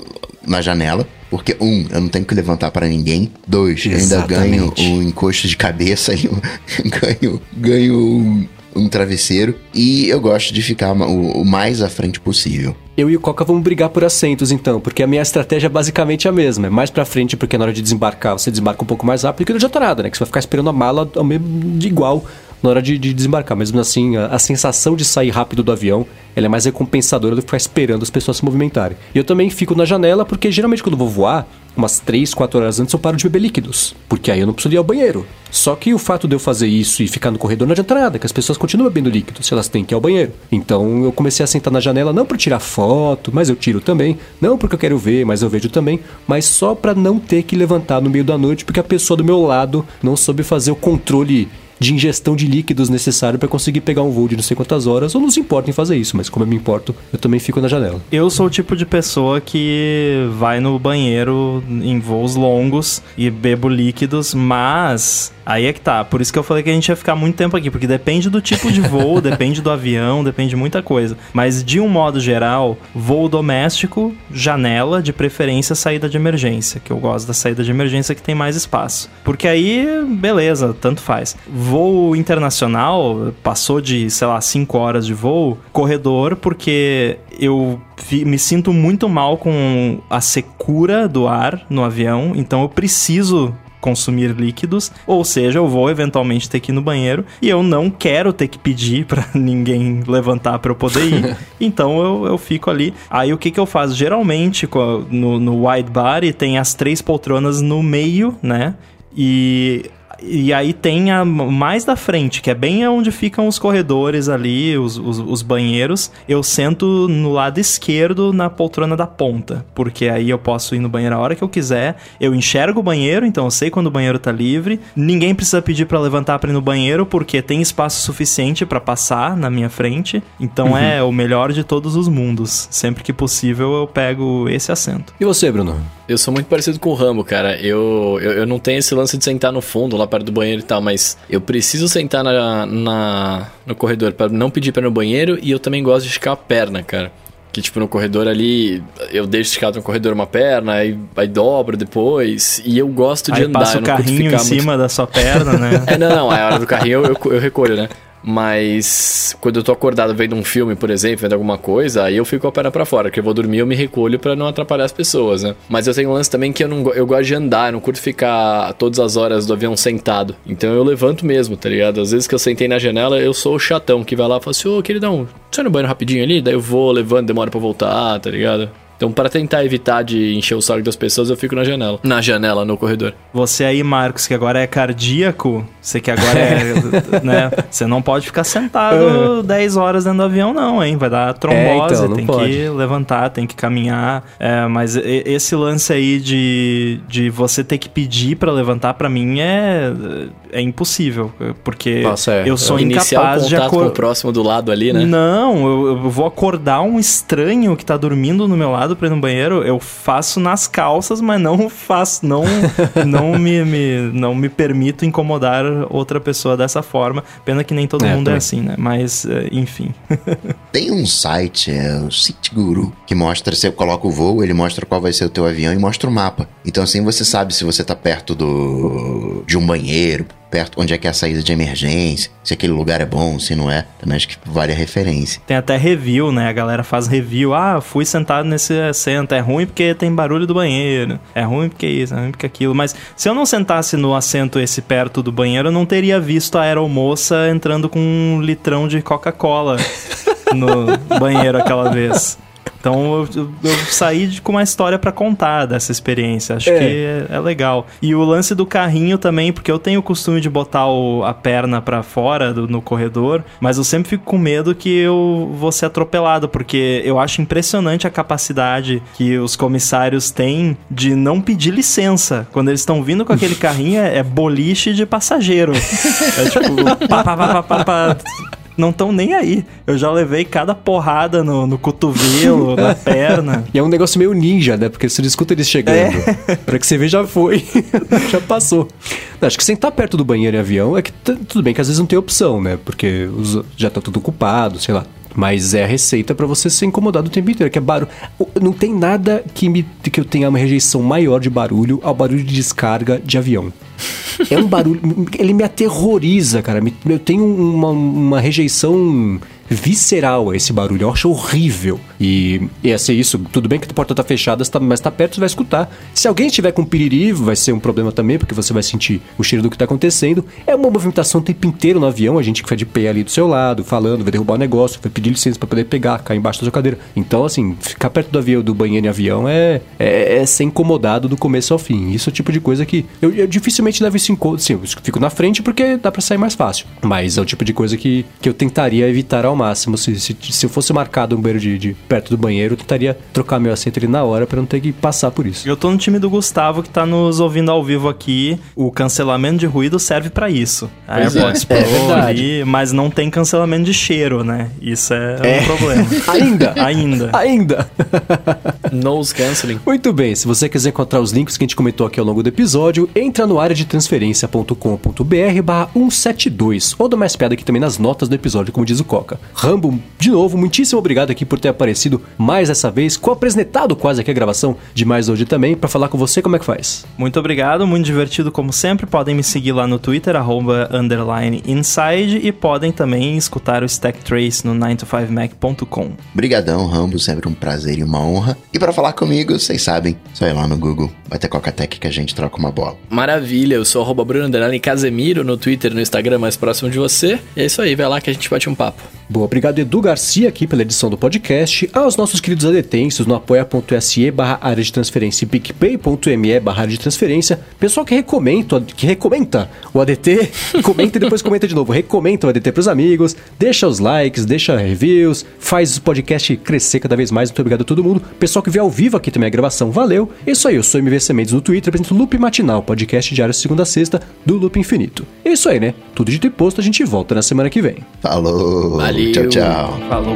na janela. Porque, um, eu não tenho que levantar pra ninguém. Dois, Exatamente. eu ainda ganho o encosto de cabeça e eu ganho, ganho um, um travesseiro. E eu gosto de ficar o, o mais à frente possível. Eu e o Coca vamos brigar por assentos, então, porque a minha estratégia é basicamente a mesma. É mais pra frente, porque na hora de desembarcar, você desembarca um pouco mais rápido que no jatonada, né? Que você vai ficar esperando a mala ao mesmo, de igual na hora de, de desembarcar. Mesmo assim, a, a sensação de sair rápido do avião, ela é mais recompensadora do que ficar esperando as pessoas se movimentarem. E eu também fico na janela, porque geralmente quando eu vou voar, umas três, quatro horas antes eu paro de beber líquidos, porque aí eu não preciso ir ao banheiro. Só que o fato de eu fazer isso e ficar no corredor não adianta nada, que as pessoas continuam bebendo líquidos se elas têm que ir ao banheiro. Então eu comecei a sentar na janela não para tirar foto, mas eu tiro também, não porque eu quero ver, mas eu vejo também, mas só para não ter que levantar no meio da noite porque a pessoa do meu lado não soube fazer o controle de ingestão de líquidos necessário para conseguir pegar um voo de não sei quantas horas, ou não se importa em fazer isso, mas como eu me importo, eu também fico na janela. Eu sou o tipo de pessoa que vai no banheiro em voos longos e bebo líquidos, mas aí é que tá, por isso que eu falei que a gente ia ficar muito tempo aqui, porque depende do tipo de voo, depende do avião, depende de muita coisa, mas de um modo geral, voo doméstico, janela, de preferência saída de emergência, que eu gosto da saída de emergência que tem mais espaço, porque aí, beleza, tanto faz. Voo internacional, passou de, sei lá, cinco horas de voo, corredor, porque eu vi, me sinto muito mal com a secura do ar no avião, então eu preciso consumir líquidos, ou seja, eu vou eventualmente ter que ir no banheiro e eu não quero ter que pedir pra ninguém levantar pra eu poder ir, então eu, eu fico ali. Aí o que que eu faço? Geralmente no, no wide body tem as três poltronas no meio, né? E... E aí tem a mais da frente, que é bem onde ficam os corredores ali, os, os, os banheiros. Eu sento no lado esquerdo, na poltrona da ponta, porque aí eu posso ir no banheiro a hora que eu quiser. Eu enxergo o banheiro, então eu sei quando o banheiro tá livre. Ninguém precisa pedir pra levantar pra ir no banheiro, porque tem espaço suficiente pra passar na minha frente. Então uhum. é o melhor de todos os mundos. Sempre que possível eu pego esse assento. E você, Bruno? Eu sou muito parecido com o Rambo, cara. Eu, eu, eu não tenho esse lance de sentar no fundo, lá perto do banheiro e tal, mas eu preciso sentar na, na, no corredor pra não pedir pra ir no banheiro, e eu também gosto de esticar a perna, cara. Que, tipo, no corredor ali, eu deixo esticado no corredor uma perna, aí, aí dobro depois, e eu gosto de aí andar. Passa o carrinho em cima muito... da sua perna, né? É, não, não, a hora do carrinho eu, eu, eu recolho, né? Mas quando eu tô acordado vendo um filme, por exemplo, vendo alguma coisa, aí eu fico com a perna pra fora, porque eu vou dormir, eu me recolho pra não atrapalhar as pessoas, né? Mas eu tenho um lance também que eu, não, eu gosto de andar, eu não curto ficar todas as horas do avião sentado. Então eu levanto mesmo, tá ligado? Às vezes que eu sentei na janela, eu sou o chatão que vai lá e fala assim, ô, queridão, sai no banheiro rapidinho ali? Daí eu vou, levanto, demora pra voltar, tá ligado? Então, para tentar evitar de encher o saco das pessoas, eu fico na janela. Na janela, no corredor. Você aí, Marcos, que agora é cardíaco, você que agora é, né? Você não pode ficar sentado dez horas dentro do avião, não, hein? Vai dar trombose, é, então, tem pode. que levantar, tem que caminhar. É, mas esse lance aí de, de você ter que pedir para levantar, para mim, é, é impossível. Porque Nossa, é. eu sou eu incapaz de acordar. Com o próximo do lado ali, né? Não, eu, eu vou acordar um estranho que tá dormindo no meu lado pra ir no banheiro, eu faço nas calças, mas não faço, não, não, me, me, não me permito incomodar outra pessoa dessa forma. Pena que nem todo é, mundo também. é assim, né? Mas, enfim. Tem um site, é o SeatGuru, que mostra, você coloca o voo, ele mostra qual vai ser o teu avião e mostra o mapa. Então assim você sabe se você tá perto do, de um banheiro, perto onde é que é a saída de emergência, se aquele lugar é bom, se não é. Também acho que vale a referência. Tem até review, né? A galera faz review. Ah, fui sentado nesse assento. É ruim porque tem barulho do banheiro. É ruim porque isso, é ruim porque aquilo. Mas se eu não sentasse no assento esse perto do banheiro, eu não teria visto a aeromoça entrando com um litrão de Coca-Cola no banheiro aquela vez. Então eu, eu, eu saí de, com uma história pra contar dessa experiência. Acho É. que é, é legal. E o lance do carrinho também, porque eu tenho o costume de botar o, a perna pra fora do, no corredor, mas eu sempre fico com medo que eu vou ser atropelado, porque eu acho impressionante a capacidade que os comissários têm de não pedir licença. Quando eles estão vindo com aquele carrinho, é, é boliche de passageiro. É tipo, pá, pá, pá, pá, pá, pá. Não estão nem aí. Eu já levei cada porrada no, no cotovelo, na perna. E é um negócio meio ninja, né? Porque você escuta eles chegando. É. Pra que você ver, já foi. Já passou. Não, acho que sentar perto do banheiro em avião é que t- tudo bem que às vezes não tem opção, né? Porque os, já tá tudo ocupado, sei lá. Mas é a receita pra você ser incomodado o tempo inteiro, que é barulho. Não tem nada que, me, que eu tenha uma rejeição maior de barulho ao barulho de descarga de avião. É um barulho... Ele me aterroriza, cara. Eu tenho uma, uma rejeição visceral a esse barulho. Eu acho horrível. E ia ser isso. Tudo bem que a porta tá fechada, mas tá perto, você vai escutar. Se alguém estiver com piriri, vai ser um problema também, porque você vai sentir o cheiro do que tá acontecendo. É uma movimentação o tempo inteiro no avião. A gente que vai de pé ali do seu lado, falando, vai derrubar o negócio, vai pedir licença pra poder pegar, cair embaixo da sua cadeira. Então, assim, ficar perto do avião, do banheiro em avião é, é, é ser incomodado do começo ao fim. Isso é o tipo de coisa que eu, eu dificilmente levo isso em conta. Sim, eu fico na frente porque dá pra sair mais fácil. Mas é o tipo de coisa que, que eu tentaria evitar ao máximo. Se, se, se eu fosse marcado um banheiro de, de perto do banheiro, eu tentaria trocar meu assento ali na hora pra não ter que passar por isso. Eu tô no time do Gustavo, que tá nos ouvindo ao vivo aqui. O cancelamento de ruído serve pra isso. A AirPods Pro é ali, mas não tem cancelamento de cheiro, né? Isso é, é. um problema. Ainda? Ainda. Ainda. Nose canceling. Muito bem, se você quiser encontrar os links que a gente comentou aqui ao longo do episódio, entra no área de transferência ponto com ponto b r barra cento e setenta e dois, ou dá mais piada aqui também nas notas do episódio, como diz o Coca. Rambo, de novo, muitíssimo obrigado aqui por ter aparecido mais dessa vez, co-apresentado quase aqui a gravação de mais hoje também, pra falar com você. Como é que faz? Muito obrigado, muito divertido como sempre. Podem me seguir lá no Twitter, arroba underline inside, e podem também escutar o Stack Trace no nine to five mac ponto com. Brigadão, Rambo, sempre um prazer e uma honra. E pra falar comigo, vocês sabem, só ir lá no Google, vai ter Coca-Tech que a gente troca uma bola. Maravilha, eu sou arroba Bruno Underline Casemiro no Twitter e no Instagram mais próximo de você. E é isso aí, vai lá que a gente bate um papo. Boa, obrigado Edu Garcia aqui pela edição do podcast, aos nossos queridos adetensos no apoia.se barra área de transferência e picpay.me barra área de transferência, pessoal que recomenda, que recomenda o A D T, comenta e depois comenta de novo, recomenda o A D T pros amigos, deixa os likes, deixa reviews, faz o podcast crescer cada vez mais. Muito obrigado a todo mundo, pessoal que vê ao vivo aqui também a gravação, valeu. É isso aí, eu sou M V C Mendes no Twitter, apresento o Loop Matinal, podcast diário segunda a sexta do Loop Infinito. É isso aí, né? Tudo dito e posto, a gente volta na semana que vem. Falou! Valeu. Tchau, tchau. Falou.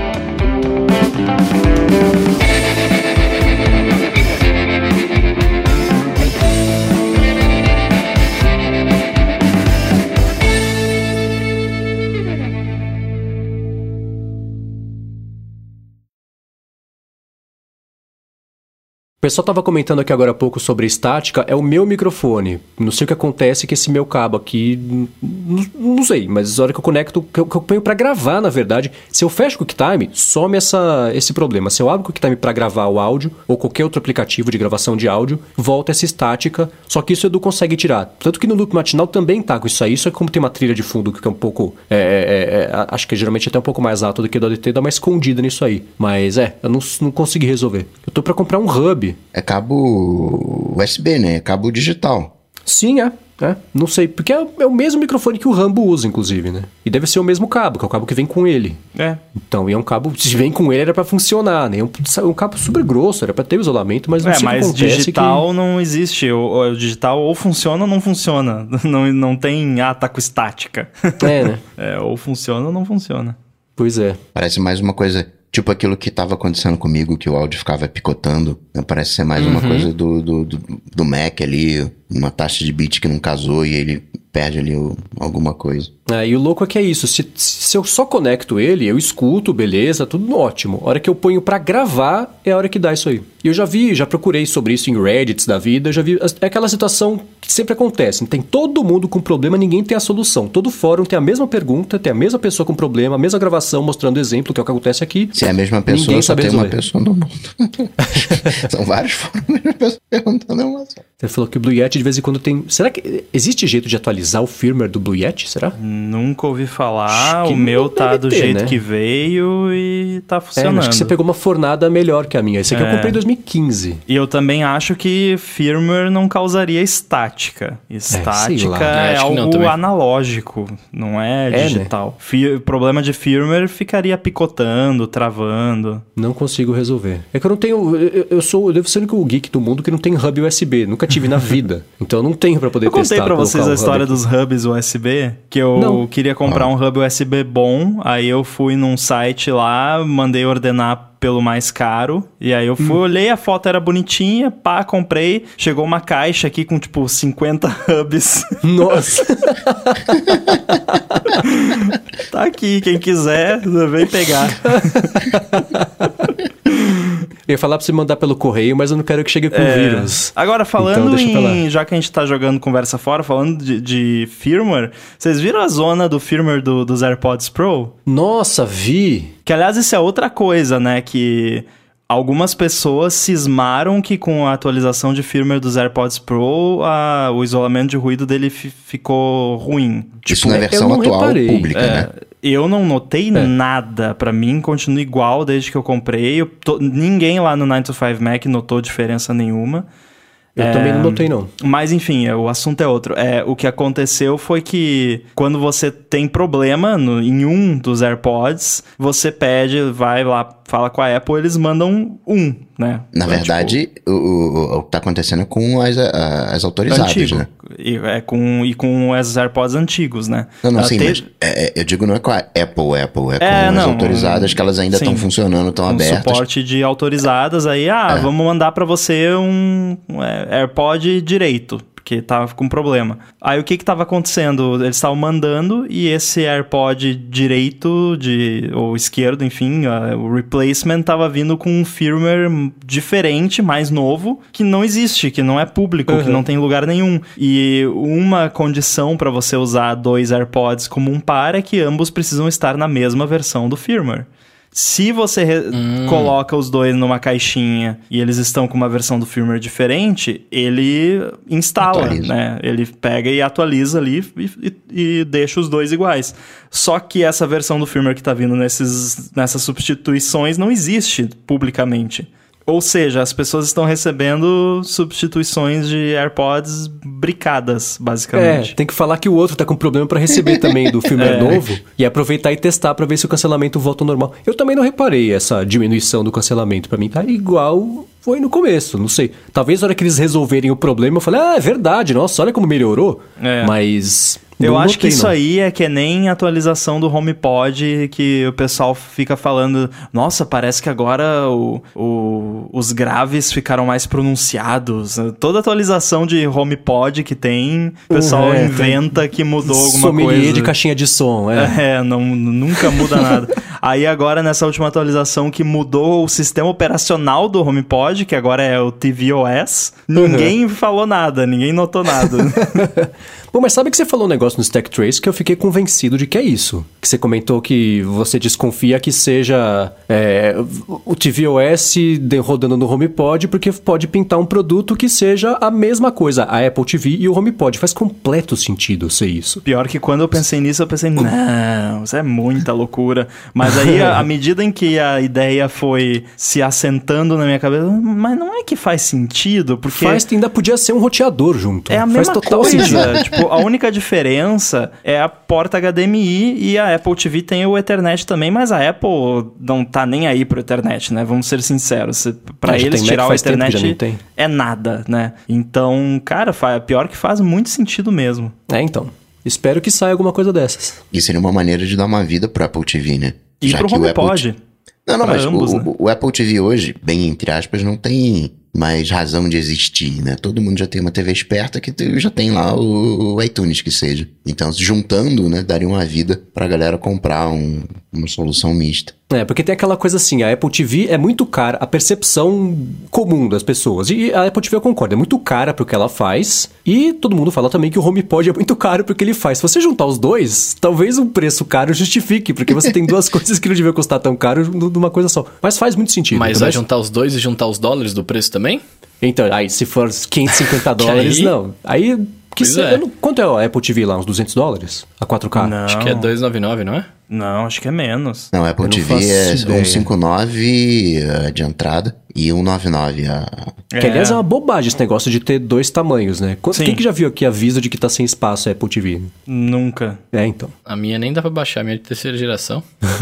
O pessoal estava comentando aqui agora há pouco sobre estática, é o meu microfone. Não sei o que acontece que esse meu cabo aqui, não, não sei, mas a hora que eu conecto, que eu, que eu ponho para gravar, na verdade, se eu fecho o QuickTime, some essa, esse problema. Se eu abro o QuickTime para gravar o áudio, ou qualquer outro aplicativo de gravação de áudio, volta essa estática, só que isso o Edu consegue tirar. Tanto que no Loop Matinal também tá com isso aí, só que como tem uma trilha de fundo que é um pouco, é, é, é, acho que geralmente até um pouco mais alta do que do A D T, dá uma escondida nisso aí. Mas é, eu não, não consegui resolver. Eu tô para comprar um hub. É cabo U S B, né? É cabo digital. Sim, é. É, não sei, porque é, é o mesmo microfone que o Rambo usa, inclusive, né? E deve ser o mesmo cabo, que é o cabo que vem com ele. É. Então, e é um cabo, se vem com ele era pra funcionar, né? É um, um cabo super grosso, era pra ter o isolamento, mas não é, sei o que mas acontece digital que... não existe. O, o digital ou funciona ou não funciona. Não, não tem, ah, tá com estática. É, né? É, ou funciona ou não funciona. Pois é. Parece mais uma coisa... Tipo aquilo que estava acontecendo comigo, que o áudio ficava picotando. Parece ser mais uhum. uma coisa do, do, do, do Mac ali, uma taxa de bit que não casou e ele perde ali o, alguma coisa. É, e o louco é que é isso, se, se eu só conecto ele, eu escuto, beleza, tudo ótimo. A hora que eu ponho pra gravar, é a hora que dá isso aí. E eu já vi, já procurei sobre isso em Reddits da vida, já vi, é aquela situação que sempre acontece, tem todo mundo com problema, ninguém tem a solução. Todo fórum tem a mesma pergunta, tem a mesma pessoa com problema, a mesma gravação mostrando exemplo, que é o que acontece aqui. Se é a mesma pessoa, só tem resolver. Uma pessoa no mundo. São vários fóruns, a mesma pessoa perguntando uma só. Você falou que o Blue Yeti de vez em quando tem... Será que existe jeito de atualizar o firmware do Blue Yeti, será? Nunca ouvi falar, Acho que o meu não tá deve do ter, jeito né? que veio e tá É, funcionando. acho que você pegou uma fornada melhor que a minha. Esse aqui É. eu comprei em dois mil e quinze. E eu também acho que firmware não causaria estática. Estática lá. é, É, acho que não algo também. analógico, não é, É, digital. Fi- problema de firmware ficaria picotando, travando. Não consigo resolver. É que eu não tenho... Eu, eu sou... Eu devo ser o único geek do mundo que não tem hub U S B. Nunca tive na vida. Então eu não tenho pra poder Eu testar. contei pra vocês colocar a um história hub aqui. dos hubs U S B, que eu Não. queria comprar um hub U S B bom, aí eu fui num site lá, mandei ordenar pelo mais caro, e aí eu fui, Hum. olhei, a foto era bonitinha, pá, comprei, chegou uma caixa aqui com tipo cinquenta hubs. Nossa! Tá aqui, quem quiser, vem pegar. Eu ia falar pra você mandar pelo correio, mas eu não quero que chegue com É. vírus. Agora, falando Então, deixa pra lá. em... Já que a gente tá jogando conversa fora, falando de, de firmware, vocês viram a zona do firmware do- dos AirPods Pro? Nossa, vi! Que, aliás, isso é outra coisa, né? Que algumas pessoas cismaram que com a atualização de firmware dos AirPods Pro, a- o isolamento de ruído dele fi- ficou ruim. Isso na eu versão não atual reparei. pública, É, né? eu não notei nada. Pra mim, continua igual desde que eu comprei. Eu tô- ninguém lá no nine to five Mac notou diferença nenhuma. Eu É, também não notei, não. Mas enfim, é, o assunto é outro. É, o que aconteceu foi que quando você tem problema no- em um dos AirPods, você pede, vai lá, fala com a Apple, eles mandam um, né? Na É, verdade, o, o, o que tá acontecendo é com as, a- as tipo, autorizadas, antigo. né? E, é com, e com os AirPods antigos, né? Não, não, Ela sim, teve- mas é, é, eu digo não é com a Apple, Apple, é com É, as não, autorizadas que elas ainda sim. estão funcionando, estão um abertas. suporte de autorizadas, aí, ah, É. vamos mandar pra você um, um é, AirPod direito, porque tava com problema. Aí o que que tava acontecendo? Eles estavam mandando e esse AirPod direito, de, ou esquerdo, enfim, a- o replacement tava vindo com um firmware diferente, mais novo, que não existe, que não é público, que Uhum. não tem em lugar nenhum. E uma condição pra você usar dois AirPods como um par é que ambos precisam estar na mesma versão do firmware. Se você re- coloca os dois numa caixinha e eles estão com uma versão do firmware diferente, ele instala, Atualiza. né? Ele pega e atualiza ali e, e- e deixa os dois iguais. Só que essa versão do firmware que está vindo nesses, nessas substituições não existe publicamente. Ou seja, as pessoas estão recebendo substituições de AirPods bricadas, É, basicamente. tem que falar que o outro tá com problema pra receber também do firmware É. novo e aproveitar e testar pra ver se o cancelamento volta ao normal. Eu também não reparei essa diminuição do cancelamento. Pra mim tá igual foi no começo, não sei. Talvez na hora que eles resolverem o problema eu falei, ah, é verdade, nossa, olha como melhorou. É. Mas... Eu não acho que notei, isso não. aí é que nem atualização do HomePod, que o pessoal fica falando, nossa, parece que agora o, o- os graves ficaram mais pronunciados. Toda atualização de HomePod que tem, o pessoal É, tem inventa que mudou alguma Sommelier coisa. de caixinha de som, é. É, não, nunca muda nada. Aí agora, nessa última atualização que mudou o sistema operacional do HomePod, que agora é o tvOS, ninguém falou nada, ninguém notou nada. Bom, mas sabe que você falou um negócio no Stack Trace que eu fiquei convencido de que é isso. Que você comentou que você desconfia que seja é, o tvOS de- rodando no HomePod, porque pode pintar um produto que seja a mesma coisa, a Apple T V e o HomePod. Faz completo sentido ser isso. Pior que quando eu pensei nisso, eu pensei, não, isso é muita loucura. Mas aí, à medida em que a ideia foi se assentando na minha cabeça, mas não é que faz sentido, porque... Faz, ainda podia ser um roteador junto. É a Faz mesma total coisa. sentido. Tipo, a única diferença é a porta H D M I e a Apple T V tem o Ethernet também, mas a Apple não tá nem aí pro Ethernet, né? Vamos ser sinceros. Cê- Pra É, já eles tem Mac tirar o faz tempo que já nem Ethernet tem. é nada, né? Então, cara, fa- pior que faz muito sentido mesmo. É, então. Espero que saia alguma coisa dessas. E seria uma maneira de dar uma vida pro Apple T V, né? E pro que o Apple HomePod. T- Não, não, Pra mas ambos, o, né? o Apple T V hoje, bem entre aspas, não tem mais razão de existir, né? Todo mundo já tem uma T V esperta que te- já tem lá o, o iTunes, que seja. Então, se juntando, né, daria uma vida pra galera comprar um- uma solução mista. É, porque tem aquela coisa assim, a Apple T V é muito cara, a percepção comum das pessoas. E a Apple T V eu concordo, é muito cara pro que ela faz. E todo mundo fala também que o HomePod é muito caro pro que ele faz. Se você juntar os dois, talvez um preço caro justifique, porque você tem duas coisas que não deviam custar tão caro numa coisa só. Mas faz muito sentido. Mas entendeu? vai juntar os dois e juntar os dólares do preço também? Então, aí se for quinhentos e cinquenta dólares, aí- não. Aí Que Pois cê- é. eu não- quanto é o Apple T V lá? Uns duzentos dólares? A quatro K? Não. Acho que é duzentos e noventa e nove, não é? Não, acho que é menos. Não, Apple Eu não T V faço é ideia. cento e cinquenta e nove uh, de entrada e cento e noventa e nove a... Que, aliás, é uma bobagem esse negócio de ter dois tamanhos, né? Quanto- Sim. Quem que já viu aqui aviso de que tá sem espaço a Apple T V? Nunca. É, então. A minha nem dá pra baixar, a minha é de terceira geração.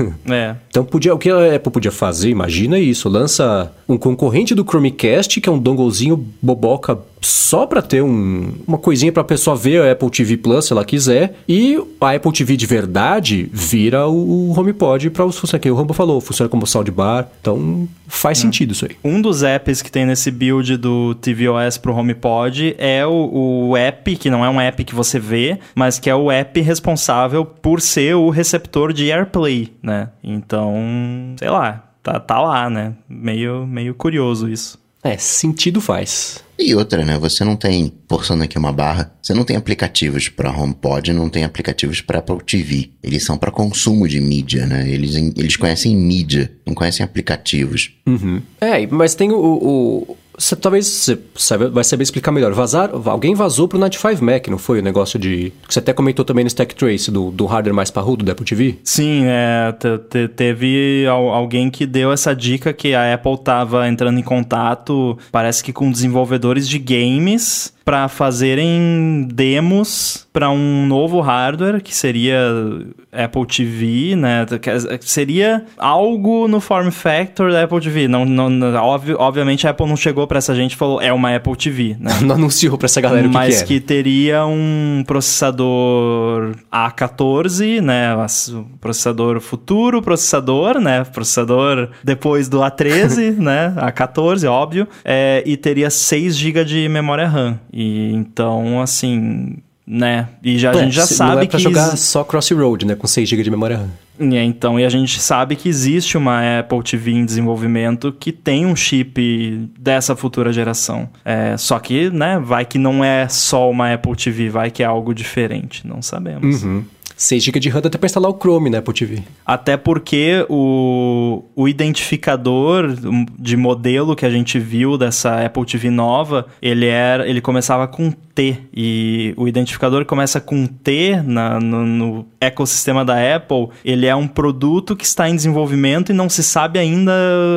É. Então, podia, o que a Apple podia fazer, imagina isso, lança um concorrente do Chromecast, que é um donglezinho boboca só pra ter um, uma coisinha pra pessoa ver a Apple T V Plus, se ela quiser, e a Apple T V de verdade vira o, o HomePod pra os funcionar, que o Rambo falou, funciona como soundbar, então faz sentido isso aí. Um dos apps que tem nesse build do tvOS pro HomePod é o, o app, que não é um app que você vê, mas que é o app responsável por ser o receptor de AirPlay, né? Então, sei lá, tá, tá lá, né? Meio, meio curioso isso. É, sentido faz. E outra, né? Você não tem, forçando aqui uma barra, você não tem aplicativos para HomePod, não tem aplicativos para Apple T V. Eles são para consumo de mídia, né? Eles, eles conhecem mídia, não conhecem aplicativos. Uhum. É, mas tem o... o você, talvez você saiba, vai saber explicar melhor. Vazar, alguém vazou pro Night cinco Mac, não foi? O negócio de... Que você até comentou também no Stack Trace, do, do hardware mais parrudo da Apple T V? Sim, é, te- te- teve al- alguém que deu essa dica que a Apple tava entrando em contato, parece que com desenvolvedores de games, para fazerem demos para um novo hardware, que seria Apple T V, né? Que seria algo no form factor da Apple T V. Não, não, não- óbvio, obviamente a Apple não chegou para essa gente e falou, é uma Apple T V, né? Não anunciou pra essa galera o que, Mas que, que é. teria um processador A quatorze, né? O processador futuro, processador, né? Processador depois do A treze, né? A quatorze, óbvio. É, e teria seis gigas de memória RAM. E então, assim, né? E já, a gente já É, se- sabe não é pra que... jogar exi- só Crossroad, né? Com seis gigas de memória RAM. É, então, e a gente sabe que existe uma Apple T V em desenvolvimento que tem um chip dessa futura geração. É, só que, né, vai que não é só uma Apple T V, vai que é algo diferente, não sabemos. Uhum. seis gigas de RAM dá até pra instalar o Chrome na Apple T V. Até porque o, o identificador de modelo que a gente viu dessa Apple T V nova, ele, era, ele começava com T. E o identificador que começa com T na, no, no ecossistema da Apple, ele é um produto que está em desenvolvimento e não se sabe ainda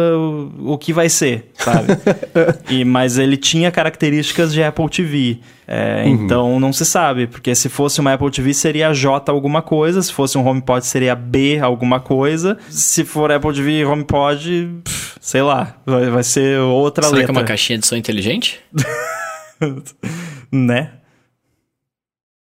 o, o que vai ser, sabe? e, mas ele tinha características de Apple T V. É, Uhum. Então não se sabe, porque se fosse uma Apple T V seria J alguma coisa, se fosse um HomePod seria B alguma coisa, se for Apple T V HomePod, pff, sei lá, vai, vai ser outra Será letra. que é uma caixinha de som inteligente? Né?